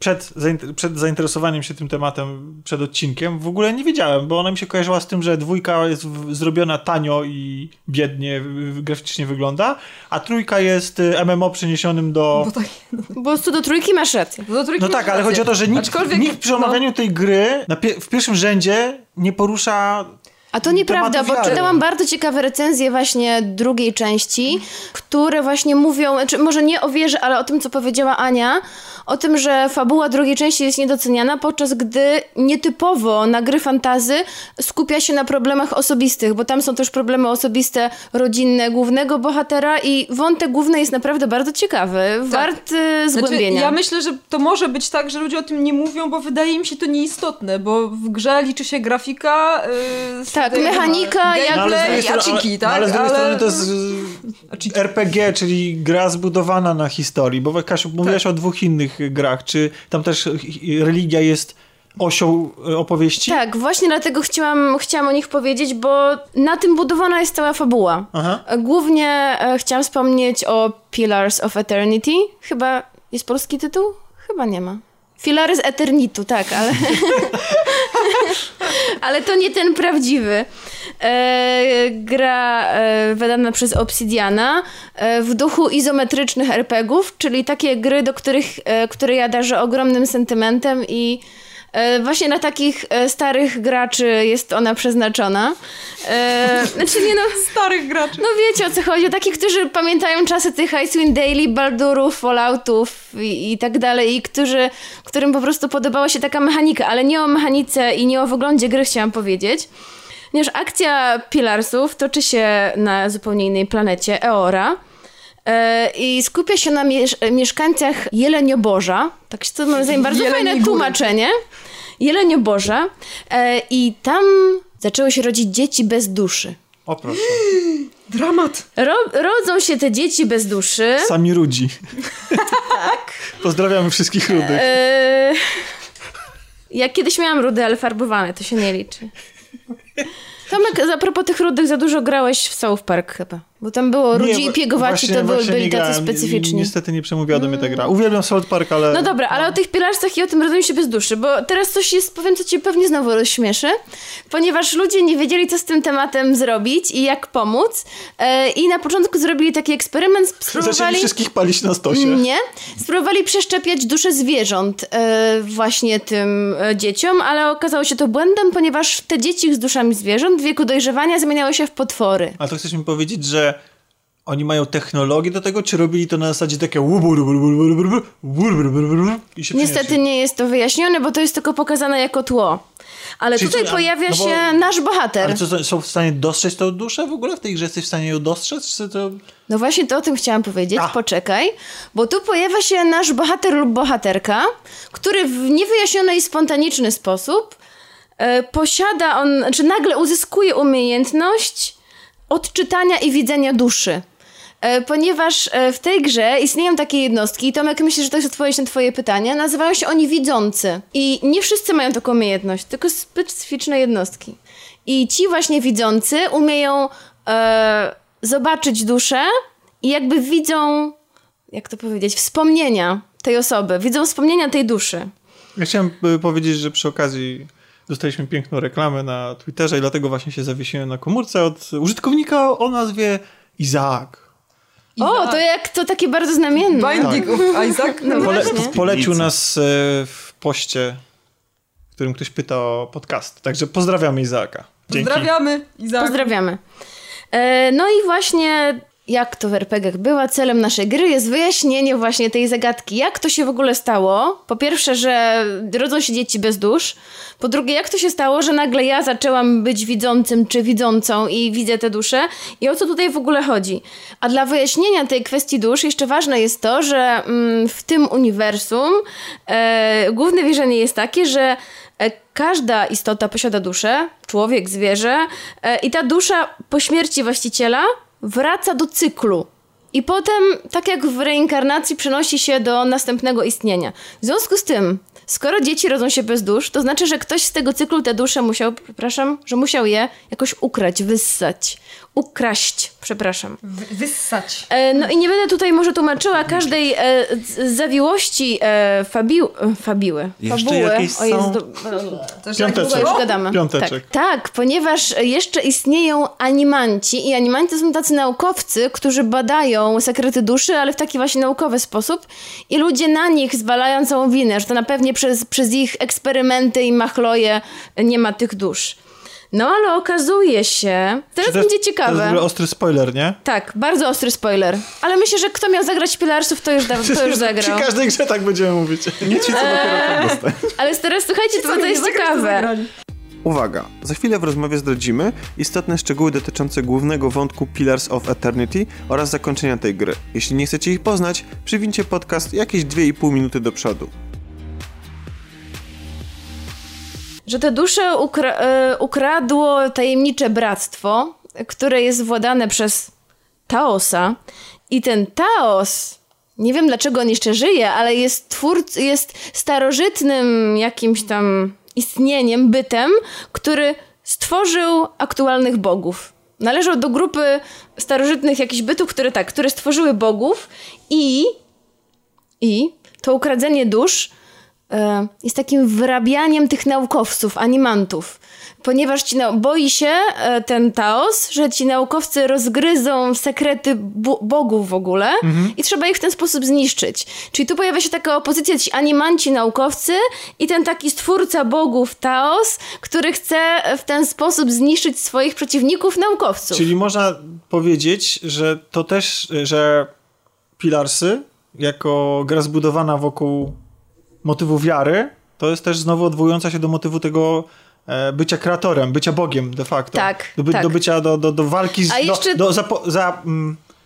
S1: przed zainteresowaniem się tym tematem, przed odcinkiem, w ogóle nie wiedziałem, bo ona mi się kojarzyła z tym, że 2 jest zrobiona tanio i biednie graficznie wygląda, a 3 jest MMO przeniesionym do...
S3: Po prostu do 3 masz rację.
S1: No tak, ale chodzi o to, że nikt przy omawianiu tej gry w pierwszym rzędzie nie porusza...
S3: A to nieprawda, bo czytałam bardzo ciekawe recenzje właśnie 2 części, które właśnie mówią, znaczy może nie o wierze, ale o tym, co powiedziała Ania, o tym, że fabuła 2 części jest niedoceniana, podczas gdy nietypowo na gry fantasy skupia się na problemach osobistych, bo tam są też problemy osobiste, rodzinne głównego bohatera i wątek główny jest naprawdę bardzo ciekawy, wart zgłębienia.
S2: Znaczy, ja myślę, że to może być tak, że ludzie o tym nie mówią, bo wydaje mi się to nieistotne, bo w grze liczy się grafika,
S3: tak, mechanika,
S2: gameplay, aciki, tak?
S1: Ale z drugiej strony to jest RPG, czyli gra zbudowana na historii, bo Kasiu, mówiłaś o 2 innych grach, czy tam też religia jest osią opowieści?
S3: Tak, właśnie dlatego chciałam o nich powiedzieć, bo na tym budowana jest cała fabuła. Aha. Głównie chciałam wspomnieć o Pillars of Eternity. Chyba jest polski tytuł? Chyba nie ma. Filares Eternitu, tak, ale... ale to nie ten prawdziwy. Gra wydana przez Obsidiana w duchu izometrycznych RPGów, czyli takie gry, do które ja darzę ogromnym sentymentem i właśnie dla takich starych graczy jest ona przeznaczona. Znaczy
S2: starych graczy.
S3: No wiecie, o co chodzi. O takich, którzy pamiętają czasy tych Icewind Dale, Baldurów, Falloutów i tak dalej i którym po prostu podobała się taka mechanika, ale nie o mechanice i nie o wyglądzie gry chciałam powiedzieć. Ponieważ akcja Pillarsów toczy się na zupełnie innej planecie, Eora. i skupia się na mieszkańcach Jelenioborza. Tak się to nazywa, bardzo fajne tłumaczenie. Jelenioborza. I tam zaczęły się rodzić dzieci bez duszy.
S1: O proszę.
S2: Dramat.
S3: Rodzą się te dzieci bez duszy.
S1: Sami rudzi. Tak. Pozdrawiamy wszystkich rudych.
S3: Ja kiedyś miałam rudy, ale farbowane, to się nie liczy. Tomek, a propos tych rudych, za dużo grałeś w South Park chyba. Bo tam było rudzi i piegowaci, to byli tacy specyficzni.
S1: Niestety nie przemówiła do mnie ta gra. Uwielbiam South Park, ale...
S3: No dobra, ale o tych pilarsach i o tym rodzeniu się bez duszy, bo teraz coś jest, powiem, co cię pewnie znowu rozśmieszy, ponieważ ludzie nie wiedzieli, co z tym tematem zrobić i jak pomóc. I na początku zrobili taki eksperyment,
S1: Zaczęli wszystkich palić na stosie.
S3: Nie. Spróbowali przeszczepiać dusze zwierząt właśnie tym dzieciom, ale okazało się to błędem, ponieważ te dzieci z duszami zwierząt w wieku dojrzewania zamieniały się w potwory.
S1: A to chcesz mi powiedzieć, że oni mają technologię do tego, czy robili to na zasadzie takie i się
S3: Niestety nie jest to wyjaśnione, bo to jest tylko pokazane jako tło. Ale czyli tutaj pojawia się nasz bohater.
S1: Ale co, są w stanie dostrzec tą duszę w ogóle? W tej grze jesteś w stanie ją dostrzec? Czy to...
S3: No właśnie to o tym chciałam powiedzieć. Poczekaj. Bo tu pojawia się nasz bohater lub bohaterka, który w niewyjaśniony i spontaniczny sposób posiada czy nagle uzyskuje umiejętność odczytania i widzenia duszy. Ponieważ w tej grze istnieją takie jednostki i Tomek, myślę, że to jest odpowiedź na twoje pytanie, nazywają się oni widzący. I nie wszyscy mają taką umiejętność, tylko specyficzne jednostki. I ci właśnie widzący umieją zobaczyć duszę i jakby widzą, jak to powiedzieć, wspomnienia tej osoby, widzą wspomnienia tej duszy.
S1: Ja chciałem powiedzieć, że przy okazji dostaliśmy piękną reklamę na Twitterze i dlatego właśnie się zawiesiłem na komórce od użytkownika o nazwie Izaak.
S3: O, to takie bardzo znamienne.
S2: Binding of Isaac. No
S1: polecił nas w poście, w którym ktoś pyta o podcast. Także pozdrawiamy Izaaka. Dzięki.
S2: Pozdrawiamy Izaaka.
S3: Pozdrawiamy. No i właśnie, jak to w RPG-ach była, celem naszej gry jest wyjaśnienie właśnie tej zagadki. Jak to się w ogóle stało? Po pierwsze, że rodzą się dzieci bez dusz. Po drugie, jak to się stało, że nagle ja zaczęłam być widzącym czy widzącą i widzę te dusze? I o co tutaj w ogóle chodzi? A dla wyjaśnienia tej kwestii dusz jeszcze ważne jest to, że w tym uniwersum główne wierzenie jest takie, że każda istota posiada duszę, człowiek, zwierzę, i ta dusza po śmierci właściciela wraca do cyklu. I potem, tak jak w reinkarnacji, przenosi się do następnego istnienia. W związku z tym, skoro dzieci rodzą się bez dusz, to znaczy, że ktoś z tego cyklu te dusze musiał je jakoś ukraść, wyssać. Ukraść.
S2: Wyssać.
S3: No i nie będę tutaj może tłumaczyła każdej zawiłości fabuły.
S4: Jeszcze jakieś są?
S1: Piąteczek.
S3: Tak, ponieważ jeszcze istnieją animanci i animanci to są tacy naukowcy, którzy badają sekrety duszy, ale w taki właśnie naukowy sposób i ludzie na nich zwalają całą winę, że to na pewno przez ich eksperymenty i machloje nie ma tych dusz. No ale okazuje się... Teraz będzie ciekawe.
S1: To jest w ogóle ostry spoiler, nie?
S3: Tak, bardzo ostry spoiler. Ale myślę, że kto miał zagrać Pilarsów, to już zagrał.
S1: Przy każdej grze tak będziemy mówić.
S4: Nie ci, co dopiero dostają.
S3: Ale teraz słuchajcie, to jest ciekawe.
S5: Uwaga, za chwilę w rozmowie zdradzimy istotne szczegóły dotyczące głównego wątku Pillars of Eternity oraz zakończenia tej gry. Jeśli nie chcecie ich poznać, przywincie podcast jakieś 2,5 minuty do przodu.
S3: Że te dusze ukradło tajemnicze bractwo, które jest władane przez Taosa. I ten Taos, nie wiem dlaczego on jeszcze żyje, ale jest starożytnym jakimś tam istnieniem, bytem, który stworzył aktualnych bogów. Należał do grupy starożytnych jakichś bytów, które stworzyły bogów i to ukradzenie dusz jest takim wyrabianiem tych naukowców, animantów. Ponieważ boi się ten Taos, że ci naukowcy rozgryzą sekrety bogów w ogóle i trzeba ich w ten sposób zniszczyć. Czyli tu pojawia się taka opozycja, ci animanci naukowcy i ten taki stwórca bogów Taos, który chce w ten sposób zniszczyć swoich przeciwników naukowców.
S1: Czyli można powiedzieć, że to też, że Pilarsy jako gra zbudowana wokół motywu wiary, to jest też znowu odwołująca się do motywu tego bycia kreatorem, bycia Bogiem de facto.
S3: Tak,
S1: do bycia, do walki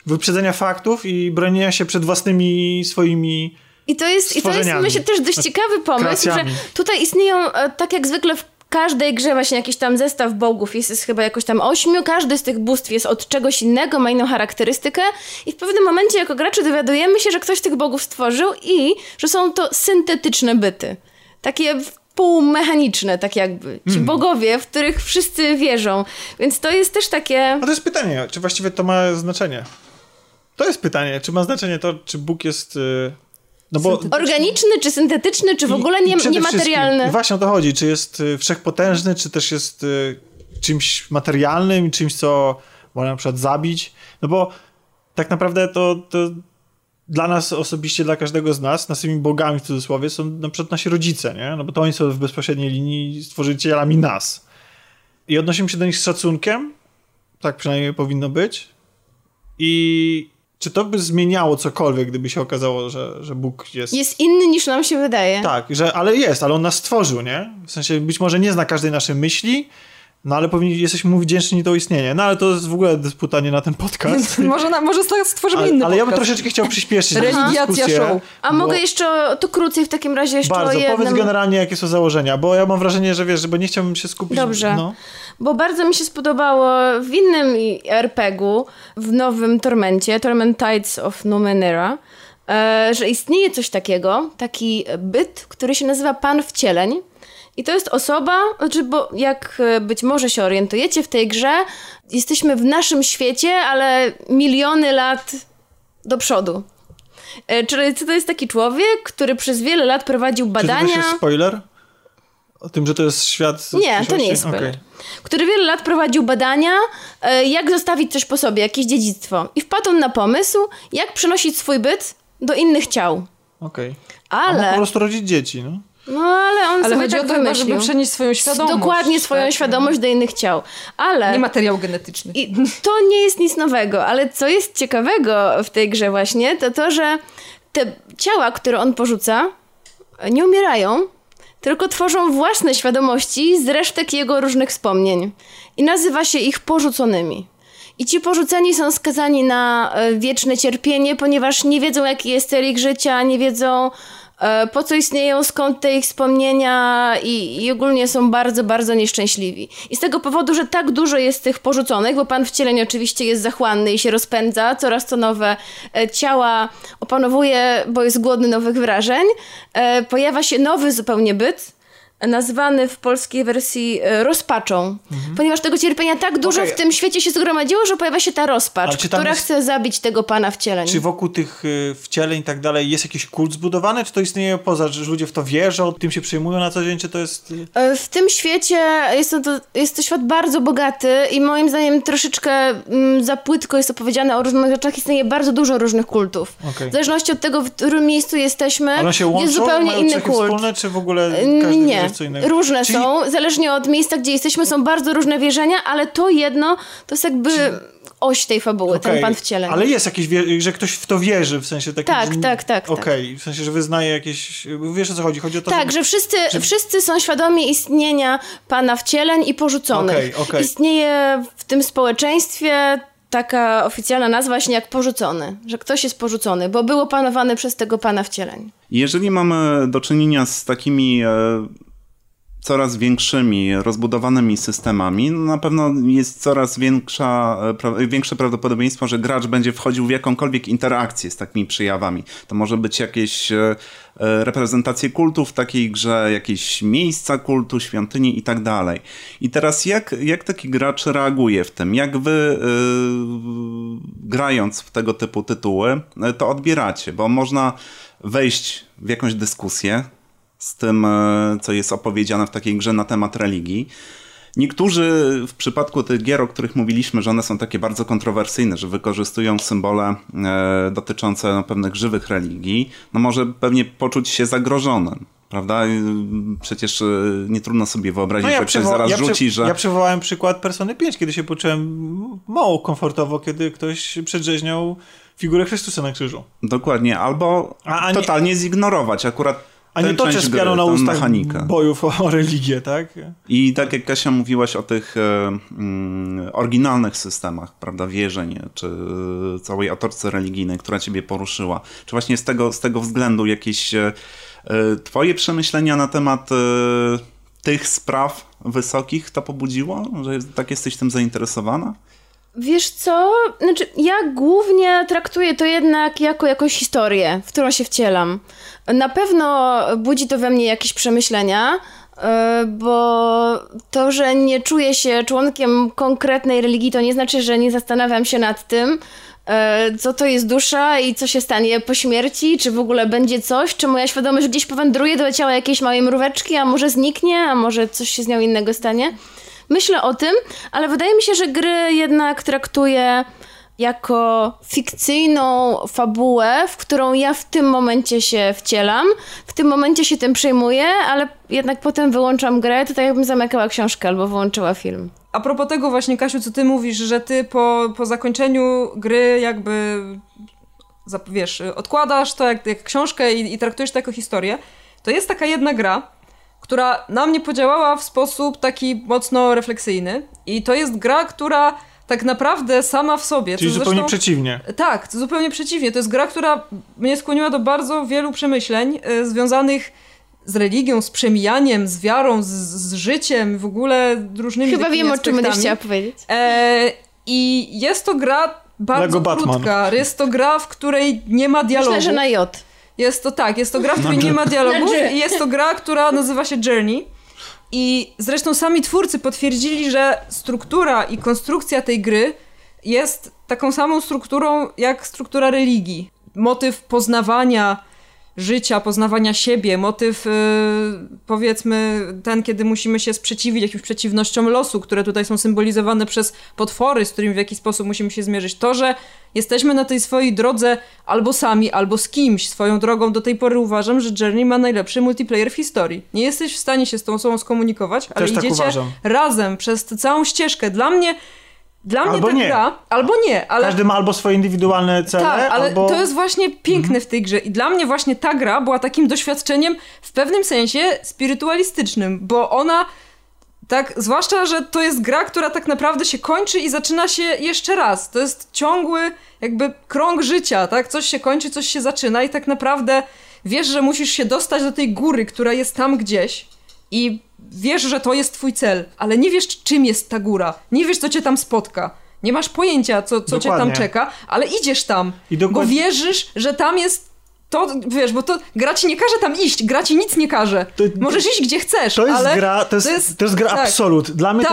S1: wyprzedzenia faktów i bronienia się przed własnymi swoimi
S3: I to jest myślę, też dość ciekawy pomysł,
S1: kreacjami.
S3: że tutaj istnieją, tak jak zwykle w każdej grze właśnie jakiś tam zestaw bogów, jest chyba jakoś tam 8, każdy z tych bóstw jest od czegoś innego, ma inną charakterystykę i w pewnym momencie jako gracze dowiadujemy się, że ktoś tych bogów stworzył i że są to syntetyczne byty. Takie półmechaniczne, tak jakby. Ci bogowie, w których wszyscy wierzą. Więc to jest też takie...
S1: A to jest pytanie, czy właściwie to ma znaczenie? To jest pytanie, czy ma znaczenie to, czy Bóg jest... No bo
S3: organiczny, czy syntetyczny, czy w ogóle niematerialny.
S1: I właśnie o to chodzi, czy jest wszechpotężny, czy też jest czymś materialnym, czymś, co można na przykład zabić. No bo tak naprawdę to dla nas osobiście, dla każdego z nas, naszymi bogami w cudzysłowie są na przykład nasi rodzice, nie? No bo to oni są w bezpośredniej linii stworzycielami nas. I odnosimy się do nich z szacunkiem, tak przynajmniej powinno być. I czy to by zmieniało cokolwiek, gdyby się okazało, że Bóg jest...
S3: Jest inny niż nam się wydaje.
S1: Tak, ale on nas stworzył, nie? W sensie być może nie zna każdej naszej myśli, no ale jesteśmy mu wdzięczni to istnienie. No ale to jest w ogóle dysputanie na ten podcast.
S2: może stworzymy inny podcast.
S1: Ale ja bym troszeczkę chciał przyspieszyć
S2: Religiacja show.
S3: A mogę jeszcze to krócej w takim razie jeszcze
S1: bardzo,
S3: o jednym...
S1: powiedz generalnie, jakie są założenia, bo ja mam wrażenie, że wiesz, bo nie chciałbym się skupić...
S3: Dobrze,
S1: no.
S3: Bo bardzo mi się spodobało w innym RPG-u, w nowym Tormencie, Torment Tides of Numenera, że istnieje coś takiego, taki byt, który się nazywa Pan Wcieleń. I to jest osoba, bo jak być może się orientujecie w tej grze, jesteśmy w naszym świecie, ale miliony lat do przodu. Czyli to jest taki człowiek, który przez wiele lat prowadził badania...
S1: Czy to też jest spoiler? O tym, że to jest świat...
S3: Nie, to nie jest spoiler. Okay. Który wiele lat prowadził badania, jak zostawić coś po sobie, jakieś dziedzictwo. I wpadł on na pomysł, jak przenosić swój byt do innych ciał.
S1: Okej.
S3: Ale...
S1: A mógł po prostu rodzić dzieci, no.
S3: No, ale on sobie
S2: chodzi
S3: tak
S2: o to,
S3: wymyślił.
S2: żeby przenieść swoją świadomość.
S3: Dokładnie swoją świadomość do innych ciał. Ale...
S2: Nie materiał genetyczny.
S3: I to nie jest nic nowego, ale co jest ciekawego w tej grze właśnie, to, że te ciała, które on porzuca, nie umierają, tylko tworzą własne świadomości z resztek jego różnych wspomnień. I nazywa się ich porzuconymi. I ci porzuceni są skazani na wieczne cierpienie, ponieważ nie wiedzą, jaki jest cel ich życia, nie wiedzą, po co istnieją, skąd te ich wspomnienia i ogólnie są bardzo, bardzo nieszczęśliwi. I z tego powodu, że tak dużo jest tych porzuconych, bo Pan Wcieleń oczywiście jest zachłanny i się rozpędza, coraz to nowe ciała opanowuje, bo jest głodny nowych wrażeń, pojawia się nowy zupełnie byt, nazwany w polskiej wersji rozpaczą. Ponieważ tego cierpienia tak dużo w tym świecie się zgromadziło, że pojawia się ta rozpacz, która chce zabić tego Pana Wcieleń.
S1: Czy wokół tych wcieleń i tak dalej jest jakiś kult zbudowany? Czy to istnieje poza, że ludzie w to wierzą, tym się przejmują na co dzień? Czy to jest...
S3: W tym świecie jest to świat bardzo bogaty i moim zdaniem troszeczkę za płytko jest opowiedziane o różnych rzeczach. Istnieje bardzo dużo różnych kultów. Okay. W zależności od tego, w którym miejscu jesteśmy,
S1: ale się łączą,
S3: jest zupełnie inny kult.
S1: Wspólne, czy w ogóle każdy
S3: nie.
S1: Co innego?
S3: Różne są, zależnie od miejsca, gdzie jesteśmy, są bardzo różne wierzenia, ale to jedno, to jest jakby oś tej fabuły, ten Pan Wcieleń.
S1: Ale jest jakieś, że ktoś w to wierzy, w sensie takim...
S3: Tak.
S1: Okej, w sensie, że wyznaje jakieś... Wiesz, o co chodzi? Chodzi o to,
S3: tak, że wszyscy są świadomi istnienia Pana Wcieleń i porzuconych.
S1: Okay.
S3: Istnieje w tym społeczeństwie taka oficjalna nazwa właśnie jak porzucony, że ktoś jest porzucony, bo był opanowany przez tego Pana Wcieleń.
S4: Jeżeli mamy do czynienia z takimi coraz większymi, rozbudowanymi systemami, no na pewno jest coraz większe prawdopodobieństwo, że gracz będzie wchodził w jakąkolwiek interakcję z takimi przejawami. To może być jakieś reprezentacje kultu w takiej grze, jakieś miejsca kultu, świątyni i tak dalej. I teraz jak taki gracz reaguje w tym? Jak wy grając w tego typu tytuły to odbieracie? Bo można wejść w jakąś dyskusję z tym, co jest opowiedziane w takiej grze na temat religii. Niektórzy w przypadku tych gier, o których mówiliśmy, że one są takie bardzo kontrowersyjne, że wykorzystują symbole dotyczące pewnych żywych religii, no może pewnie poczuć się zagrożonym, prawda? Przecież nie trudno sobie wyobrazić, że ktoś zaraz rzuci, że...
S1: Ja przywołałem przykład Persony 5, kiedy się poczułem mało komfortowo, kiedy ktoś przedrzeźniał figurę Chrystusa na krzyżu.
S4: Dokładnie, albo totalnie zignorować. Akurat
S1: A nie toczę z pianą na ustach bojów o religię, tak?
S4: I tak jak Kasia mówiłaś o tych oryginalnych systemach, prawda, wierzeń, czy całej otoczce religijnej, która ciebie poruszyła. Czy właśnie z tego względu jakieś twoje przemyślenia na temat tych spraw wysokich to pobudziło? Że tak jesteś tym zainteresowana?
S3: Wiesz co? Znaczy, ja głównie traktuję to jednak jako jakąś historię, w którą się wcielam. Na pewno budzi to we mnie jakieś przemyślenia, bo to, że nie czuję się członkiem konkretnej religii, to nie znaczy, że nie zastanawiam się nad tym, co to jest dusza i co się stanie po śmierci, czy w ogóle będzie coś, czy moja świadomość gdzieś powędruje do ciała jakiejś małej mróweczki, a może zniknie, a może coś się z nią innego stanie. Myślę o tym, ale wydaje mi się, że gry jednak traktuję jako fikcyjną fabułę, w którą ja w tym momencie się wcielam, w tym momencie się tym przejmuję, ale jednak potem wyłączam grę, to tak jakbym zamykała książkę albo wyłączyła film.
S2: A propos tego właśnie, Kasiu, co ty mówisz, że ty po zakończeniu gry jakby, wiesz, odkładasz to jak książkę i traktujesz to jako historię, to jest taka jedna gra, która na mnie podziałała w sposób taki mocno refleksyjny i to jest gra, która tak naprawdę sama w sobie...
S1: Czyli zupełnie przeciwnie.
S2: Tak, zupełnie przeciwnie. To jest gra, która mnie skłoniła do bardzo wielu przemyśleń związanych z religią, z przemijaniem, z wiarą, z życiem, w ogóle różnymi
S3: Chyba wiem,
S2: aspektami.
S3: o czym będziesz chciała powiedzieć.
S2: I jest to gra bardzo krótka. Jest to gra, w której nie ma dialogu.
S3: Myślę, że na J.
S2: Jest to gra, w której nie ma dialogu i jest to gra, która nazywa się Journey. I zresztą sami twórcy potwierdzili, że struktura i konstrukcja tej gry jest taką samą strukturą jak struktura religii. Motyw poznawania życia, poznawania siebie, motyw powiedzmy ten, kiedy musimy się sprzeciwić jakimś przeciwnościom losu, które tutaj są symbolizowane przez potwory, z którymi w jakiś sposób musimy się zmierzyć. To, że jesteśmy na tej swojej drodze albo sami, albo z kimś. Swoją drogą do tej pory uważam, że Journey ma najlepszy multiplayer w historii. Nie jesteś w stanie się z tą osobą skomunikować, ale idziecie razem przez tę całą ścieżkę. Dla mnie
S1: albo
S2: ta
S1: nie.
S2: gra, albo nie, ale...
S1: Każdy ma albo swoje indywidualne cele,
S2: tak, ale
S1: albo...
S2: to jest właśnie piękne w tej grze i dla mnie właśnie ta gra była takim doświadczeniem w pewnym sensie spirytualistycznym, bo ona tak, zwłaszcza, że to jest gra, która tak naprawdę się kończy i zaczyna się jeszcze raz. To jest ciągły jakby krąg życia, tak? Coś się kończy, coś się zaczyna i tak naprawdę wiesz, że musisz się dostać do tej góry, która jest tam gdzieś i wiesz, że to jest twój cel, ale nie wiesz, czym jest ta góra. Nie wiesz, co cię tam spotka. Nie masz pojęcia, co cię tam czeka, ale idziesz tam, bo wierzysz, że tam jest to, wiesz, bo to gra ci nie każe tam iść, gra ci nic nie każe. Możesz iść, gdzie chcesz,
S1: to jest
S2: ale...
S1: Gra, to jest gra tak, absolut. Dla mnie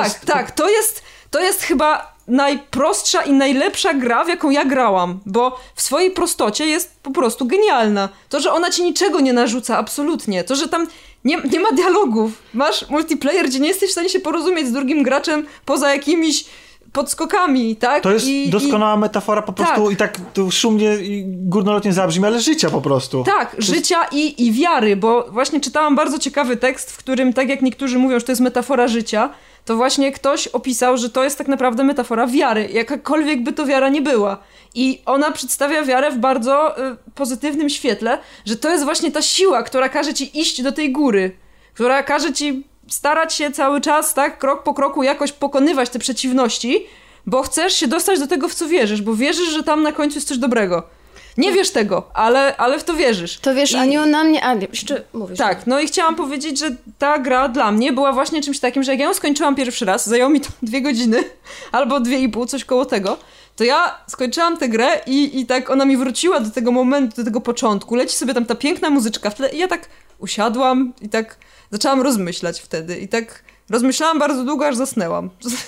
S2: to jest chyba najprostsza i najlepsza gra, w jaką ja grałam, bo w swojej prostocie jest po prostu genialna. To, że ona ci niczego nie narzuca, absolutnie. To, że tam nie ma dialogów. Masz multiplayer, gdzie nie jesteś w stanie się porozumieć z drugim graczem poza jakimiś podskokami, tak?
S1: To jest doskonała metafora po prostu i tak tu szumnie i górnolotnie zabrzmi, ale życia po prostu.
S2: Tak, życia i wiary, bo właśnie czytałam bardzo ciekawy tekst, w którym, tak jak niektórzy mówią, że to jest metafora życia, to właśnie ktoś opisał, że to jest tak naprawdę metafora wiary, jakakolwiek by to wiara nie była. I ona przedstawia wiarę w bardzo pozytywnym świetle, że to jest właśnie ta siła, która każe ci iść do tej góry, która każe ci starać się cały czas, tak, krok po kroku jakoś pokonywać te przeciwności, bo chcesz się dostać do tego, w co wierzysz, bo wierzysz, że tam na końcu jest coś dobrego. Nie wiesz tego, ale w to wierzysz.
S3: To wiesz, Aniu, na mnie... jeszcze mówisz.
S2: Tak, no i chciałam powiedzieć, że ta gra dla mnie była właśnie czymś takim, że jak ja ją skończyłam pierwszy raz, zajęło mi to 2 godziny, albo 2,5, coś koło tego, to ja skończyłam tę grę i tak ona mi wróciła do tego momentu, do tego początku. Leci sobie tam ta piękna muzyczka w tle i ja tak usiadłam i tak zaczęłam rozmyślać wtedy. I tak rozmyślałam bardzo długo, aż zasnęłam.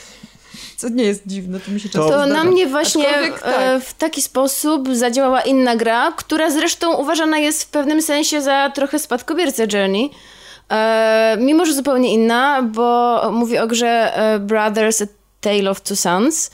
S2: Co nie jest dziwne, to mi się często zdarza.
S3: Na mnie właśnie w taki sposób zadziałała inna gra, która zresztą uważana jest w pewnym sensie za trochę spadkobiercę Journey. Mimo, że zupełnie inna, bo mówi o grze Brothers: A Tale of Two Sons.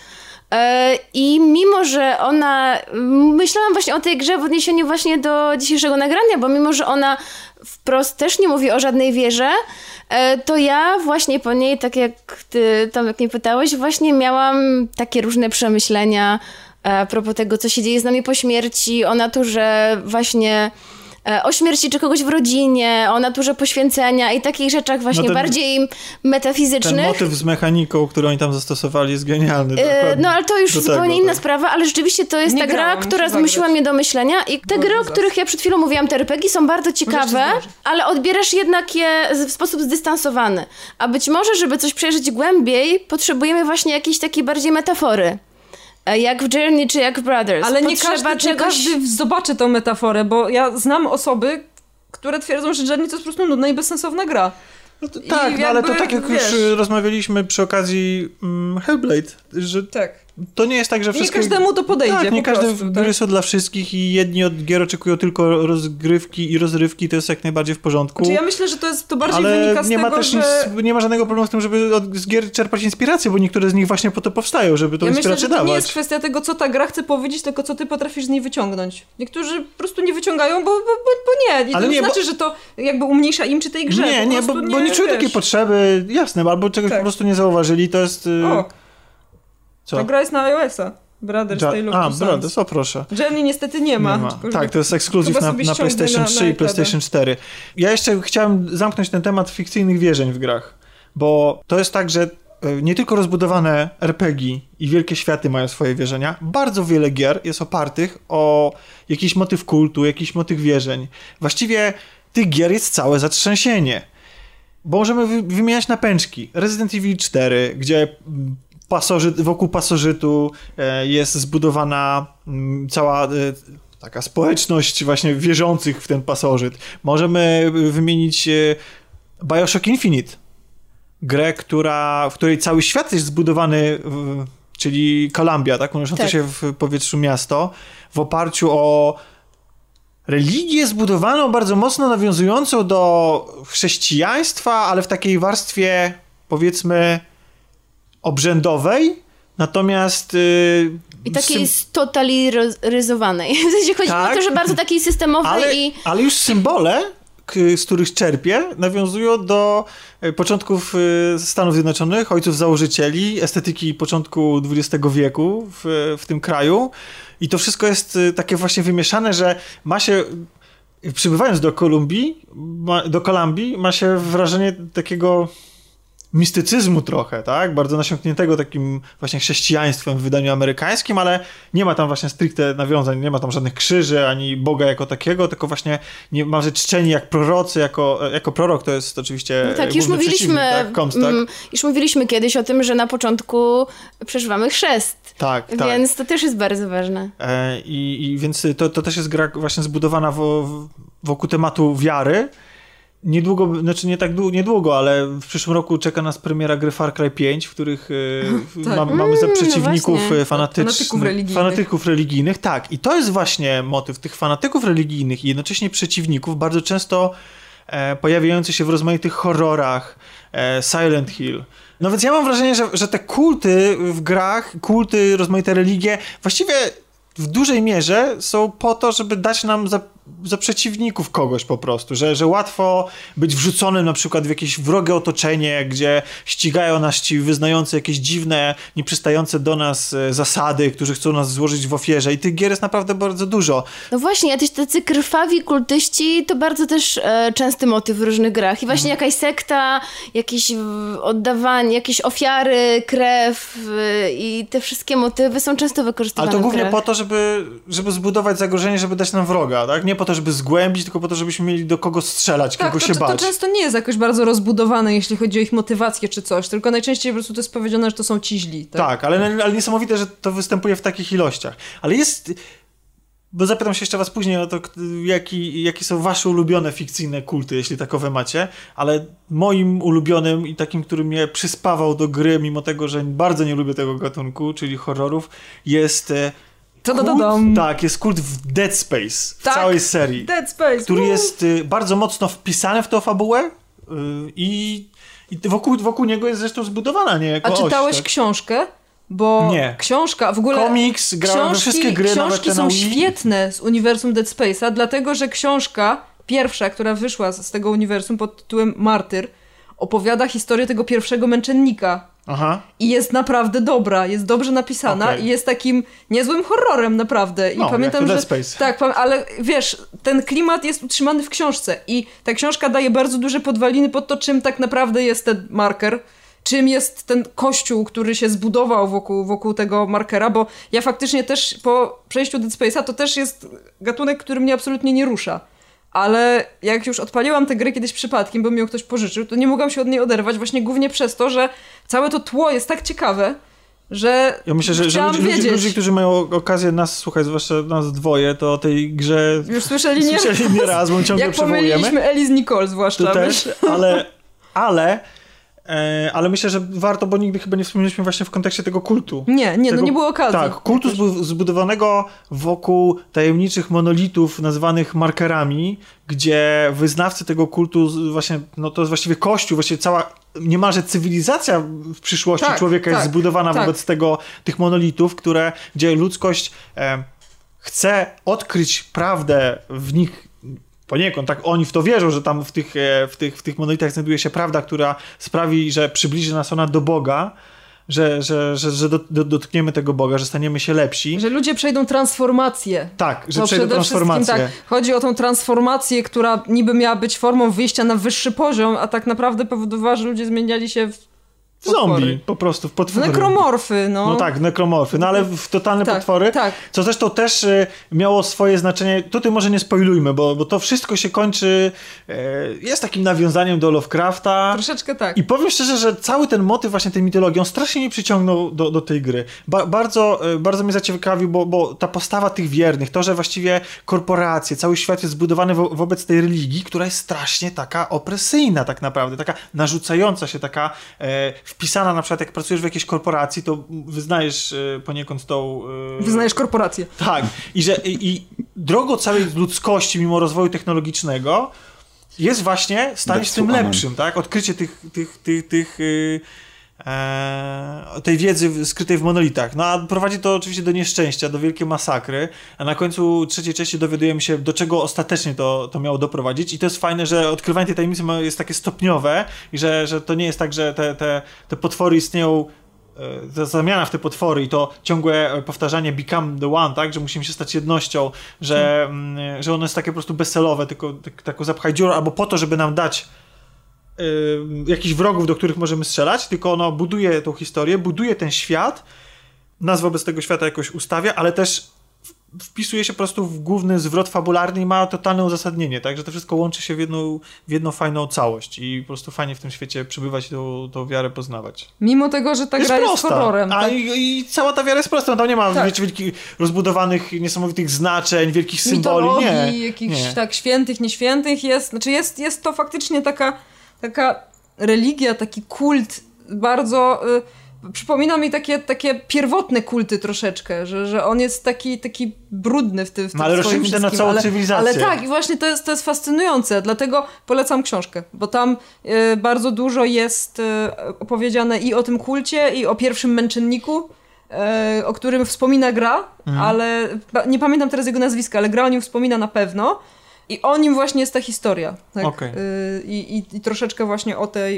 S3: I mimo, że ona... Myślałam właśnie o tej grze w odniesieniu właśnie do dzisiejszego nagrania, bo mimo, że ona wprost też nie mówi o żadnej wierze, to ja właśnie po niej, tak jak ty, Tomek, mnie pytałeś, właśnie miałam takie różne przemyślenia a propos tego, co się dzieje z nami po śmierci, o naturze właśnie o śmierci czy kogoś w rodzinie, o naturze poświęcenia i takich rzeczach właśnie bardziej metafizycznych.
S1: Ten motyw z mechaniką, który oni tam zastosowali, jest genialny.
S3: No ale to już zupełnie inna sprawa, ale rzeczywiście to jest ta gra, która zmusiła mnie do myślenia i te gry, o których ja przed chwilą mówiłam, te RPG są bardzo ciekawe, ale odbierasz jednak je w sposób zdystansowany. A być może, żeby coś przejrzeć głębiej, potrzebujemy właśnie jakiejś takiej bardziej metafory. Jak w Journey czy jak w Brothers.
S2: Ale nie każdy zobaczy tą metaforę, bo ja znam osoby, które twierdzą, że Journey to jest po prostu nudna i bezsensowna gra.
S1: No to, tak, no ale to tak jak już rozmawialiśmy przy okazji Hellblade, że to nie jest tak, że wszystkie...
S2: Nie każdemu to podejdzie.
S1: Tak, nie każde gry są dla wszystkich i jedni od gier oczekują tylko rozgrywki i rozrywki, to jest jak najbardziej w porządku.
S2: Znaczy ja myślę, że to bardziej wynika z tego, że...
S1: nie ma żadnego problemu z tym, żeby z gier czerpać inspirację, bo niektóre z nich właśnie po to powstają, żeby tą inspirację dawać.
S2: To nie jest kwestia tego, co ta gra chce powiedzieć, tylko co ty potrafisz z niej wyciągnąć. Niektórzy po prostu nie wyciągają, bo nie. I to nie znaczy, że to jakby umniejsza im czy tej grze.
S1: Bo nie czują takiej potrzeby, jasne, albo czegoś po prostu nie zauważyli, to jest... Co?
S2: Ta gra jest na iOS-a. Brothers Tale of Two Sons.
S1: Brothers, o proszę.
S2: Journey niestety nie ma.
S1: Tak, to jest ekskluzyw na PlayStation 3 i PlayStation 4. Ja jeszcze chciałem zamknąć ten temat fikcyjnych wierzeń w grach, bo to jest tak, że nie tylko rozbudowane RPG i wielkie światy mają swoje wierzenia, bardzo wiele gier jest opartych o jakiś motyw kultu, jakiś motyw wierzeń. Właściwie tych gier jest całe zatrzęsienie, bo możemy wymieniać na pęczki. Resident Evil 4, gdzie wokół pasożytu jest zbudowana cała taka społeczność właśnie wierzących w ten pasożyt. Możemy wymienić BioShock Infinite, grę, w której cały świat jest zbudowany, czyli Columbia, tak? Unoszące się w powietrzu miasto, w oparciu o religię zbudowaną bardzo mocno nawiązującą do chrześcijaństwa, ale w takiej warstwie, powiedzmy, obrzędowej, natomiast...
S3: I takiej stotalizowanej. W sensie chodzi o to, że bardzo takiej systemowej
S1: ale już symbole, z których czerpię, nawiązują do początków Stanów Zjednoczonych, ojców założycieli, estetyki początku XX wieku w tym kraju. I to wszystko jest takie właśnie wymieszane, że ma się... Przybywając do Kolumbii, ma się wrażenie takiego mistycyzmu trochę, tak? Bardzo nasiąkniętego takim właśnie chrześcijaństwem w wydaniu amerykańskim, ale nie ma tam właśnie stricte nawiązań, nie ma tam żadnych krzyży, ani Boga jako takiego, tylko właśnie nie ma czczeni jak prorocy, jako prorok to jest oczywiście
S3: no tak, już mówiliśmy kiedyś o tym, że na początku przeżywamy chrzest.
S1: Tak.
S3: Więc to też jest bardzo ważne.
S1: Więc to też jest gra właśnie zbudowana wokół tematu wiary. Niedługo, znaczy niedługo, ale w przyszłym roku czeka nas premiera gry Far Cry 5, w których mamy za przeciwników fanatyków religijnych. Tak, i to jest właśnie motyw tych fanatyków religijnych i jednocześnie przeciwników, bardzo często pojawiający się w rozmaitych horrorach, Silent Hill. No więc ja mam wrażenie, że te kulty w grach, rozmaite religie, właściwie w dużej mierze są po to, żeby dać nam za przeciwników kogoś po prostu, że łatwo być wrzuconym na przykład w jakieś wrogie otoczenie, gdzie ścigają nas ci wyznający jakieś dziwne, nieprzystające do nas zasady, którzy chcą nas złożyć w ofierze i tych gier jest naprawdę bardzo dużo.
S3: No właśnie, tacy krwawi kultyści to bardzo też częsty motyw w różnych grach i właśnie jakaś sekta, jakieś oddawanie, jakieś ofiary, krew i te wszystkie motywy są często wykorzystywane.
S1: Ale to głównie po to, żeby zbudować zagrożenie, żeby dać nam wroga, tak? Nie po to, żeby zgłębić, tylko po to, żebyśmy mieli do kogo strzelać, kogo się bać.
S2: To często nie jest jakoś bardzo rozbudowane, jeśli chodzi o ich motywację czy coś, tylko najczęściej po prostu to jest powiedziane, że to są ci źli.
S1: Tak, ale niesamowite, że to występuje w takich ilościach. Ale jest... Bo zapytam się jeszcze was później o to, jakie są wasze ulubione fikcyjne kulty, jeśli takowe macie, ale moim ulubionym i takim, który mnie przyspawał do gry, mimo tego, że bardzo nie lubię tego gatunku, czyli horrorów, jest... jest kult w Dead Space, w całej serii.
S2: Dead Space,
S1: który jest bardzo mocno wpisany w tę fabułę i wokół niego jest zresztą zbudowana niejako oś.
S2: A czytałeś książkę? Bo
S1: nie.
S2: Książka, w ogóle
S1: komiks, grałem we wszystkie gry,
S2: książki są świetne z uniwersum Dead Space'a, dlatego, że książka pierwsza, która wyszła z tego uniwersum pod tytułem Martyr, opowiada historię tego pierwszego męczennika,
S1: Aha.
S2: I jest naprawdę dobra, jest dobrze napisana i jest takim niezłym horrorem naprawdę. I
S1: pamiętam, że Dead Space.
S2: Tak, ale wiesz, ten klimat jest utrzymany w książce i ta książka daje bardzo duże podwaliny pod to, czym tak naprawdę jest ten marker, czym jest ten kościół, który się zbudował wokół tego markera, bo ja faktycznie też po przejściu Dead Space'a to też jest gatunek, który mnie absolutnie nie rusza. Ale jak już odpaliłam tę grę kiedyś przypadkiem, bo mi ją ktoś pożyczył, to nie mogłam się od niej oderwać właśnie głównie przez to, że całe to tło jest tak ciekawe, że
S1: ja myślę, że ludzie, którzy mają okazję nas słuchać, zwłaszcza nas dwoje, to o tej grze
S2: już słyszeli
S1: nie raz, bo my ciągle przywołujemy.
S2: Jak pomyliliśmy Ellie z Nicole zwłaszcza.
S1: To też, ale myślę, że warto, bo nigdy chyba nie wspomnieliśmy właśnie w kontekście tego kultu.
S2: Nie było okazji.
S1: Tak, kultu zbudowanego wokół tajemniczych monolitów nazywanych markerami, gdzie wyznawcy tego kultu właśnie, no to jest właściwie kościół, właściwie cała niemalże cywilizacja w przyszłości człowieka jest zbudowana wobec tych monolitów, gdzie ludzkość chce odkryć prawdę w nich. Poniekąd, tak oni w to wierzą, że tam w tych monolitach znajduje się prawda, która sprawi, że przybliży nas ona do Boga, że dotkniemy tego Boga, że staniemy się lepsi.
S2: Że ludzie przejdą transformację.
S1: Tak, że przejdą transformację.
S2: Tak, chodzi o tą transformację, która niby miała być formą wyjścia na wyższy poziom, a tak naprawdę powodowała, że ludzie zmieniali się w
S1: zombie, po prostu, w potwory.
S2: Nekromorfy, no.
S1: No tak, nekromorfy, no ale w totalne potwory.
S2: Tak.
S1: Co zresztą też miało swoje znaczenie, tutaj może nie spoilujmy, bo to wszystko się kończy, jest takim nawiązaniem do Lovecrafta.
S2: Troszeczkę tak.
S1: I powiem szczerze, że cały ten motyw właśnie tej mitologii, on strasznie mnie przyciągnął do tej gry. Bardzo mnie zaciekawił, bo ta postawa tych wiernych, to, że właściwie korporacje, cały świat jest zbudowany wobec tej religii, która jest strasznie taka opresyjna tak naprawdę, taka narzucająca się, taka wpisana na przykład, jak pracujesz w jakiejś korporacji, to wyznajesz poniekąd tą...
S2: Wyznajesz korporację.
S1: Tak. I drogą całej ludzkości, mimo rozwoju technologicznego, jest właśnie stanie się tym lepszym, tak? Odkrycie tej wiedzy skrytej w monolitach. No a prowadzi to oczywiście do nieszczęścia, do wielkiej masakry, a na końcu trzeciej części dowiadujemy się, do czego ostatecznie to miało doprowadzić i to jest fajne, że odkrywanie tej tajemnicy jest takie stopniowe i że to nie jest tak, że te potwory istnieją, ta zamiana w te potwory i to ciągłe powtarzanie become the one, tak, że musimy się stać jednością, że ono jest takie po prostu bezcelowe, tylko taką zapchaj dziurę, albo po to, żeby nam dać jakichś wrogów, do których możemy strzelać, tylko ono buduje tą historię, buduje ten świat, nas wobec tego świata jakoś ustawia, ale też wpisuje się po prostu w główny zwrot fabularny i ma totalne uzasadnienie, tak, że to wszystko łączy się w jedną fajną całość i po prostu fajnie w tym świecie przebywać i tą wiarę poznawać.
S2: Mimo tego, że ta gra jest horrorem.
S1: Tak? I cała ta wiara jest prosta, no tam nie ma wielkich rozbudowanych, niesamowitych znaczeń, wielkich symboli.
S2: Mitologii, jakichś tak świętych, nieświętych jest, znaczy jest to faktycznie taka religia, taki kult bardzo... przypomina mi takie pierwotne kulty troszeczkę, że on jest taki brudny w tym
S1: ale rozszerzył się na całą cywilizację.
S2: Ale tak, i właśnie to jest fascynujące, dlatego polecam książkę, bo tam bardzo dużo jest opowiedziane i o tym kulcie, i o pierwszym męczenniku, o którym wspomina gra, ale nie pamiętam teraz jego nazwiska, ale gra o nim wspomina na pewno. I o nim właśnie jest ta historia. Tak?
S1: Okay.
S2: I troszeczkę właśnie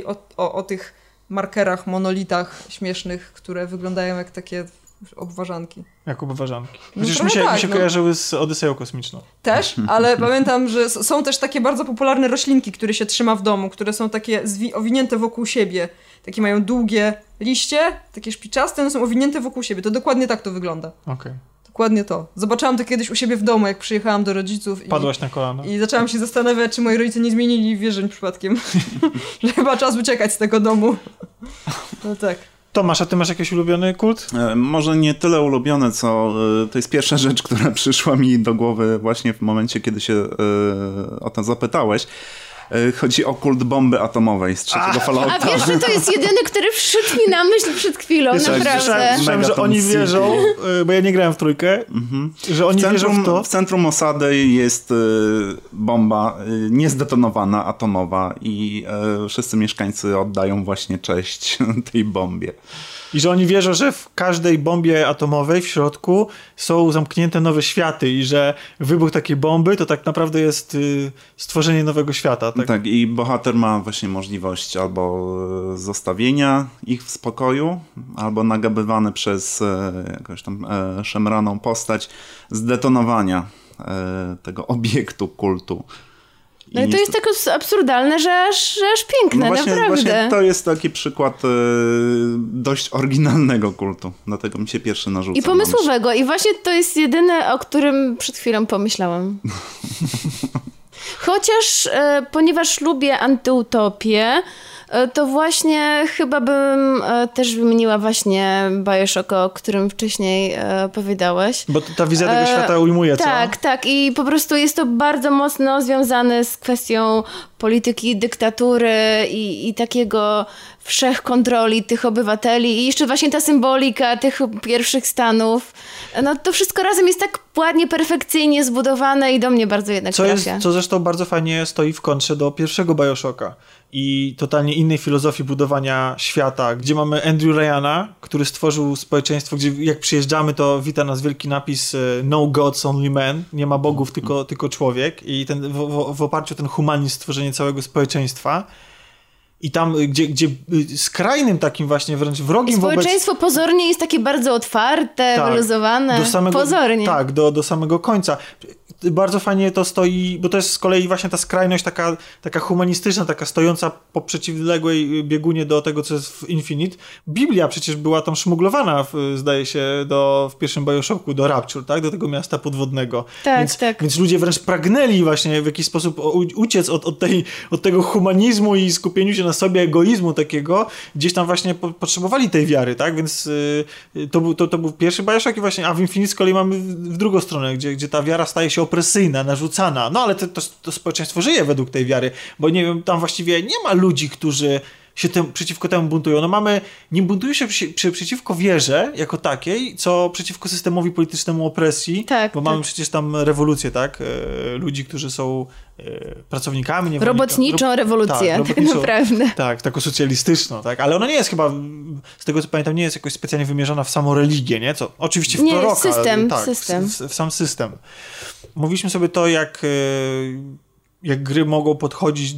S2: o tych markerach, monolitach śmiesznych, które wyglądają jak takie obwarzanki.
S1: Jak obwarzanki. Chociaż mi się kojarzyły z Odyseją kosmiczną.
S2: Też, ale pamiętam, że są też takie bardzo popularne roślinki, które się trzyma w domu, które są takie owinięte wokół siebie. Takie mają długie liście, takie szpiczaste, one są owinięte wokół siebie. To dokładnie tak to wygląda.
S1: Okej.
S2: Dokładnie to. Zobaczyłam to kiedyś u siebie w domu, jak przyjechałam do rodziców.
S1: Padłaś na kolana.
S2: I zaczęłam się zastanawiać, czy moi rodzice nie zmienili wierzeń przypadkiem. Że chyba czas uciekać z tego domu. No tak.
S1: Tomasz, a ty masz jakiś ulubiony kult?
S4: Może nie tyle ulubiony, co to jest pierwsza rzecz, która przyszła mi do głowy właśnie w momencie, kiedy się o to zapytałeś. Chodzi o kult bomby atomowej z trzeciego Fallouta.
S3: A wiesz, że to jest jedyny, który wszedł mi na myśl przed chwilą, naprawdę.
S1: Słyszałem, że oni wierzą, bo ja nie grałem w trójkę, że oni wierzą w to.
S4: W centrum osady jest bomba niezdetonowana, atomowa i wszyscy mieszkańcy oddają właśnie cześć tej bombie.
S1: I że oni wierzą, że w każdej bombie atomowej w środku są zamknięte nowe światy i że wybuch takiej bomby to tak naprawdę jest stworzenie nowego świata. Tak?
S4: Tak, i bohater ma właśnie możliwość albo zostawienia ich w spokoju, albo nagabywany przez jakąś tam szemraną postać zdetonowania tego obiektu kultu.
S3: No i to jest tak absurdalne, że aż piękne,
S4: no właśnie,
S3: naprawdę.
S4: Właśnie to jest taki przykład dość oryginalnego kultu. Dlatego mi się pierwszy narzuca.
S3: I pomysłowego. I właśnie to jest jedyne, o którym przed chwilą pomyślałam. Chociaż, ponieważ lubię antyutopię, to właśnie chyba bym też wymieniła właśnie Bioshock, o którym wcześniej opowiadałeś.
S1: Bo ta wizja tego świata ujmuje, co?
S3: Tak. I po prostu jest to bardzo mocno związane z kwestią polityki, dyktatury i takiego wszechkontroli tych obywateli i jeszcze właśnie ta symbolika tych pierwszych stanów. No to wszystko razem jest tak ładnie, perfekcyjnie zbudowane i do mnie bardzo jednak trafia.
S1: Co zresztą bardzo fajnie stoi w kontrze do pierwszego Bioshocka i totalnie innej filozofii budowania świata, gdzie mamy Andrew Ryana, który stworzył społeczeństwo, gdzie jak przyjeżdżamy, to wita nas wielki napis No Gods, Only Men, nie ma bogów, tylko człowiek i w oparciu o ten humanizm stworzenie całego społeczeństwa. I tam, gdzie skrajnym takim właśnie wręcz wrogim
S3: społeczeństwo pozornie jest takie bardzo otwarte, wyluzowane. Pozornie.
S1: Tak, do samego końca. Bardzo fajnie to stoi, bo to jest z kolei właśnie ta skrajność taka humanistyczna, taka stojąca po przeciwległej biegunie do tego, co jest w Infinite. Biblia przecież była tam szmuglowana, zdaje się, w pierwszym Bioshocku, do Rapture, tak? Do tego miasta podwodnego.
S3: Tak,
S1: Więc ludzie wręcz pragnęli właśnie w jakiś sposób uciec od tego humanizmu i skupieniu się na sobie, egoizmu takiego. Gdzieś tam właśnie potrzebowali tej wiary, tak? Więc to był pierwszy Bioshock i właśnie, a w Infinite z kolei mamy w drugą stronę, gdzie ta wiara staje się opresyjna, narzucana. No ale to społeczeństwo żyje według tej wiary, bo nie wiem, tam właściwie nie ma ludzi, którzy się przeciwko temu buntują. No nie buntują się przeciwko wierze jako takiej, co przeciwko systemowi politycznemu opresji, bo mamy przecież tam rewolucję, tak? Ludzi, którzy są pracownikami.
S3: Robotniczą rewolucję, tak naprawdę.
S1: Tak, taką socjalistyczną, tak? Ale ona nie jest chyba, z tego co pamiętam, nie jest jakoś specjalnie wymierzona w samą religię, nie? Co oczywiście w proroka.
S3: System.
S1: W sam system. Mówiliśmy sobie to, jak gry mogą podchodzić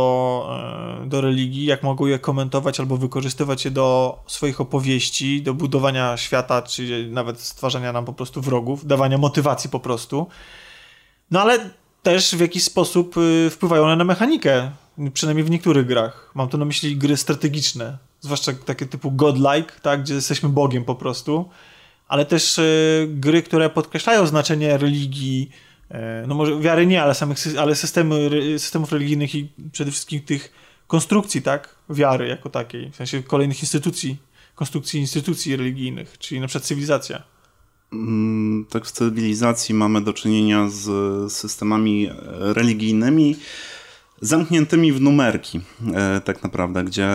S1: do religii, jak mogą je komentować albo wykorzystywać je do swoich opowieści, do budowania świata, czy nawet stwarzania nam po prostu wrogów, dawania motywacji po prostu. No ale też w jakiś sposób wpływają one na mechanikę, przynajmniej w niektórych grach. Mam tu na myśli gry strategiczne, zwłaszcza takie typu godlike, tak, gdzie jesteśmy Bogiem po prostu, ale też gry, które podkreślają znaczenie religii, no może wiary nie, ale systemów religijnych i przede wszystkim tych konstrukcji, tak, wiary jako takiej, w sensie kolejnych konstrukcji instytucji religijnych, czyli na przykład cywilizacja.
S4: Tak, w cywilizacji mamy do czynienia z systemami religijnymi zamkniętymi w numerki, tak naprawdę, gdzie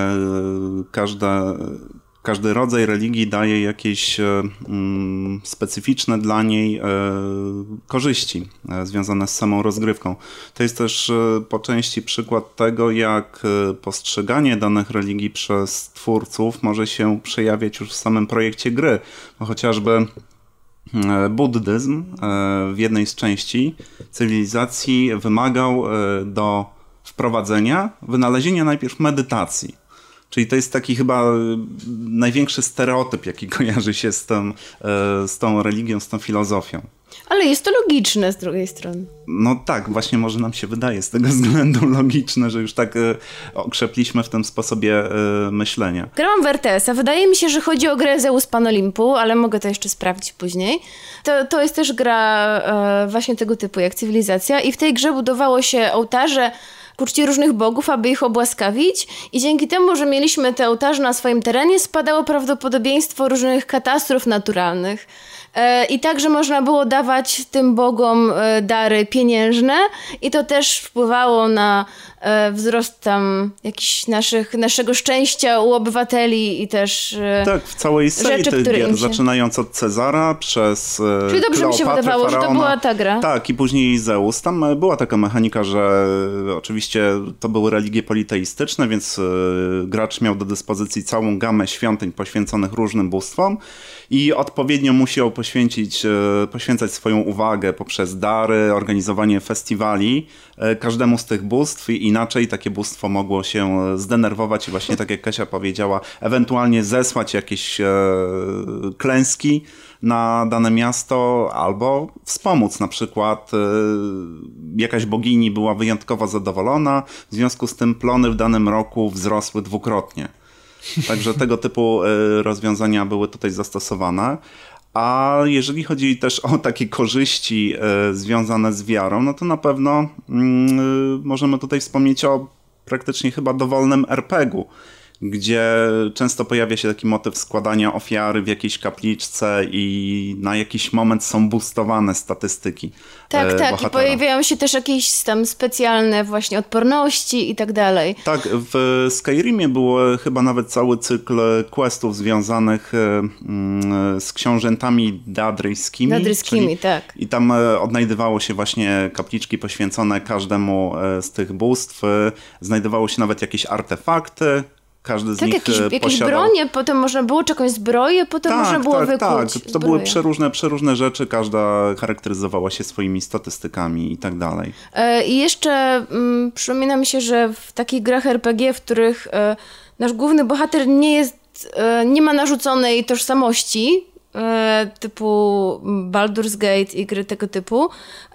S4: każdy rodzaj religii daje jakieś specyficzne dla niej korzyści związane z samą rozgrywką. To jest też po części przykład tego, jak postrzeganie danych religii przez twórców może się przejawiać już w samym projekcie gry. Bo chociażby buddyzm w jednej z części cywilizacji wymagał do wprowadzenia wynalezienia najpierw medytacji. Czyli to jest taki chyba największy stereotyp, jaki kojarzy się z tą religią, z tą filozofią.
S3: Ale jest to logiczne z drugiej strony.
S4: No tak, właśnie może nam się wydaje z tego względu logiczne, że już tak okrzepliśmy w tym sposobie myślenia.
S3: Grałam w RTS-a. Wydaje mi się, że chodzi o grę Zeus Pan Olimpu, ale mogę to jeszcze sprawdzić później. To jest też gra właśnie tego typu jak Cywilizacja i w tej grze budowało się ołtarze ku czci różnych bogów, aby ich obłaskawić i dzięki temu, że mieliśmy te ołtarze na swoim terenie, spadało prawdopodobieństwo różnych katastrof naturalnych. I także można było dawać tym bogom dary pieniężne i to też wpływało na wzrost tam jakiś naszego szczęścia u obywateli i też
S4: tak, w całej serii tych gier, zaczynając od Cezara przez
S3: Czyli dobrze mi się wydawało,
S4: Faraona, że
S3: to była ta gra.
S4: Tak, i później Zeus. Tam była taka mechanika, że oczywiście to były religie politeistyczne, więc gracz miał do dyspozycji całą gamę świątyń poświęconych różnym bóstwom i odpowiednio musiał poświęcać swoją uwagę poprzez dary, organizowanie festiwali każdemu z tych bóstw i inaczej takie bóstwo mogło się zdenerwować i właśnie tak jak Kasia powiedziała, ewentualnie zesłać jakieś klęski na dane miasto albo wspomóc. Na przykład jakaś bogini była wyjątkowo zadowolona, w związku z tym plony w danym roku wzrosły dwukrotnie. Także tego typu rozwiązania były tutaj zastosowane. A jeżeli chodzi też o takie korzyści związane z wiarą, no to na pewno możemy tutaj wspomnieć o praktycznie chyba dowolnym RPG-u, gdzie często pojawia się taki motyw składania ofiary w jakiejś kapliczce i na jakiś moment są boostowane statystyki bohatera.
S3: I pojawiają się też jakieś tam specjalne właśnie odporności i tak dalej.
S4: Tak, w Skyrimie było chyba nawet cały cykl questów związanych z książętami dadryjskimi.
S3: Tak.
S4: I tam odnajdywało się właśnie kapliczki poświęcone każdemu z tych bóstw. Znajdowało się nawet jakieś artefakty. Każdy z nich
S3: jakieś bronie, potem można było jakąś zbroję, potem można było wykuć
S4: Tak, to były przeróżne rzeczy, każda charakteryzowała się swoimi statystykami i tak dalej.
S3: I jeszcze przypomina mi się, że w takich grach RPG, w których nasz główny bohater nie ma narzuconej tożsamości, typu Baldur's Gate i gry tego typu,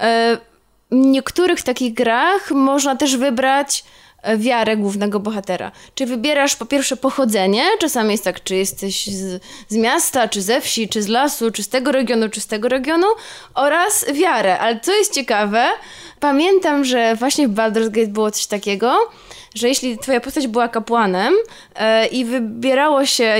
S3: w niektórych takich grach można też wybrać wiarę głównego bohatera. Czy wybierasz po pierwsze pochodzenie, czasami jest tak, czy jesteś z miasta, czy ze wsi, czy z lasu, czy z tego regionu, oraz wiarę. Ale co jest ciekawe, pamiętam, że właśnie w Baldur's Gate było coś takiego, że jeśli twoja postać była kapłanem i wybierało się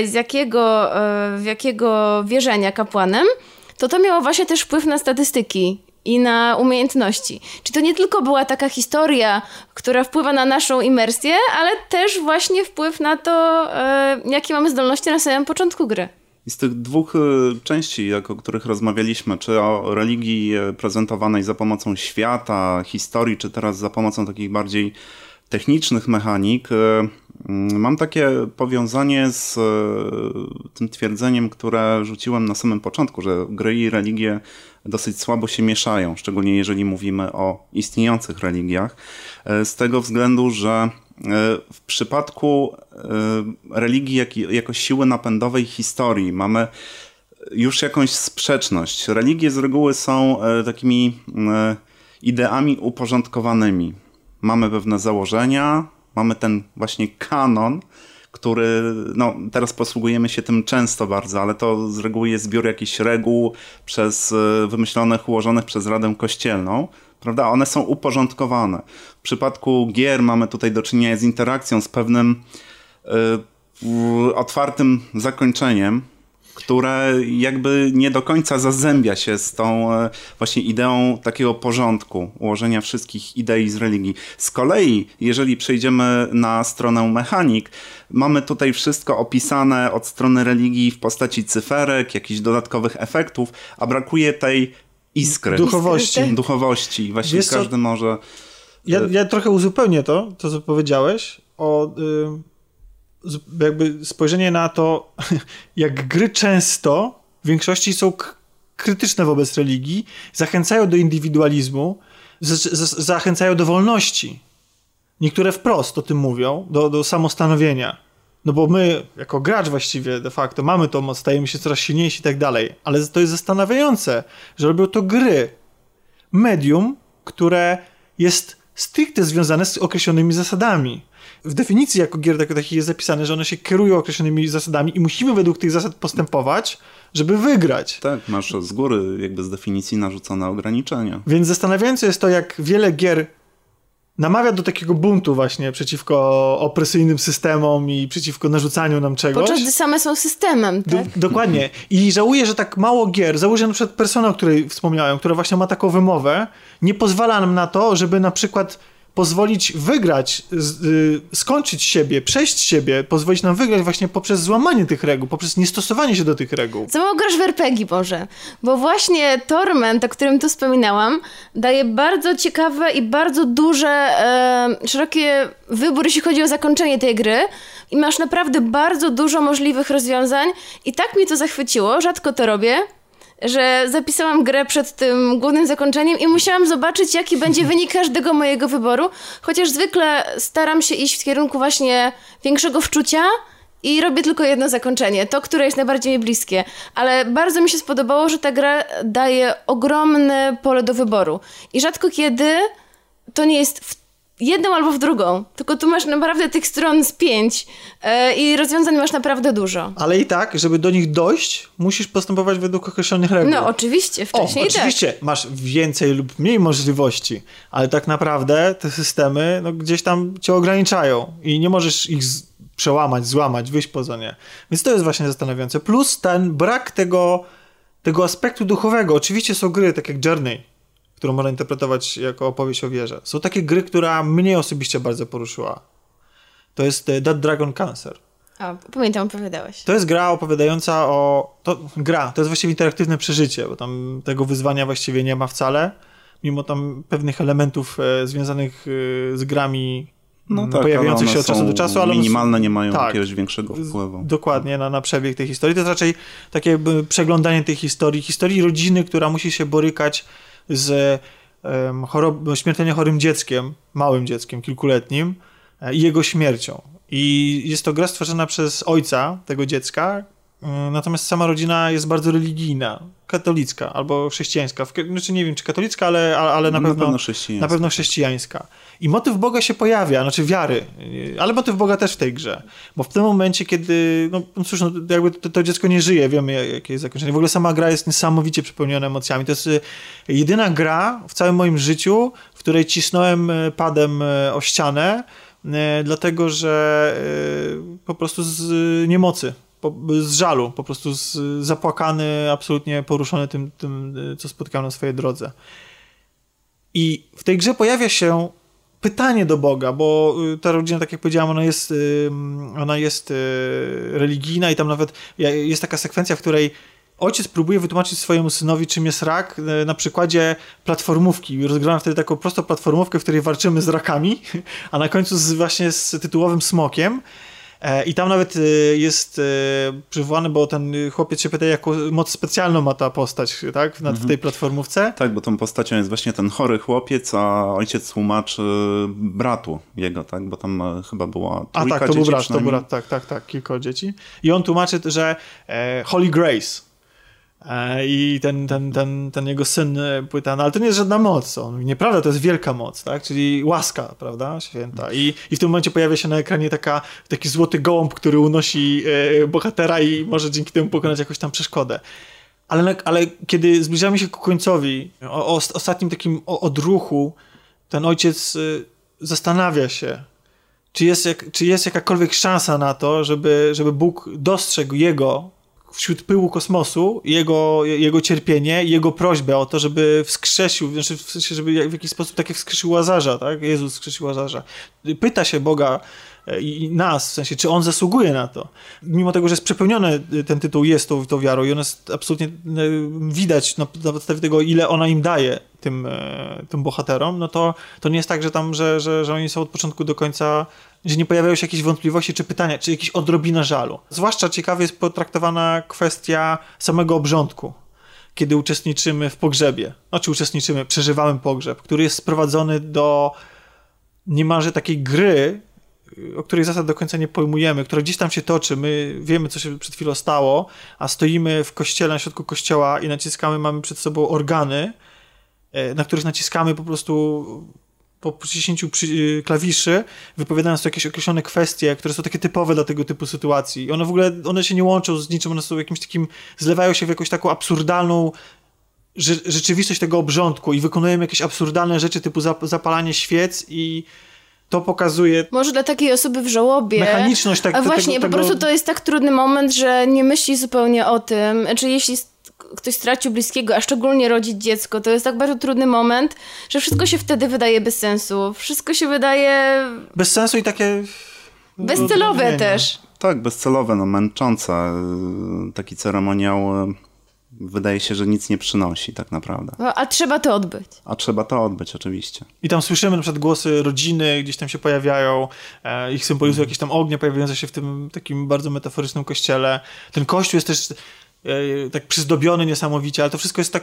S3: w jakiego wierzenia kapłanem, to miało właśnie też wpływ na statystyki i na umiejętności. Czy to nie tylko była taka historia, która wpływa na naszą imersję, ale też właśnie wpływ na to, jakie mamy zdolności na samym początku gry.
S4: I z tych dwóch części, o których rozmawialiśmy, czy o religii prezentowanej za pomocą świata, historii, czy teraz za pomocą takich bardziej technicznych mechanik, mam takie powiązanie z tym twierdzeniem, które rzuciłem na samym początku, że gry i religie dosyć słabo się mieszają, szczególnie jeżeli mówimy o istniejących religiach, z tego względu, że w przypadku religii jako siły napędowej historii mamy już jakąś sprzeczność. Religie z reguły są takimi ideami uporządkowanymi. Mamy pewne założenia, mamy ten właśnie kanon, który, teraz posługujemy się tym często bardzo, ale to z reguły jest zbiór jakichś reguł wymyślonych, ułożonych przez Radę Kościelną, prawda? One są uporządkowane. W przypadku gier mamy tutaj do czynienia z interakcją, z pewnym otwartym zakończeniem, które jakby nie do końca zazębia się z tą właśnie ideą takiego porządku, ułożenia wszystkich idei z religii. Z kolei, jeżeli przejdziemy na stronę mechanik, mamy tutaj wszystko opisane od strony religii w postaci cyferek, jakichś dodatkowych efektów, a brakuje tej iskry. Duchowości. Właśnie każdy może...
S1: Ja trochę uzupełnię to, co powiedziałeś, o... jakby spojrzenie na to, jak gry często w większości są krytyczne wobec religii, zachęcają do indywidualizmu, zachęcają do wolności. Niektóre wprost o tym mówią, do samostanowienia. No bo my, jako gracz właściwie de facto, mamy tą moc, stajemy się coraz silniejsi i tak dalej. Ale to jest zastanawiające, że robią to gry. Medium, które jest stricte związane z określonymi zasadami. W definicji jako gier takich jest zapisane, że one się kierują określonymi zasadami i musimy według tych zasad postępować, żeby wygrać.
S4: Tak, masz z góry jakby z definicji narzucone ograniczenia.
S1: Więc zastanawiające jest to, jak wiele gier namawia do takiego buntu właśnie przeciwko opresyjnym systemom i przeciwko narzucaniu nam czegoś.
S3: Podczas gdy same są systemem, tak?
S1: Dokładnie. I żałuję, że tak mało gier, żałuję na przykład Persona, o której wspomniałem, która właśnie ma taką wymowę, nie pozwala nam na to, żeby na przykład pozwolić wygrać, skończyć siebie, przejść siebie, pozwolić nam wygrać właśnie poprzez złamanie tych reguł, poprzez niestosowanie się do tych reguł.
S3: Za mało grasz w RPG może, bo właśnie Torment, o którym tu wspominałam, daje bardzo ciekawe i bardzo duże, szerokie wybór, jeśli chodzi o zakończenie tej gry i masz naprawdę bardzo dużo możliwych rozwiązań i tak mnie to zachwyciło, rzadko to robię, że zapisałam grę przed tym głównym zakończeniem i musiałam zobaczyć, jaki będzie wynik każdego mojego wyboru, chociaż zwykle staram się iść w kierunku właśnie większego wczucia i robię tylko jedno zakończenie, to, które jest najbardziej mi bliskie. Ale bardzo mi się spodobało, że ta gra daje ogromne pole do wyboru i rzadko kiedy to nie jest w jedną albo w drugą, tylko tu masz naprawdę tych stron z 5 i rozwiązań masz naprawdę dużo.
S1: Ale i tak, żeby do nich dojść, musisz postępować według określonych reguł.
S3: No oczywiście, wcześniej
S1: oczywiście,
S3: tak.
S1: Masz więcej lub mniej możliwości, ale tak naprawdę te systemy gdzieś tam cię ograniczają i nie możesz ich przełamać, złamać, wyjść poza nie. Więc to jest właśnie zastanawiające. Plus ten brak tego aspektu duchowego. Oczywiście są gry, tak jak Journey, którą można interpretować jako opowieść o wierze. Są takie gry, która mnie osobiście bardzo poruszyła. To jest That Dragon Cancer.
S3: Pamiętam, opowiadałeś.
S1: To jest gra opowiadająca to jest właściwie interaktywne przeżycie, bo tam tego wyzwania właściwie nie ma wcale, mimo tam pewnych elementów związanych z grami pojawiających się od czasu do czasu. Ale
S4: minimalne, nie mają jakiegoś większego wpływu.
S1: Dokładnie, na przebieg tej historii. To jest raczej takie przeglądanie tej historii rodziny, która musi się borykać z śmiertelnie chorym dzieckiem, małym dzieckiem, kilkuletnim i jego śmiercią. I jest to gra stworzona przez ojca tego dziecka, natomiast sama rodzina jest bardzo religijna, katolicka albo chrześcijańska. Znaczy nie wiem, czy katolicka, ale na pewno chrześcijańska. I motyw Boga się pojawia, znaczy wiary, ale motyw Boga też w tej grze. Bo w tym momencie, kiedy, jakby to dziecko nie żyje, wiemy jakie jest zakończenie. W ogóle sama gra jest niesamowicie przepełniona emocjami. To jest jedyna gra w całym moim życiu, w której cisnąłem padem o ścianę, dlatego że po prostu z niemocy, z żalu, po prostu zapłakany, absolutnie poruszony tym, co spotkałem na swojej drodze. I w tej grze pojawia się pytanie do Boga, bo ta rodzina, tak jak powiedziałam, ona jest religijna i tam nawet jest taka sekwencja, w której ojciec próbuje wytłumaczyć swojemu synowi, czym jest rak, na przykładzie platformówki. Rozgrywam wtedy taką prostą platformówkę, w której walczymy z rakami, a na końcu właśnie z tytułowym smokiem. I tam nawet jest przywołane, bo ten chłopiec się pyta, jaką moc specjalną ma ta postać, tak? W tej platformówce.
S4: Tak, bo tą postacią jest właśnie ten chory chłopiec, a ojciec tłumaczy bratu jego, tak? Bo tam chyba była trójka dzieci.
S1: To był brat, tak, kilka dzieci. I on tłumaczy, że Holy Grace. I ten jego syn pyta, no ale to nie jest żadna moc. On mówi, nieprawda, to jest wielka moc, tak? Czyli łaska, prawda? Święta. I w tym momencie pojawia się na ekranie taki złoty gołąb, który unosi bohatera i może dzięki temu pokonać jakąś tam przeszkodę. Ale kiedy zbliżamy się ku końcowi, o ostatnim takim odruchu, ten ojciec zastanawia się, czy jest jakakolwiek szansa na to, żeby Bóg dostrzegł jego wśród pyłu kosmosu, jego cierpienie, jego prośbę o to, żeby wskrzesił, znaczy żeby w jakiś sposób tak jak wskrzesił Łazarza, tak? Jezus wskrzesił Łazarza. Pyta się Boga i nas, w sensie, czy on zasługuje na to. Mimo tego, że jest przepełniony ten tytuł jest tą wiarą i ona jest absolutnie widać na podstawie tego, ile ona im daje tym bohaterom, no to nie jest tak, że oni są od początku do końca, że nie pojawiają się jakieś wątpliwości czy pytania, czy jakieś odrobina żalu. Zwłaszcza ciekawie jest potraktowana kwestia samego obrządku, kiedy uczestniczymy w pogrzebie. Przeżywamy pogrzeb, który jest sprowadzony do niemalże takiej gry, o której zasad do końca nie pojmujemy, która gdzieś tam się toczy, my wiemy, co się przed chwilą stało, a stoimy w kościele, na środku kościoła i mamy przed sobą organy, na których naciskamy po prostu po przyciśnięciu klawiszy, wypowiadając to jakieś określone kwestie, które są takie typowe dla tego typu sytuacji. I one w ogóle, one się nie łączą z niczym, one są jakimś takim, zlewają się w jakąś taką absurdalną rzeczywistość tego obrządku i wykonujemy jakieś absurdalne rzeczy typu zapalanie świec i to pokazuje...
S3: Może dla takiej osoby w żałobie.
S1: Mechaniczność
S3: A właśnie, po prostu to jest tak trudny moment, że nie myśli zupełnie o tym. Czy jeśli ktoś stracił bliskiego, a szczególnie rodzić dziecko, to jest tak bardzo trudny moment, że wszystko się wtedy wydaje bez sensu. Wszystko się wydaje...
S1: Bez sensu i takie...
S3: Bezcelowe też.
S4: Tak, bezcelowe, męczące. Taki ceremoniał wydaje się, że nic nie przynosi tak naprawdę.
S3: A trzeba to odbyć.
S4: A trzeba to odbyć, oczywiście.
S1: I tam słyszymy na przykład głosy rodziny, gdzieś tam się pojawiają, ich symbolizują jakieś tam ognie pojawiające się w tym takim bardzo metaforycznym kościele. Ten kościół jest też tak przyzdobiony niesamowicie, ale to wszystko jest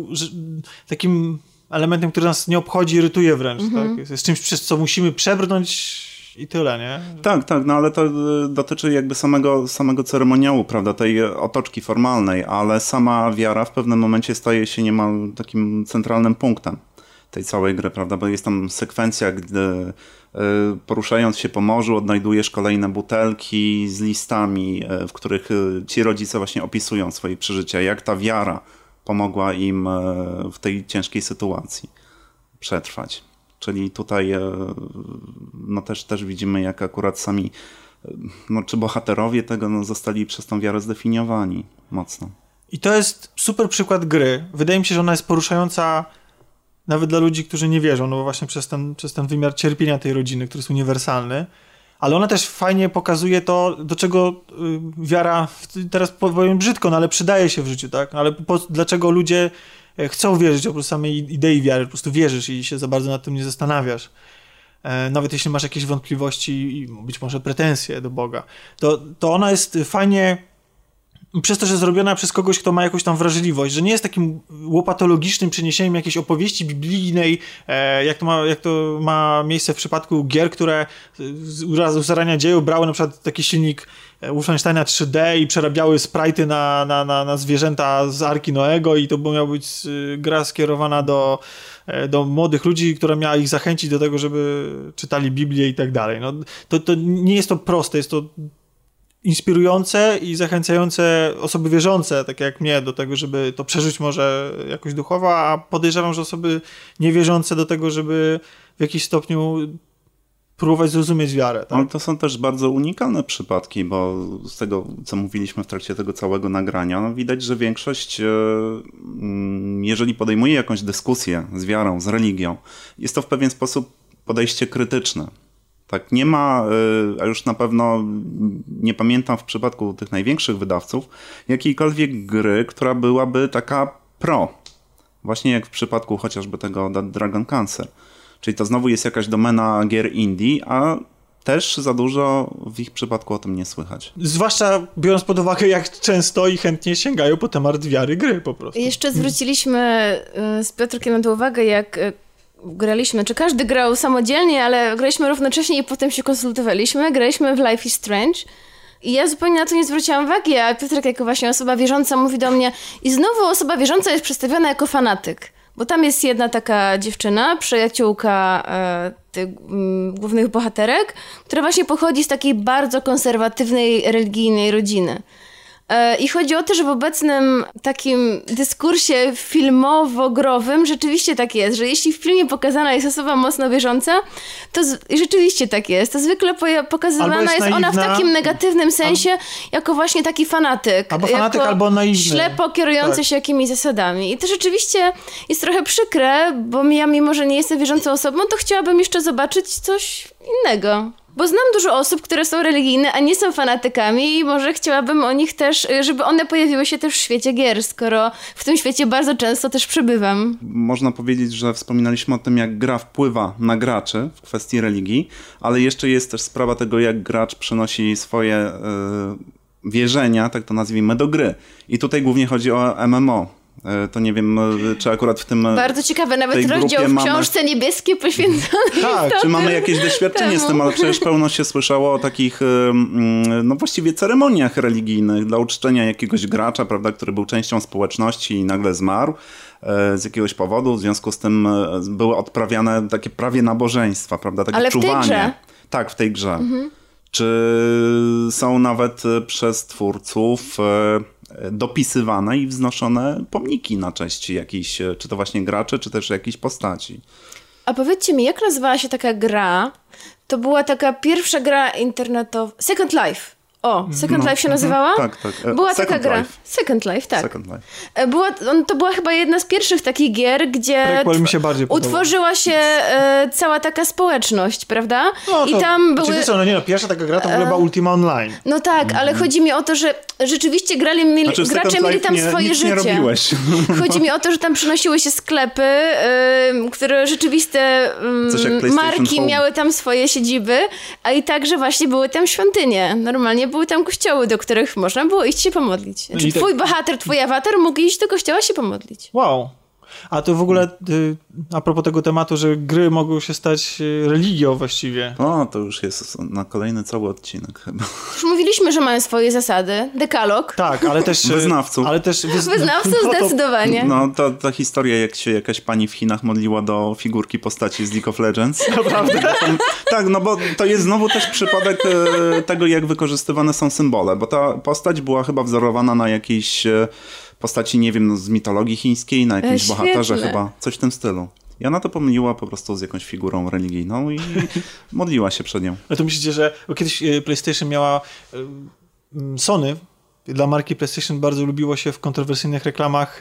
S1: takim elementem, który nas nie obchodzi, irytuje wręcz. Tak? Jest czymś, przez co musimy przebrnąć i tyle, nie?
S4: Tak, ale to dotyczy jakby samego ceremoniału, prawda, tej otoczki formalnej, ale sama wiara w pewnym momencie staje się niemal takim centralnym punktem tej całej gry, prawda, bo jest tam sekwencja, gdy poruszając się po morzu odnajdujesz kolejne butelki z listami, w których ci rodzice właśnie opisują swoje przeżycia, jak ta wiara pomogła im w tej ciężkiej sytuacji przetrwać. Czyli tutaj też widzimy, jak akurat sami, czy bohaterowie tego zostali przez tą wiarę zdefiniowani mocno.
S1: I to jest super przykład gry. Wydaje mi się, że ona jest poruszająca nawet dla ludzi, którzy nie wierzą, no bo właśnie przez ten wymiar cierpienia tej rodziny, który jest uniwersalny. Ale ona też fajnie pokazuje to, do czego wiara, teraz powiem brzydko, no ale przydaje się w życiu, tak? Ale dlaczego ludzie chcą wierzyć oprócz samej idei wiary, po prostu wierzysz i się za bardzo nad tym nie zastanawiasz. Nawet jeśli masz jakieś wątpliwości i być może pretensje do Boga. To ona jest fajnie, przez to, że zrobiona przez kogoś, kto ma jakąś tam wrażliwość, że nie jest takim łopatologicznym przeniesieniem jakiejś opowieści biblijnej, jak to ma miejsce w przypadku gier, które z zarania dziejów brały na przykład taki silnik Wolfensteina 3D i przerabiały sprite'y na zwierzęta z Arki Noego i to miała być gra skierowana do młodych ludzi, która miała ich zachęcić do tego, żeby czytali Biblię i tak dalej. No, to nie jest to proste, jest to inspirujące i zachęcające osoby wierzące, takie jak mnie, do tego, żeby to przeżyć może jakoś duchowo, a podejrzewam, że osoby niewierzące do tego, żeby w jakiś stopniu próbować zrozumieć wiarę. Tak?
S4: Ale to są też bardzo unikalne przypadki, bo z tego, co mówiliśmy w trakcie tego całego nagrania, widać, że większość, jeżeli podejmuje jakąś dyskusję z wiarą, z religią, jest to w pewien sposób podejście krytyczne. Tak, nie ma, a już na pewno nie pamiętam w przypadku tych największych wydawców, jakiejkolwiek gry, która byłaby taka pro. Właśnie jak w przypadku chociażby tego Dragon Cancer. Czyli to znowu jest jakaś domena gier indie, a też za dużo w ich przypadku o tym nie słychać. Zwłaszcza
S1: biorąc pod uwagę, jak często i chętnie sięgają po temat wiary gry po prostu.
S3: Jeszcze zwróciliśmy z Piotrkiem na uwagę, jak graliśmy, czy każdy grał samodzielnie, ale graliśmy równocześnie i potem się konsultowaliśmy. Graliśmy w Life is Strange i ja zupełnie na to nie zwróciłam uwagi, a Piotrek jako właśnie osoba wierząca mówi do mnie i znowu osoba wierząca jest przedstawiona jako fanatyk. Bo tam jest jedna taka dziewczyna, przyjaciółka tych głównych bohaterek, która właśnie pochodzi z takiej bardzo konserwatywnej, religijnej rodziny. I chodzi o to, że w obecnym takim dyskursie filmowo-growym rzeczywiście tak jest, że jeśli w filmie pokazana jest osoba mocno wierząca, to rzeczywiście tak jest. To zwykle pokazywana jest ona w takim negatywnym sensie, jako właśnie taki fanatyk.
S1: Albo fanatyk, albo naiwny.
S3: Ślepo kierujący się jakimiś zasadami. I to rzeczywiście jest trochę przykre, bo ja mimo, że nie jestem wierzącą osobą, to chciałabym jeszcze zobaczyć coś innego. Bo znam dużo osób, które są religijne, a nie są fanatykami i może chciałabym o nich też, żeby one pojawiły się też w świecie gier, skoro w tym świecie bardzo często też przebywam.
S4: Można powiedzieć, że wspominaliśmy o tym, jak gra wpływa na graczy w kwestii religii, ale jeszcze jest też sprawa tego, jak gracz przenosi swoje wierzenia, tak to nazwijmy, do gry. I tutaj głównie chodzi o MMO. To nie wiem, czy akurat w tym...
S3: Bardzo ciekawe, nawet rozdział w książce niebieskiej poświęcony
S4: tak, czy mamy jakieś doświadczenie z tym, ale przecież pełno się słyszało o takich, no właściwie ceremoniach religijnych dla uczczenia jakiegoś gracza, prawda, który był częścią społeczności i nagle zmarł z jakiegoś powodu, w związku z tym były odprawiane takie prawie nabożeństwa, prawda, takie czuwanie. Ale w tej grze? Tak, w tej grze. Mhm. Czy są nawet przez twórców dopisywane i wznoszone pomniki na cześć jakichś, czy to właśnie graczy, czy też jakichś postaci.
S3: A powiedzcie mi, jak nazywała się taka gra? To była taka pierwsza gra internetowa... Second Life. Second Life się nazywała?
S4: Tak.
S3: Była taka gra. Second Life, tak.
S4: Second Life.
S3: To była chyba jedna z pierwszych takich gier, gdzie
S1: Prequel mi się bardziej podobał.
S3: utworzyła się cała taka społeczność, prawda?
S1: No,
S3: i tam były...
S1: Pierwsza taka gra to w ogóle była Ultima Online.
S3: No tak, ale chodzi mi o to, że rzeczywiście gracze mieli tam swoje
S4: nic
S3: życie.
S4: Nie robiłeś.
S3: Chodzi mi o to, że tam przynosiły się sklepy, które rzeczywiste marki
S4: Home.
S3: miały tam swoje siedziby, a i także właśnie były tam świątynie. Normalnie były tam kościoły, do których można było iść się pomodlić. Znaczy, twój bohater, twój awatar mógł iść do kościoła się pomodlić.
S1: Wow. A to w ogóle a propos tego tematu, że gry mogą się stać religią właściwie.
S4: To już jest na kolejny cały odcinek chyba.
S3: Już mówiliśmy, że mają swoje zasady. Dekalog.
S1: Tak, ale też...
S4: Wyznawców.
S3: Wyznawców zdecydowanie.
S4: Ta historia, jak się jakaś pani w Chinach modliła do figurki postaci z League of Legends.
S1: Naprawdę?
S4: Tak, no bo to jest znowu też przypadek tego, jak wykorzystywane są symbole, bo ta postać była chyba wzorowana na jakiejś postaci, nie wiem, z mitologii chińskiej, na jakimś bohaterze chyba, coś w tym stylu. I ona to pomyliła po prostu z jakąś figurą religijną i modliła się przed nią.
S1: Ale to myślicie, że bo kiedyś PlayStation miała Sony, dla marki PlayStation bardzo lubiło się w kontrowersyjnych reklamach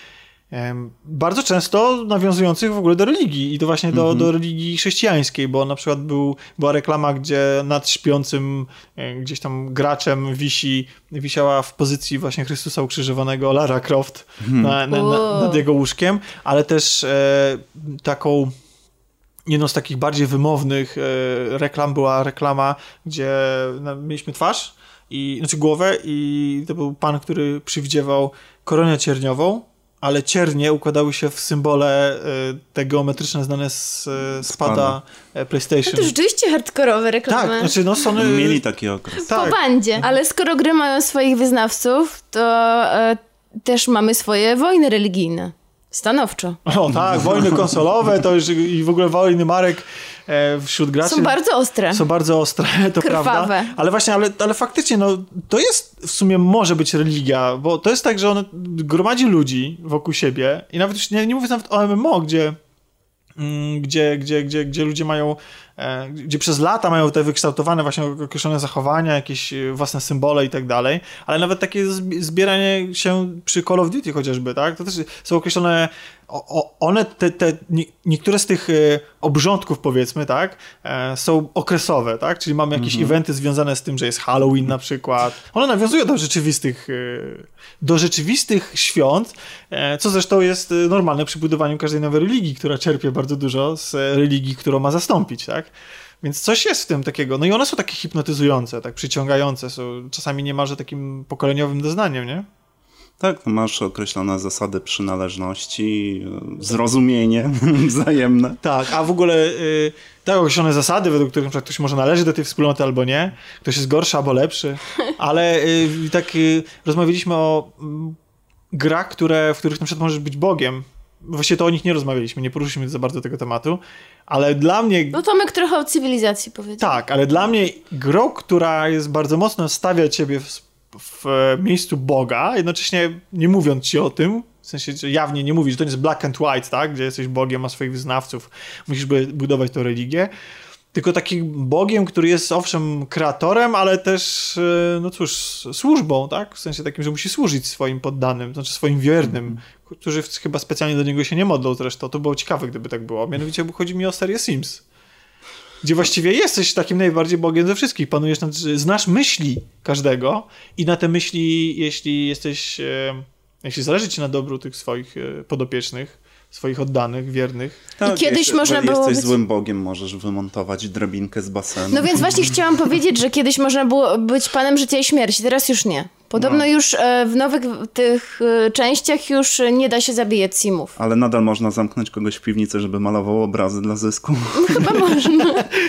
S1: bardzo często nawiązujących w ogóle do religii i to właśnie do religii chrześcijańskiej, bo na przykład była reklama, gdzie nad śpiącym gdzieś tam graczem wisiała w pozycji właśnie Chrystusa ukrzyżowanego Lara Croft nad jego łóżkiem, ale też taką jedną z takich bardziej wymownych reklam była reklama, gdzie mieliśmy twarz, znaczy głowę i to był pan, który przywdziewał koronę cierniową, ale ciernie układały się w symbole te geometryczne znane z pada PlayStation.
S3: To rzeczywiście hardkorowe reklamy.
S1: Tak, znaczy Sony...
S4: Mieli taki okres.
S3: Po bandzie. Ale skoro gry mają swoich wyznawców, to też mamy swoje wojny religijne. Stanowczo.
S1: Tak, wojny konsolowe, to już i w ogóle wojny marek wśród graczy.
S3: Są bardzo ostre.
S1: Są bardzo ostre, to
S3: krwawe.
S1: Prawda. Ale właśnie, ale faktycznie, to jest w sumie może być religia, bo to jest tak, że on gromadzi ludzi wokół siebie i nawet już nie mówię nawet o MMO, gdzie ludzie mają, gdzie przez lata mają te wykształtowane właśnie określone zachowania, jakieś własne symbole i tak dalej, ale nawet takie zbieranie się przy Call of Duty chociażby, tak? To też są określone, one, niektóre z tych obrządków, powiedzmy, tak, są okresowe, tak? Czyli mamy jakieś eventy związane z tym, że jest Halloween na przykład. One nawiązują do rzeczywistych świąt, co zresztą jest normalne przy budowaniu każdej nowej religii, która czerpie bardzo dużo z religii, którą ma zastąpić, tak? Więc coś jest w tym takiego. No i one są takie hipnotyzujące, tak przyciągające, są czasami niemalże takim pokoleniowym doznaniem, nie?
S4: Tak, masz określone zasady przynależności, zrozumienie wzajemne.
S1: Tak, a w ogóle tak określone zasady, według których na przykład ktoś może należy do tej wspólnoty albo nie, ktoś jest gorszy albo lepszy, ale rozmawialiśmy o grach, w których na przykład możesz być Bogiem. Właściwie to o nich nie rozmawialiśmy, nie poruszyliśmy za bardzo tego tematu, ale dla mnie...
S3: No Tomek trochę o cywilizacji powiedział.
S1: Tak, ale dla mnie grą, która jest bardzo mocno stawia ciebie w miejscu Boga, jednocześnie nie mówiąc ci o tym, w sensie że jawnie nie mówisz, że to nie jest black and white, tak, gdzie jesteś Bogiem, masz swoich wyznawców, musisz budować tę religię, tylko takim Bogiem, który jest owszem kreatorem, ale też, no cóż, służbą, tak, w sensie takim, że musi służyć swoim poddanym, znaczy swoim wiernym, którzy chyba specjalnie do niego się nie modlą zresztą, to było ciekawe, gdyby tak było, mianowicie chodzi mi o serię Sims, gdzie właściwie jesteś takim najbardziej Bogiem ze wszystkich. Panujesz znasz myśli każdego i na te myśli, jeśli zależy ci na dobru tych swoich podopiecznych, swoich oddanych, wiernych.
S4: Tak,
S3: i kiedyś można było
S4: jesteś złym Bogiem, możesz wymontować drabinkę z basenu.
S3: No więc właśnie chciałam powiedzieć, że kiedyś można było być Panem Życia i Śmierci, teraz już nie. Podobno już w nowych tych częściach już nie da się zabijać simów.
S4: Ale nadal można zamknąć kogoś w piwnicy, żeby malował obrazy dla zysku.
S3: Chyba można.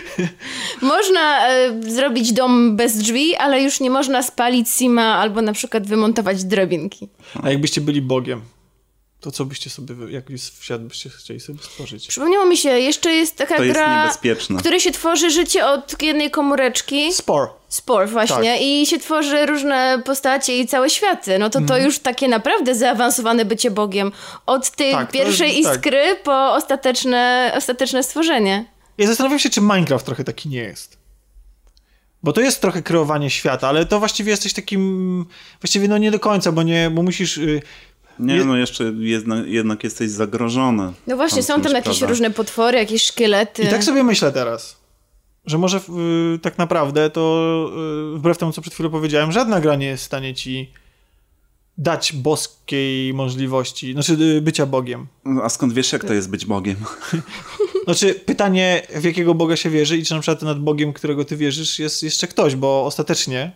S3: Można zrobić dom bez drzwi, ale już nie można spalić sima albo na przykład wymontować drabinki.
S1: A jakbyście byli Bogiem, To co byście sobie, jaki świat byście chcieli sobie stworzyć?
S3: Przypomniało mi się, jeszcze jest taka
S4: To jest
S3: gra,
S4: niebezpieczne.
S3: w której się tworzy życie od jednej komóreczki. Spore, właśnie.
S1: Tak.
S3: I się tworzy różne postacie i całe światy. No to już takie naprawdę zaawansowane bycie Bogiem. Od tej pierwszej iskry po ostateczne stworzenie.
S1: Ja zastanawiam się, czy Minecraft trochę taki nie jest. Bo to jest trochę kreowanie świata, ale to właściwie jesteś takim... Właściwie no nie do końca, bo musisz...
S4: Nie, no jeszcze jednak jesteś zagrożony.
S3: No właśnie, są tam jakieś różne potwory, jakieś szkielety.
S1: I tak sobie myślę teraz, że może tak naprawdę to wbrew temu, co przed chwilą powiedziałem, żadna gra nie jest w stanie ci dać boskiej możliwości, znaczy bycia Bogiem.
S4: A skąd wiesz, jak to jest być Bogiem?
S1: Znaczy pytanie, w jakiego Boga się wierzy i czy na przykład nad Bogiem, którego ty wierzysz, jest jeszcze ktoś, bo ostatecznie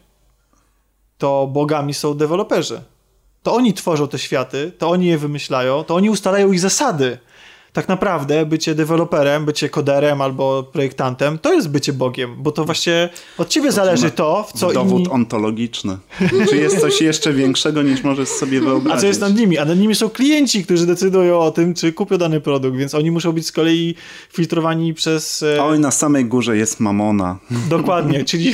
S1: to bogami są deweloperzy. To oni tworzą te światy, to oni je wymyślają, to oni ustalają ich zasady. Tak naprawdę bycie deweloperem, bycie koderem albo projektantem, to jest bycie Bogiem, bo to właśnie od ciebie zależy to, w co
S4: dowód
S1: inni...
S4: ontologiczny. Czy jest coś jeszcze większego, niż możesz sobie wyobrazić?
S1: A co jest nad nimi? A nad nimi są klienci, którzy decydują o tym, czy kupią dany produkt, więc oni muszą być z kolei filtrowani przez...
S4: Oj, na samej górze jest mamona.
S1: Dokładnie, czyli...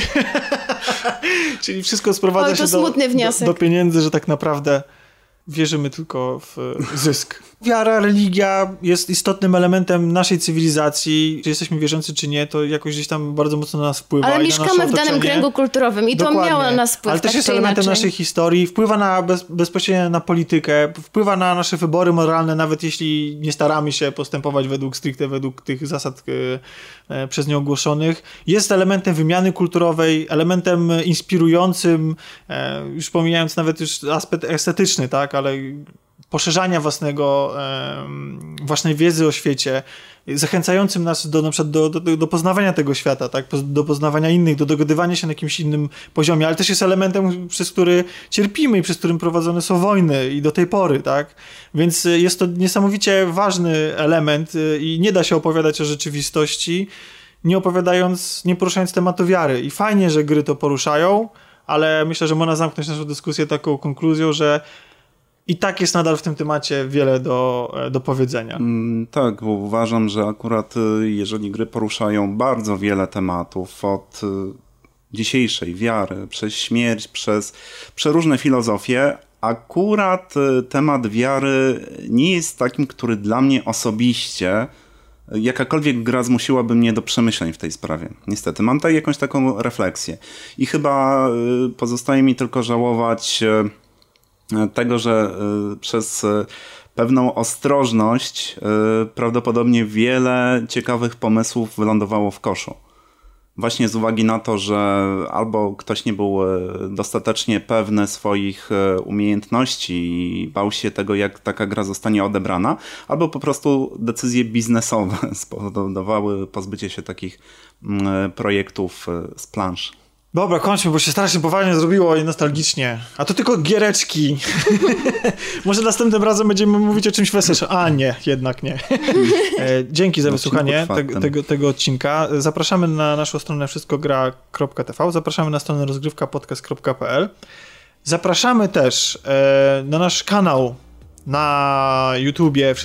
S1: czyli wszystko sprowadza się do pieniędzy, że tak naprawdę wierzymy tylko w zysk. Wiara, religia jest istotnym elementem naszej cywilizacji. Czy jesteśmy wierzący, czy nie, to jakoś gdzieś tam bardzo mocno na nas wpływa.
S3: Ale mieszkamy w danym kręgu kulturowym i
S1: Dokładnie.
S3: To miało na nas wpływ.
S1: Ale też jest elementem naszej historii, wpływa bezpośrednio na politykę, wpływa na nasze wybory moralne, nawet jeśli nie staramy się postępować według tych zasad przez nią ogłoszonych. Jest elementem wymiany kulturowej, elementem inspirującym, już pomijając nawet już aspekt estetyczny, tak, ale poszerzania własnej wiedzy o świecie, zachęcającym nas na przykład do poznawania tego świata, tak? Do poznawania innych, do dogadywania się na jakimś innym poziomie, ale też jest elementem, przez który cierpimy i przez którym prowadzone są wojny i do tej pory, tak? Więc jest to niesamowicie ważny element i nie da się opowiadać o rzeczywistości, nie poruszając tematu wiary. I fajnie, że gry to poruszają, ale myślę, że można zamknąć naszą dyskusję taką konkluzją, że i tak jest nadal w tym temacie wiele do powiedzenia.
S4: Tak, bo uważam, że akurat jeżeli gry poruszają bardzo wiele tematów, od dzisiejszej wiary, przez śmierć, przez przeróżne filozofie, akurat temat wiary nie jest takim, który dla mnie osobiście jakakolwiek gra zmusiłaby mnie do przemyśleń w tej sprawie. Niestety, mam jakąś taką refleksję. I chyba pozostaje mi tylko żałować tego, że przez pewną ostrożność prawdopodobnie wiele ciekawych pomysłów wylądowało w koszu. Właśnie z uwagi na to, że albo ktoś nie był dostatecznie pewny swoich umiejętności i bał się tego, jak taka gra zostanie odebrana, albo po prostu decyzje biznesowe spowodowały pozbycie się takich projektów z plansz.
S1: Dobra, kończmy, bo się strasznie poważnie zrobiło i nostalgicznie. A to tylko giereczki. Może następnym razem będziemy mówić o czymś weselszym. A nie, jednak nie. Dzięki za wysłuchanie tego odcinka. Zapraszamy na naszą stronę wszystkogra.tv. Zapraszamy na stronę rozgrywkapodcast.pl. Zapraszamy też na nasz kanał na YouTubie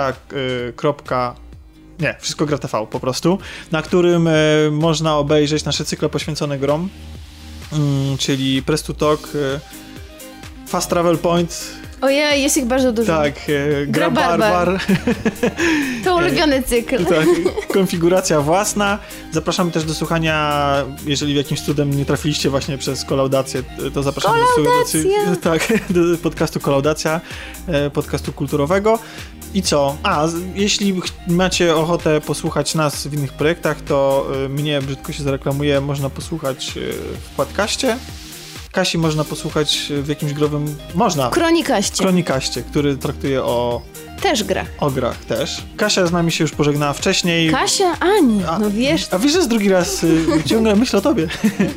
S1: Wszystko gra TV po prostu, na którym można obejrzeć nasze cykle poświęcone grom, czyli Press to Talk, Fast Travel Point.
S3: Ojej, jest ich bardzo dużo.
S1: Tak, Gra Barbar.
S3: To ulubiony cykl.
S1: Tak, konfiguracja własna. Zapraszamy też do słuchania, jeżeli jakimś cudem nie trafiliście właśnie przez Kolaudację, to zapraszamy do podcastu Kolaudacja, podcastu kulturowego. I co? Jeśli macie ochotę posłuchać nas w innych projektach, to mnie, brzydko się zareklamuję, można posłuchać w podcaście. Kasi można posłuchać w jakimś growym... Można. Kronikaście, który traktuje o...
S3: Też grach.
S1: O grach też. Kasia z nami się już pożegnała wcześniej.
S3: Kasia? Ani, no wiesz...
S1: A wiesz, że jest drugi raz ciągle myślę o tobie.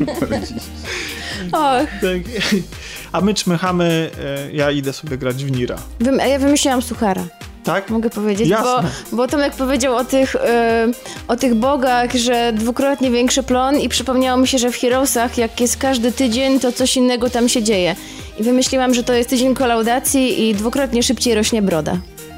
S3: Och.
S1: Tak. A my czmychamy, ja idę sobie grać w Nira.
S3: Ja wymyśliłam suchara.
S1: Tak?
S3: Mogę powiedzieć,
S1: Jasne.
S3: bo Tomek powiedział o tych bogach, że dwukrotnie większy plon i przypomniało mi się, że w Heroesach, jak jest każdy tydzień, to coś innego tam się dzieje. i wymyśliłam, że to jest tydzień kolaudacji i 2-krotnie szybciej rośnie broda.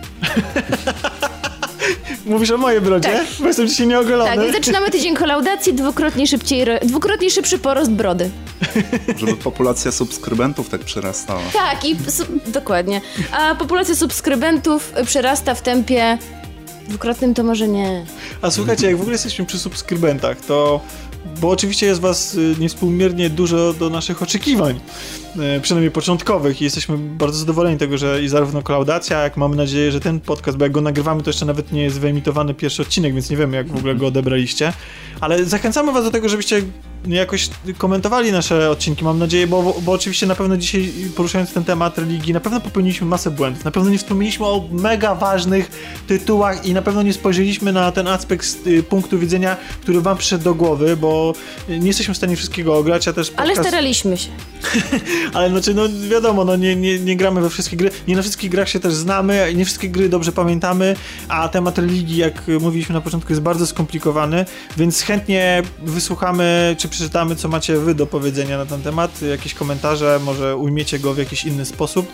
S1: Mówisz o mojej brodzie?
S3: Tak.
S1: Bo jestem dzisiaj nieogolony.
S3: Tak, więc zaczynamy tydzień kolaudacji, 2-krotnie szybszy porost brody.
S4: Żeby populacja subskrybentów tak przyrastała.
S3: Tak, dokładnie. A populacja subskrybentów przerasta w tempie 2-krotnym, to może nie.
S1: A słuchajcie, jak w ogóle jesteśmy przy subskrybentach, to... Bo oczywiście jest was niewspółmiernie dużo do naszych oczekiwań, przynajmniej początkowych, i jesteśmy bardzo zadowoleni tego, że i zarówno kolaudacja, jak mamy nadzieję, że ten podcast, bo jak go nagrywamy, to jeszcze nawet nie jest wyemitowany pierwszy odcinek, więc nie wiemy, jak w ogóle go odebraliście, ale zachęcamy was do tego, żebyście jakoś komentowali nasze odcinki, mam nadzieję, bo oczywiście na pewno dzisiaj, poruszając ten temat religii, na pewno popełniliśmy masę błędów, na pewno nie wspomnieliśmy o mega ważnych tytułach i na pewno nie spojrzeliśmy na ten aspekt z punktu widzenia, który wam przyszedł do głowy, bo nie jesteśmy w stanie wszystkiego ograć, a też podcast...
S3: Ale staraliśmy się.
S1: Ale znaczy, no wiadomo, no nie gramy we wszystkie gry, nie na wszystkich grach się też znamy, nie wszystkie gry dobrze pamiętamy, a temat religii, jak mówiliśmy na początku, jest bardzo skomplikowany, więc chętnie wysłuchamy, czy przeczytamy, co macie wy do powiedzenia na ten temat, jakieś komentarze, może ujmiecie go w jakiś inny sposób.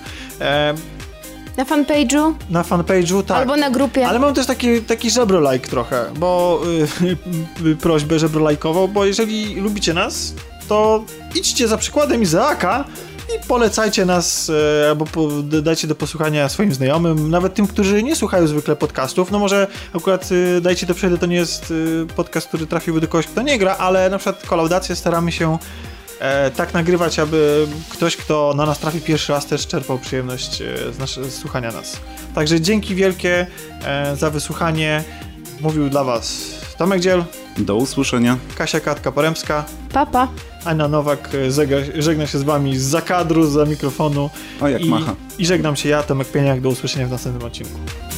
S3: Na fanpage'u?
S1: Na fanpage'u, tak.
S3: Albo na grupie.
S1: Ale mam też taki żebro-like trochę, bo prośbę żebro-lajkową, bo jeżeli lubicie nas, to idźcie za przykładem Izaaka i polecajcie nas, albo dajcie do posłuchania swoim znajomym, nawet tym, którzy nie słuchają zwykle podcastów. No może akurat Dajcie to przejdę, to nie jest podcast, który trafiłby do kogoś, kto nie gra, ale na przykład kolaudację staramy się tak nagrywać, aby ktoś, kto na nas trafi pierwszy raz, też czerpał przyjemność z słuchania nas. Także dzięki wielkie za wysłuchanie. Mówił dla was Tomek Dziel.
S4: Do usłyszenia.
S1: Kasia Katka-Poremska.
S3: Papa.
S1: Anna Nowak żegna się z wami zza kadru, zza mikrofonu.
S4: O, jak macha.
S1: I żegnam się ja, Tomek Pieniak. Do usłyszenia w następnym odcinku.